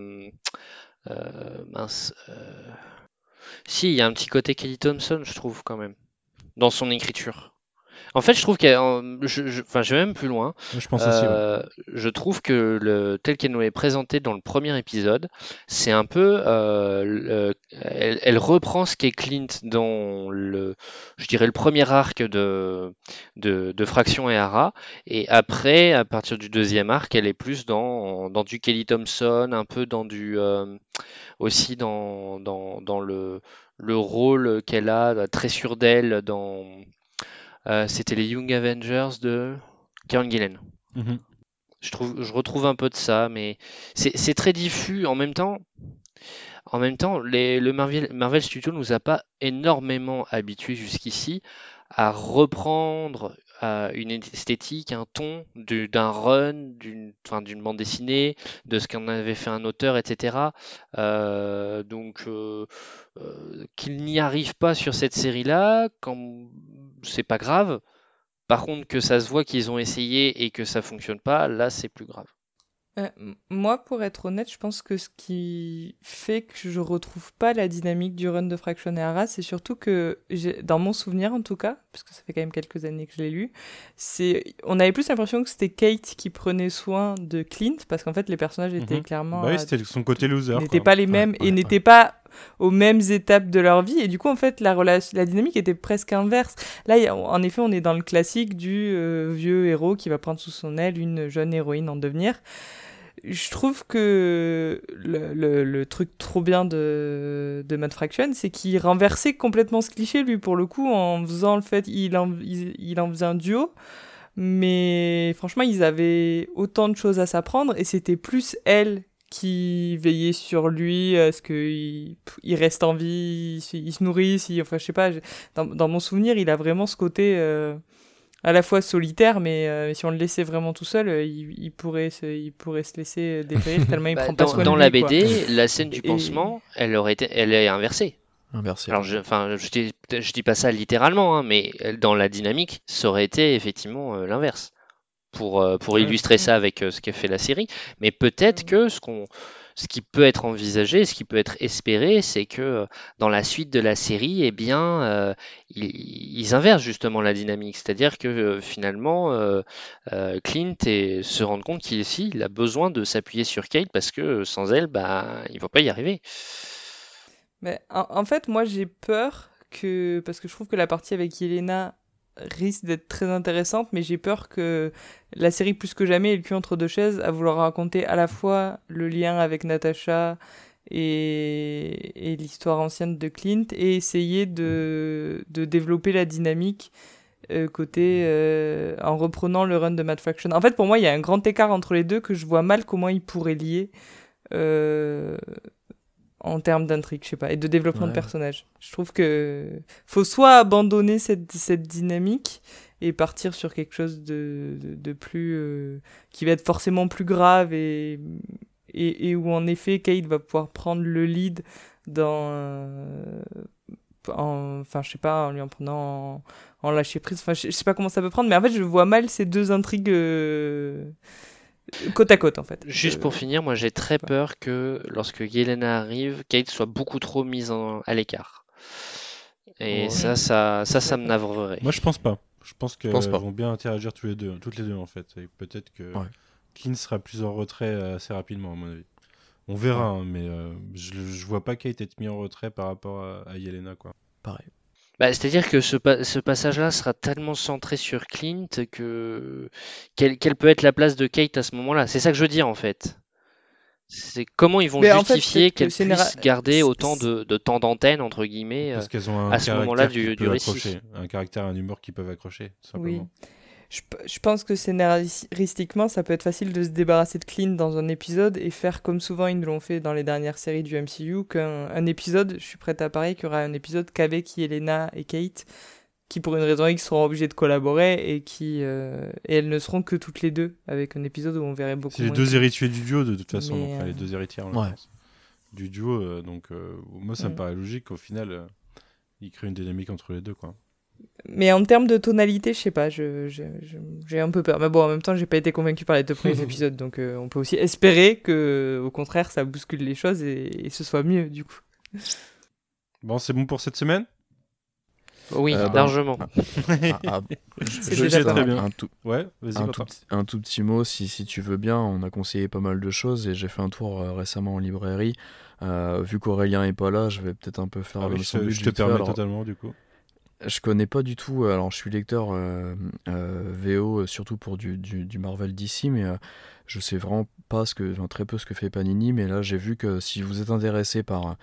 mince. Si, il y a un petit côté Kelly Thompson, je trouve quand même, dans son écriture. En fait, je trouve enfin, je vais même plus loin. Moi, je pense aussi, ouais. Je trouve que tel qu'elle nous est présentée dans le premier épisode, c'est un peu, elle reprend ce qu'est Clint dans je dirais le premier arc de Fraction et Hara, et après, à partir du deuxième arc, elle est plus dans du Kelly Thompson, un peu dans aussi dans le rôle qu'elle a très sûr d'elle c'était les Young Avengers de Karen Gillan. Mhm. Je retrouve un peu de ça, mais c'est très diffus. En même temps, le Marvel Studios nous a pas énormément habitués jusqu'ici à reprendre une esthétique, un ton d'un run, d'une bande dessinée, de ce qu'en avait fait un auteur, etc. Qu'il n'y arrive pas sur cette série-là, c'est pas grave. Par contre, que ça se voit qu'ils ont essayé et que ça fonctionne pas, là, c'est plus grave. Moi, pour être honnête, je pense que ce qui fait que je retrouve pas la dynamique du run de Fraction et Hara, c'est surtout que, dans mon souvenir en tout cas, parce que ça fait quand même quelques années que je l'ai lu, on avait plus l'impression que c'était Kate qui prenait soin de Clint, parce qu'en fait les personnages étaient clairement... Bah oui, c'était son côté loser. N'étaient pas les mêmes et n'étaient pas aux mêmes étapes de leur vie, et du coup en fait la dynamique était presque inverse. Là, en effet, on est dans le classique du vieux héros qui va prendre sous son aile une jeune héroïne en devenir. Je trouve que le truc trop bien de Matt Fraction, c'est qu'il renversait complètement ce cliché, lui, pour le coup, en faisant le fait, il en faisait un duo, mais franchement, ils avaient autant de choses à s'apprendre, et c'était plus elle qui veillait sur lui, à ce qu'il reste en vie, il se nourrisse, enfin, je sais pas, dans mon souvenir, il a vraiment ce côté... à la fois solitaire, mais si on le laissait vraiment tout seul, il pourrait se laisser dépérir tellement il prend pas soin de lui. Dans la quoi. BD, la scène du pansement, elle est inversée. Inversé. Alors, je dis pas ça littéralement, hein, mais dans la dynamique, ça aurait été effectivement l'inverse. Pour illustrer ça avec ce qu'a fait la série. Mais peut-être que ce qui peut être envisagé, ce qui peut être espéré, c'est que dans la suite de la série, eh bien, ils inversent justement la dynamique. C'est-à-dire que finalement, Clint se rend compte qu'il a besoin de s'appuyer sur Kate parce que sans elle, bah, il ne va pas y arriver. Mais en fait, moi j'ai peur parce que je trouve que la partie avec Yelena risque d'être très intéressante, mais j'ai peur que la série plus que jamais ait le cul entre deux chaises à vouloir raconter à la fois le lien avec Natasha et l'histoire ancienne de Clint et essayer de développer la dynamique côté en reprenant le run de Matt Fraction. En fait, pour moi, il y a un grand écart entre les deux que je vois mal comment ils pourraient lier en termes d'intrigue, je sais pas, et de développement de personnages. Je trouve que faut soit abandonner cette dynamique et partir sur quelque chose de plus qui va être forcément plus grave et où en effet Kate va pouvoir prendre le lead enfin je sais pas, en lui en prenant en lâcher prise, enfin je sais pas comment ça peut prendre, mais en fait je vois mal ces deux intrigues côte à côte en fait. Juste pour finir, moi j'ai très peur que lorsque Yelena arrive, Kate soit beaucoup trop mise à l'écart. Et ça me navrerait. Moi je pense pas. Je pense qu'elles vont bien interagir toutes les deux en fait. Et peut-être que Clint sera plus en retrait assez rapidement, à mon avis. On verra, hein, mais je vois pas Kate être mis en retrait par rapport à Yelena, quoi. Pareil. Bah, c'est-à-dire que ce passage-là sera tellement centré sur Clint que quelle peut être la place de Kate à ce moment-là? C'est ça que je veux dire en fait. C'est comment ils vont Mais en fait, justifier peut-être que qu'elle puisse garder autant de temps d'antenne entre guillemets Parce qu'elles ont un à ce moment-là caractère qui du peut récit. accrocher. Un caractère, un humour qui peuvent accrocher, tout Oui. simplement. Je pense que scénaristiquement, ça peut être facile de se débarrasser de Clint dans un épisode et faire comme souvent ils l'ont fait dans les dernières séries du MCU, qu'un épisode, je suis prête à parier qu'il y aura un épisode qu'avec Yelena et Kate, qui pour une raison X seront obligés de collaborer et et elles ne seront que toutes les deux, avec un épisode où on verrait beaucoup C'est les moins deux Clint. héritiers du duo, de toute façon. Mais, Enfin, les deux héritières, en Ouais. l'occurrence. Du duo, donc moi, ça me Mm. paraît logique qu'au final, ils créent une dynamique entre les deux, quoi. Mais en termes de tonalité, je sais pas, j'ai un peu peur. Mais bon, en même temps, j'ai pas été convaincu par les 2 premiers épisodes, donc on peut aussi espérer que, au contraire, ça bouscule les choses et ce soit mieux, du coup. Bon, c'est bon pour cette semaine? Oui, Bah, largement. C'est je déjà juste pas mal. un tout, Ouais, vas-y, Quentin. un tout petit mot, si tu veux bien. On a conseillé pas mal de choses et j'ai fait un tour récemment en librairie. Vu qu'Aurélien est pas là, je vais peut-être un peu faire Ah oui, le sandwich je te vite fait. permets Alors, totalement, du coup. je connais pas du tout. Alors, je suis lecteur VO, surtout pour du Marvel DC, mais je sais vraiment pas enfin, très peu ce que fait Panini. Mais là, j'ai vu que si vous êtes intéressé par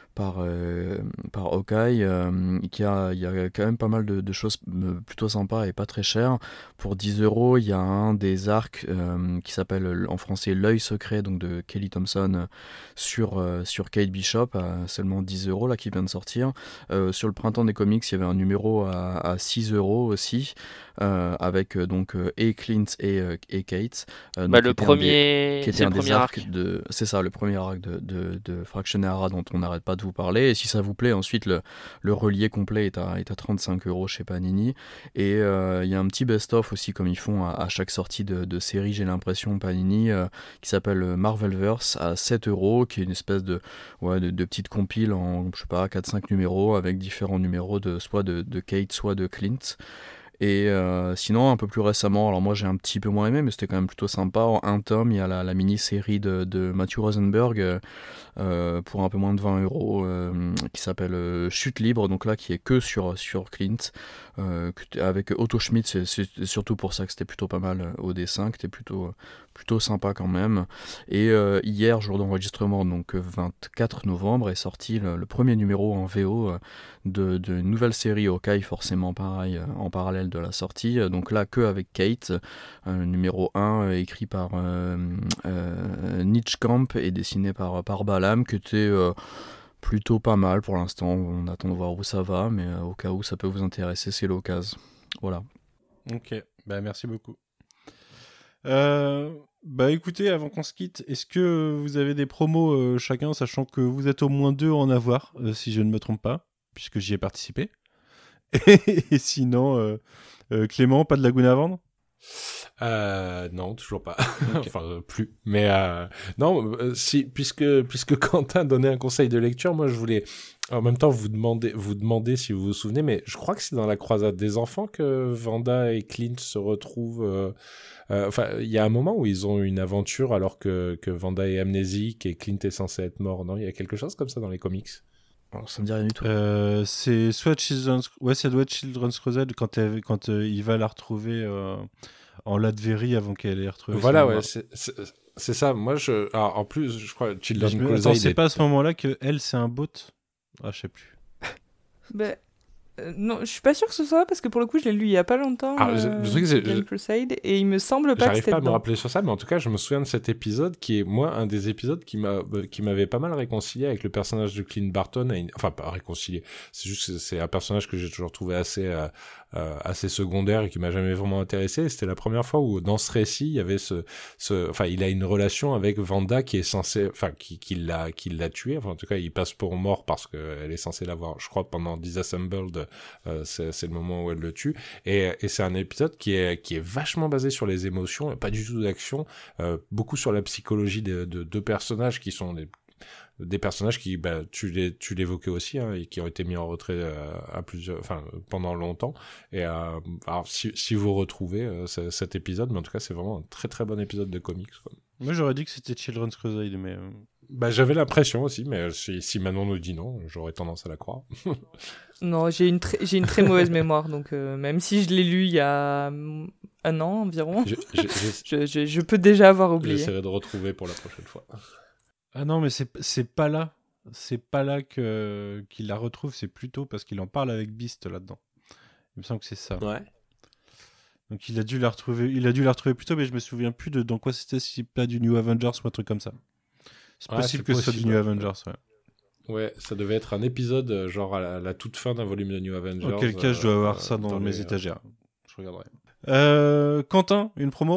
Hawkeye, il y a quand même pas mal de choses plutôt sympas et pas très chères. Pour 10 €, il y a un des arcs qui s'appelle en français L'œil secret, donc de Kelly Thompson, sur Kate Bishop, à seulement 10 € là, qui vient de sortir. Sur le printemps des comics, il y avait un numéro à 6 € aussi, avec donc et Clint et Kate. Bah, Donc, le qui était premier, c'est un le des premier arcs arc. c'est ça, le premier arc de Fraction Hara dont on n'arrête pas de vous parler. Et si ça vous plaît, ensuite le relié complet est à 35 € chez Panini. Et il y a un petit best-of aussi, comme ils font à chaque sortie de série, j'ai l'impression, Panini, qui s'appelle Marvelverse à 7 €, qui est une espèce de petite compile en, je sais pas, 4-5 numéros avec différents numéros soit de Kate, soit de Clint. Et sinon, un peu plus récemment, alors moi j'ai un petit peu moins aimé, mais c'était quand même plutôt sympa. En un tome, il y a la mini-série de Matthew Rosenberg pour un peu moins de 20 €, qui s'appelle Chute libre, donc là qui est que sur Clint, avec Otto Schmidt. C'est surtout pour ça que c'était plutôt pas mal au dessin, que c'était plutôt sympa quand même. Et hier, jour d'enregistrement, donc 24 novembre, est sorti le premier numéro en VO de nouvelle série Hawkeye, forcément pareil, en parallèle de la sortie. Donc là, que avec Kate, numéro 1, écrit par Nietzsche Camp et dessiné par Balam, qui était plutôt pas mal pour l'instant. On attend de voir où ça va, mais au cas où ça peut vous intéresser, c'est l'occasion. Voilà. Ok, bah merci beaucoup. Bah écoutez, avant qu'on se quitte, est-ce que vous avez des promos chacun, sachant que vous êtes au moins 2 à en avoir, si je ne me trompe pas, puisque j'y ai participé. Et sinon, Clément, pas de Laguna à vendre? Non, toujours pas. Enfin, plus. Mais si, puisque Quentin donnait un conseil de lecture, moi je voulais en même temps vous demander si vous vous souvenez, mais je crois que c'est dans la croisade des enfants que Wanda et Clint se retrouvent. Enfin, il y a un moment où ils ont une aventure alors que Wanda est amnésique et Clint est censé être mort. Non, il y a quelque chose comme ça dans les comics. Alors, ça me dit rien du tout. C'est soit Children's... Ouais, ça doit être Children's Crusade quand il va la retrouver en Latverie avant qu'elle ait retrouvé. Voilà, ouais, c'est ça. Moi, alors, en plus, je crois Children's Crusade. Attends, c'est pas à ce moment-là que elle, c'est un bot? Ah, je sais plus. Ben, non, je suis pas sûr que ce soit parce que pour le coup, je l'ai lu il y a pas longtemps. Le truc, c'est Children's Crusade, et il me semble pas que j'arrive c'était pas à me dedans. rappeler sur ça, mais en tout cas, je me souviens de cet épisode qui est, moi, un des épisodes qui m'avait pas mal réconcilié avec le personnage de Clint Barton. Enfin, pas réconcilié. C'est juste que c'est un personnage que j'ai toujours trouvé assez secondaire et qui m'a jamais vraiment intéressé. Et c'était la première fois où, dans ce récit, il y avait enfin, il a une relation avec Wanda qui est censée, enfin, qui l'a tué. Enfin, en tout cas, il passe pour mort parce qu'elle est censée l'avoir, je crois, pendant Disassembled, c'est le moment où elle le tue. Et c'est un épisode qui est vachement basé sur les émotions, pas du tout d'action, beaucoup sur la psychologie de deux personnages qui sont des personnages qui, tu l'évoquais aussi, hein, et qui ont été mis en retrait pendant longtemps. Et alors, si vous retrouvez cet épisode, mais en tout cas, c'est vraiment un très très bon épisode de comics, quoi. Moi, j'aurais dit que c'était Children's Crusade, mais... J'avais l'impression aussi, mais si Manon nous dit non, j'aurais tendance à la croire. Non, j'ai une très mauvaise mémoire, donc même si je l'ai lu il y a un an environ, je peux déjà avoir oublié. J'essaierai de retrouver pour la prochaine fois. Ah non, mais c'est pas là. C'est pas là qu'il la retrouve, c'est plutôt parce qu'il en parle avec Beast là-dedans. Il me semble que c'est ça. Ouais. Donc il a dû la retrouver plus tôt, mais je me souviens plus de dans quoi c'était, si pas du New Avengers ou un truc comme ça. C'est possible que ce soit du New Avengers, ouais. Ouais, ça devait être un épisode genre à la toute fin d'un volume de New Avengers. Auquel cas, je dois avoir ça dans mes étagères. Je regarderai. Quentin, une promo ?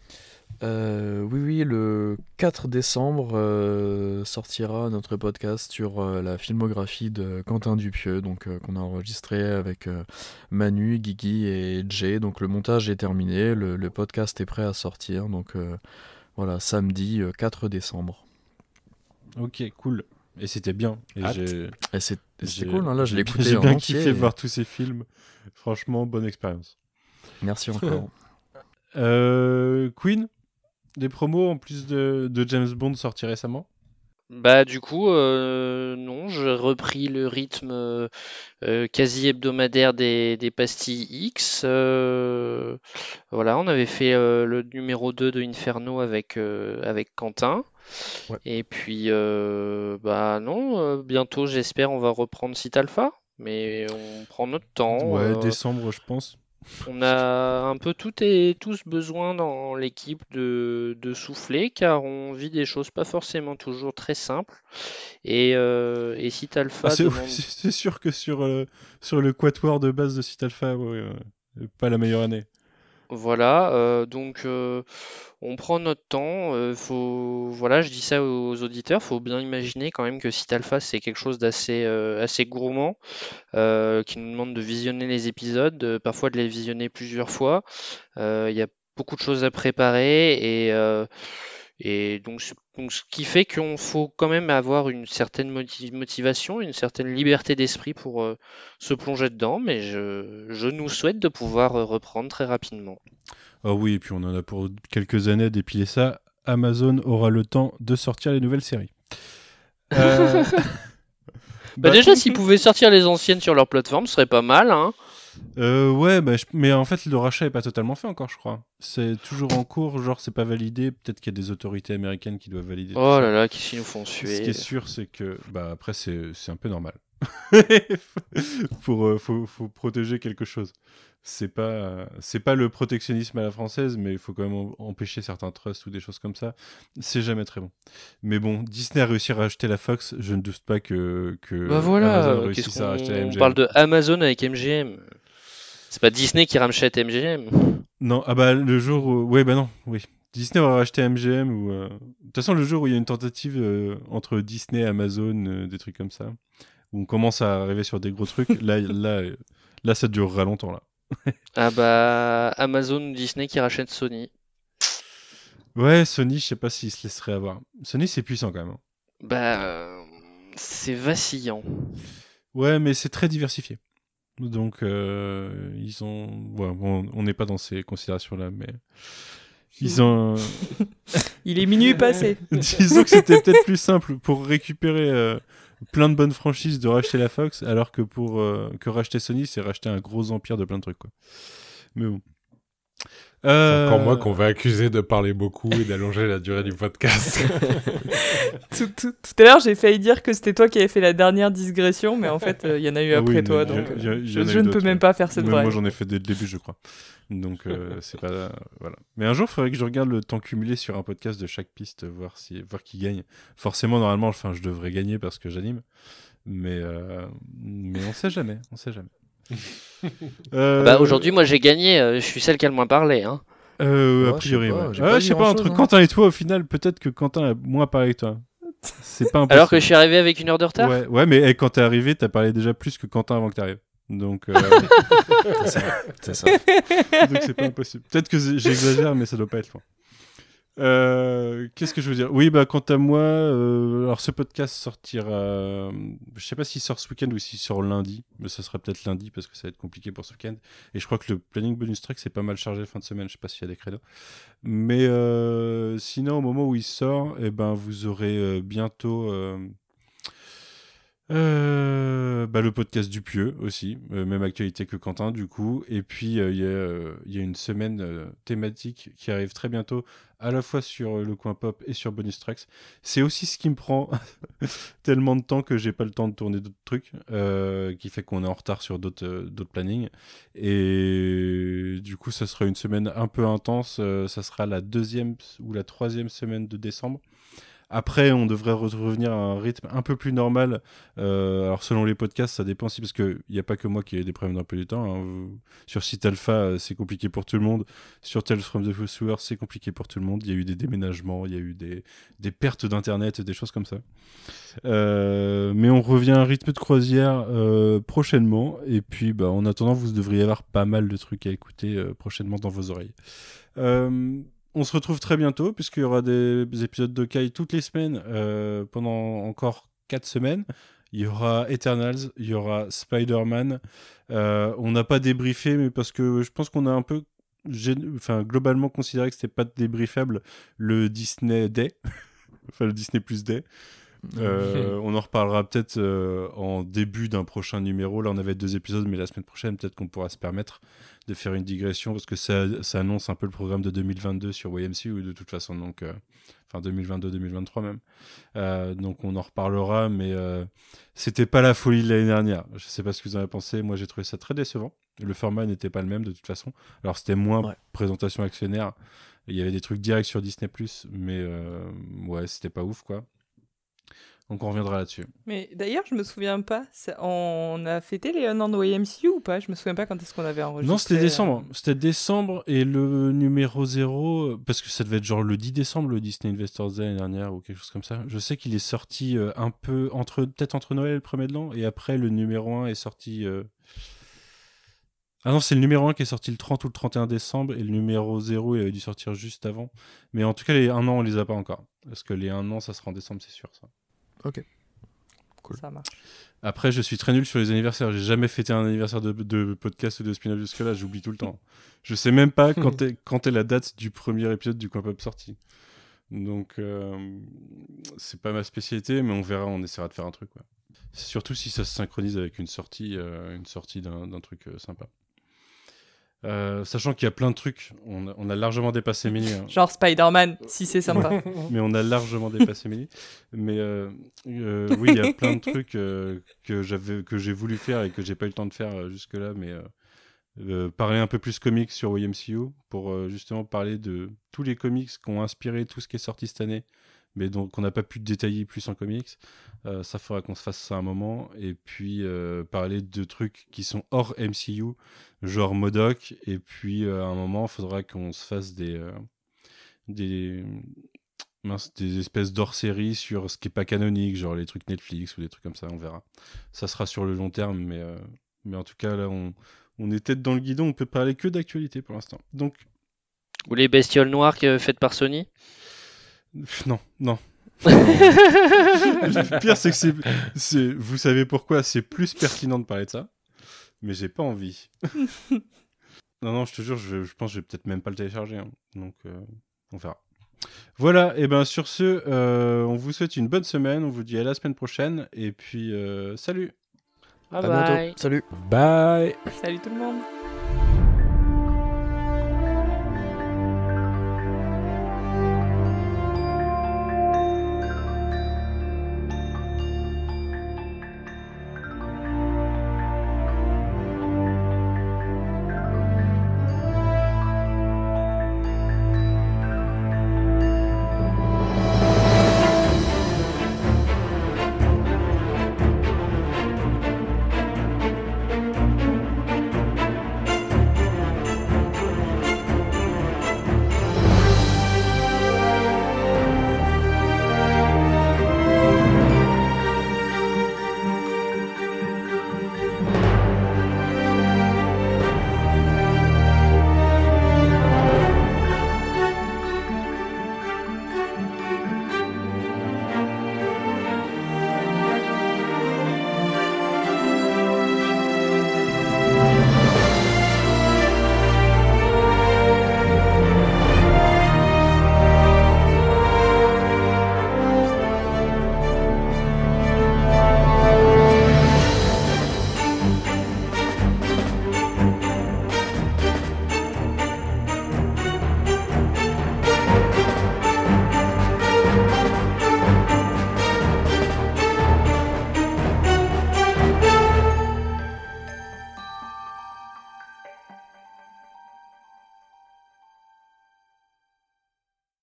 Oui, le 4 décembre sortira notre podcast sur la filmographie de Quentin Dupieux, donc qu'on a enregistré avec Manu, Guigui et Jay. Donc le montage est terminé, le podcast est prêt à sortir, donc voilà, samedi 4 décembre. Ok, cool. Et c'était bien. Et c'était cool, hein, là je l'ai écouté J'ai en bien entier. kiffé voir tous ces films. Franchement, bonne expérience. Merci encore. Queen, des promos en plus de James Bond sortis récemment ? Du coup, non, j'ai repris le rythme quasi hebdomadaire des pastilles X. Voilà, on avait fait le numéro 2 de Inferno avec Quentin. Ouais. Et puis, non, bientôt, j'espère, on va reprendre Site Alpha. Mais on prend notre temps. Ouais, décembre, je pense. On a un peu toutes et tous besoin dans l'équipe de souffler, car on vit des choses pas forcément toujours très simples. Et Site Alpha demande... c'est sûr que sur le quatuor de base de Site Alpha, pas la meilleure année. Voilà, donc on prend notre temps. Voilà, je dis ça aux auditeurs, faut bien imaginer quand même que Site Alpha c'est quelque chose d'assez assez gourmand, qui nous demande de visionner les épisodes, parfois de les visionner plusieurs fois. Il y a beaucoup de choses à préparer et donc ce qui fait qu'on faut quand même avoir une certaine motivation, une certaine liberté d'esprit pour se plonger dedans, mais je nous souhaite de pouvoir reprendre très rapidement. Ah oui, et puis on en a pour quelques années d'épiler ça. Amazon aura le temps de sortir les nouvelles séries. Déjà, s'ils pouvaient sortir les anciennes sur leur plateforme, ce serait pas mal, hein. Ouais, mais en fait, le rachat est pas totalement fait encore, je crois. C'est toujours en cours, genre c'est pas validé. Peut-être qu'il y a des autorités américaines qui doivent valider. Oh là là, qui nous font suer. Ce qui est sûr, c'est que, après, c'est un peu normal. Faut protéger quelque chose. C'est pas le protectionnisme à la française, mais il faut quand même empêcher certains trusts ou des choses comme ça. C'est jamais très bon. Mais bon, Disney a réussi à racheter la Fox. Je ne doute pas que Amazon réussisse à racheter la MGM. On parle de Amazon avec MGM. C'est pas Disney qui rachète MGM. Non, le jour où... oui. Disney va racheter MGM ou... De toute façon, le jour où il y a une tentative entre Disney et Amazon, des trucs comme ça, où on commence à arriver sur des gros trucs, là, ça durera longtemps, là. Amazon ou Disney qui rachète Sony. Ouais, Sony, je sais pas s'ils se laisseraient avoir. Sony, c'est puissant quand même. C'est vacillant. Ouais, mais c'est très diversifié. Donc, ils ont... Ouais, on n'est pas dans ces considérations-là, mais... Ils ont... Il est minuit passé. Disons que c'était peut-être plus simple pour récupérer plein de bonnes franchises de racheter la Fox, alors que que racheter Sony, c'est racheter un gros empire de plein de trucs, quoi. Mais bon. C'est encore moi qu'on va accuser de parler beaucoup et d'allonger la durée du podcast. Tout à l'heure, j'ai failli dire que c'était toi qui avais fait la dernière digression, mais en fait, il y en a eu après toi, donc je ne peux même pas faire cette vraie. Moi, j'en ai fait dès le début, je crois. Donc, c'est pas... Voilà. Mais un jour, il faudrait que je regarde le temps cumulé sur un podcast de chaque piste, voir qui gagne. Forcément, normalement, je devrais gagner parce que j'anime. Mais on sait jamais. Aujourd'hui, moi, j'ai gagné. Je suis celle qui a le moins parlé, hein. A priori, je sais pas, entre Quentin et toi, au final, peut-être que Quentin a moins parlé que toi. C'est pas impossible. Alors que je suis arrivé avec 1 heure de retard. Ouais, mais quand t'es arrivé, t'as parlé déjà plus que Quentin avant que t'arrives. Donc, c'est ça. Donc c'est pas impossible. Peut-être que j'exagère, mais ça doit pas être loin. Qu'est-ce que je veux dire? Oui, bah quant à moi, alors ce podcast sortira. Je sais pas s'il sort ce week-end ou s'il sort lundi, mais ça sera peut-être lundi parce que ça va être compliqué pour ce week-end. Et je crois que le planning bonus track c'est pas mal chargé fin de semaine. Je sais pas s'il y a des créneaux. Mais sinon, au moment où il sort, eh ben vous aurez bientôt. Le podcast du Pieux aussi, même actualité que Quentin du coup. Et puis il y a une semaine thématique qui arrive très bientôt, à la fois sur le coin pop et sur Bonus Tracks. C'est aussi ce qui me prend tellement de temps que j'ai pas le temps de tourner d'autres trucs, qui fait qu'on est en retard sur d'autres plannings. Et du coup, ça sera une semaine un peu intense. Ça sera la 2e ou la 3e semaine de décembre. Après, on devrait revenir à un rythme un peu plus normal. Alors, selon les podcasts, ça dépend aussi, parce qu'il n'y a pas que moi qui ai des problèmes d'emploi du temps. Hein. Sur Site Alpha, c'est compliqué pour tout le monde. Sur Tales from the Sewer, c'est compliqué pour tout le monde. Il y a eu des déménagements, il y a eu des pertes d'Internet, des choses comme ça. Mais on revient à un rythme de croisière prochainement. Et puis, en attendant, vous devriez avoir pas mal de trucs à écouter prochainement dans vos oreilles. On se retrouve très bientôt, puisqu'il y aura des épisodes de Kai toutes les semaines pendant encore 4 semaines. Il y aura Eternals, il y aura Spider-Man. On n'a pas débriefé, mais parce que je pense qu'on a un peu globalement considéré que c'était pas débriefable le Disney Day, enfin le Disney Plus Day. On en reparlera peut-être en début d'un prochain numéro. Là, on avait 2 épisodes, mais la semaine prochaine, peut-être qu'on pourra se permettre de faire une digression parce que ça annonce un peu le programme de 2022 sur YMCU de toute façon. Donc, 2022-2023 même. Donc, on en reparlera, mais c'était pas la folie de l'année dernière. Je sais pas ce que vous en avez pensé. Moi, j'ai trouvé ça très décevant. Le format n'était pas le même de toute façon. Alors, c'était moins présentation actionnaire. Il y avait des trucs directs sur Disney+, mais c'était pas ouf, quoi. Donc on reviendra là-dessus. Mais d'ailleurs, je me souviens pas, on a fêté les 1 an de YMCU ou pas? Je me souviens pas quand est-ce qu'on avait enregistré. Non, c'était décembre. C'était décembre et le numéro 0, parce que ça devait être genre le 10 décembre, le Disney Investors Day l'année dernière ou quelque chose comme ça. Je sais qu'il est sorti un peu peut-être entre Noël et le 1er de l'an, et après le numéro 1 est sorti... Ah non, c'est le numéro 1 qui est sorti le 30 ou le 31 décembre, et le numéro 0, il avait dû sortir juste avant. Mais en tout cas, les 1 an, on les a pas encore. Parce que les 1 an, ça sera en décembre, c'est sûr, ça. Ok. Cool. Ça marche. Après, je suis très nul sur les anniversaires. J'ai jamais fêté un anniversaire de podcast ou de spin-off jusque-là. J'oublie tout le temps. Je sais même pas quand est la date du premier épisode du Coin Pop sorti. Donc, c'est pas ma spécialité, mais on verra. On essaiera de faire un truc. Surtout si ça se synchronise avec une sortie d'un truc sympa. Sachant qu'il y a plein de trucs, on a largement dépassé Mélie. Hein. Genre Spider-Man, si c'est sympa. Mais on a largement dépassé Mélie. Mais oui, il y a plein de trucs que j'ai voulu faire et que j'ai pas eu le temps de faire jusque-là. Mais parler un peu plus comics sur YMCU pour justement parler de tous les comics qui ont inspiré tout ce qui est sorti cette année, mais donc on n'a pas pu détailler plus en comics. Ça faudra qu'on se fasse ça un moment. Et puis parler de trucs qui sont hors MCU, genre MODOK. Et puis à un moment, il faudra qu'on se fasse des espèces d'hors-série sur ce qui n'est pas canonique, genre les trucs Netflix ou des trucs comme ça, on verra. Ça sera sur le long terme, mais en tout cas, là, on est tête dans le guidon, on peut parler que d'actualité pour l'instant. Donc... Ou les bestioles noires faites par Sony? Non. Le pire, c'est que vous savez pourquoi c'est plus pertinent de parler de ça, mais j'ai pas envie. Non, je te jure, je pense que je vais peut-être même pas le télécharger. Hein. Donc, on verra. Voilà, et ben sur ce, on vous souhaite une bonne semaine, on vous dit à la semaine prochaine, et puis salut. Bye à bye. bientôt. Salut. Bye. Salut tout le monde.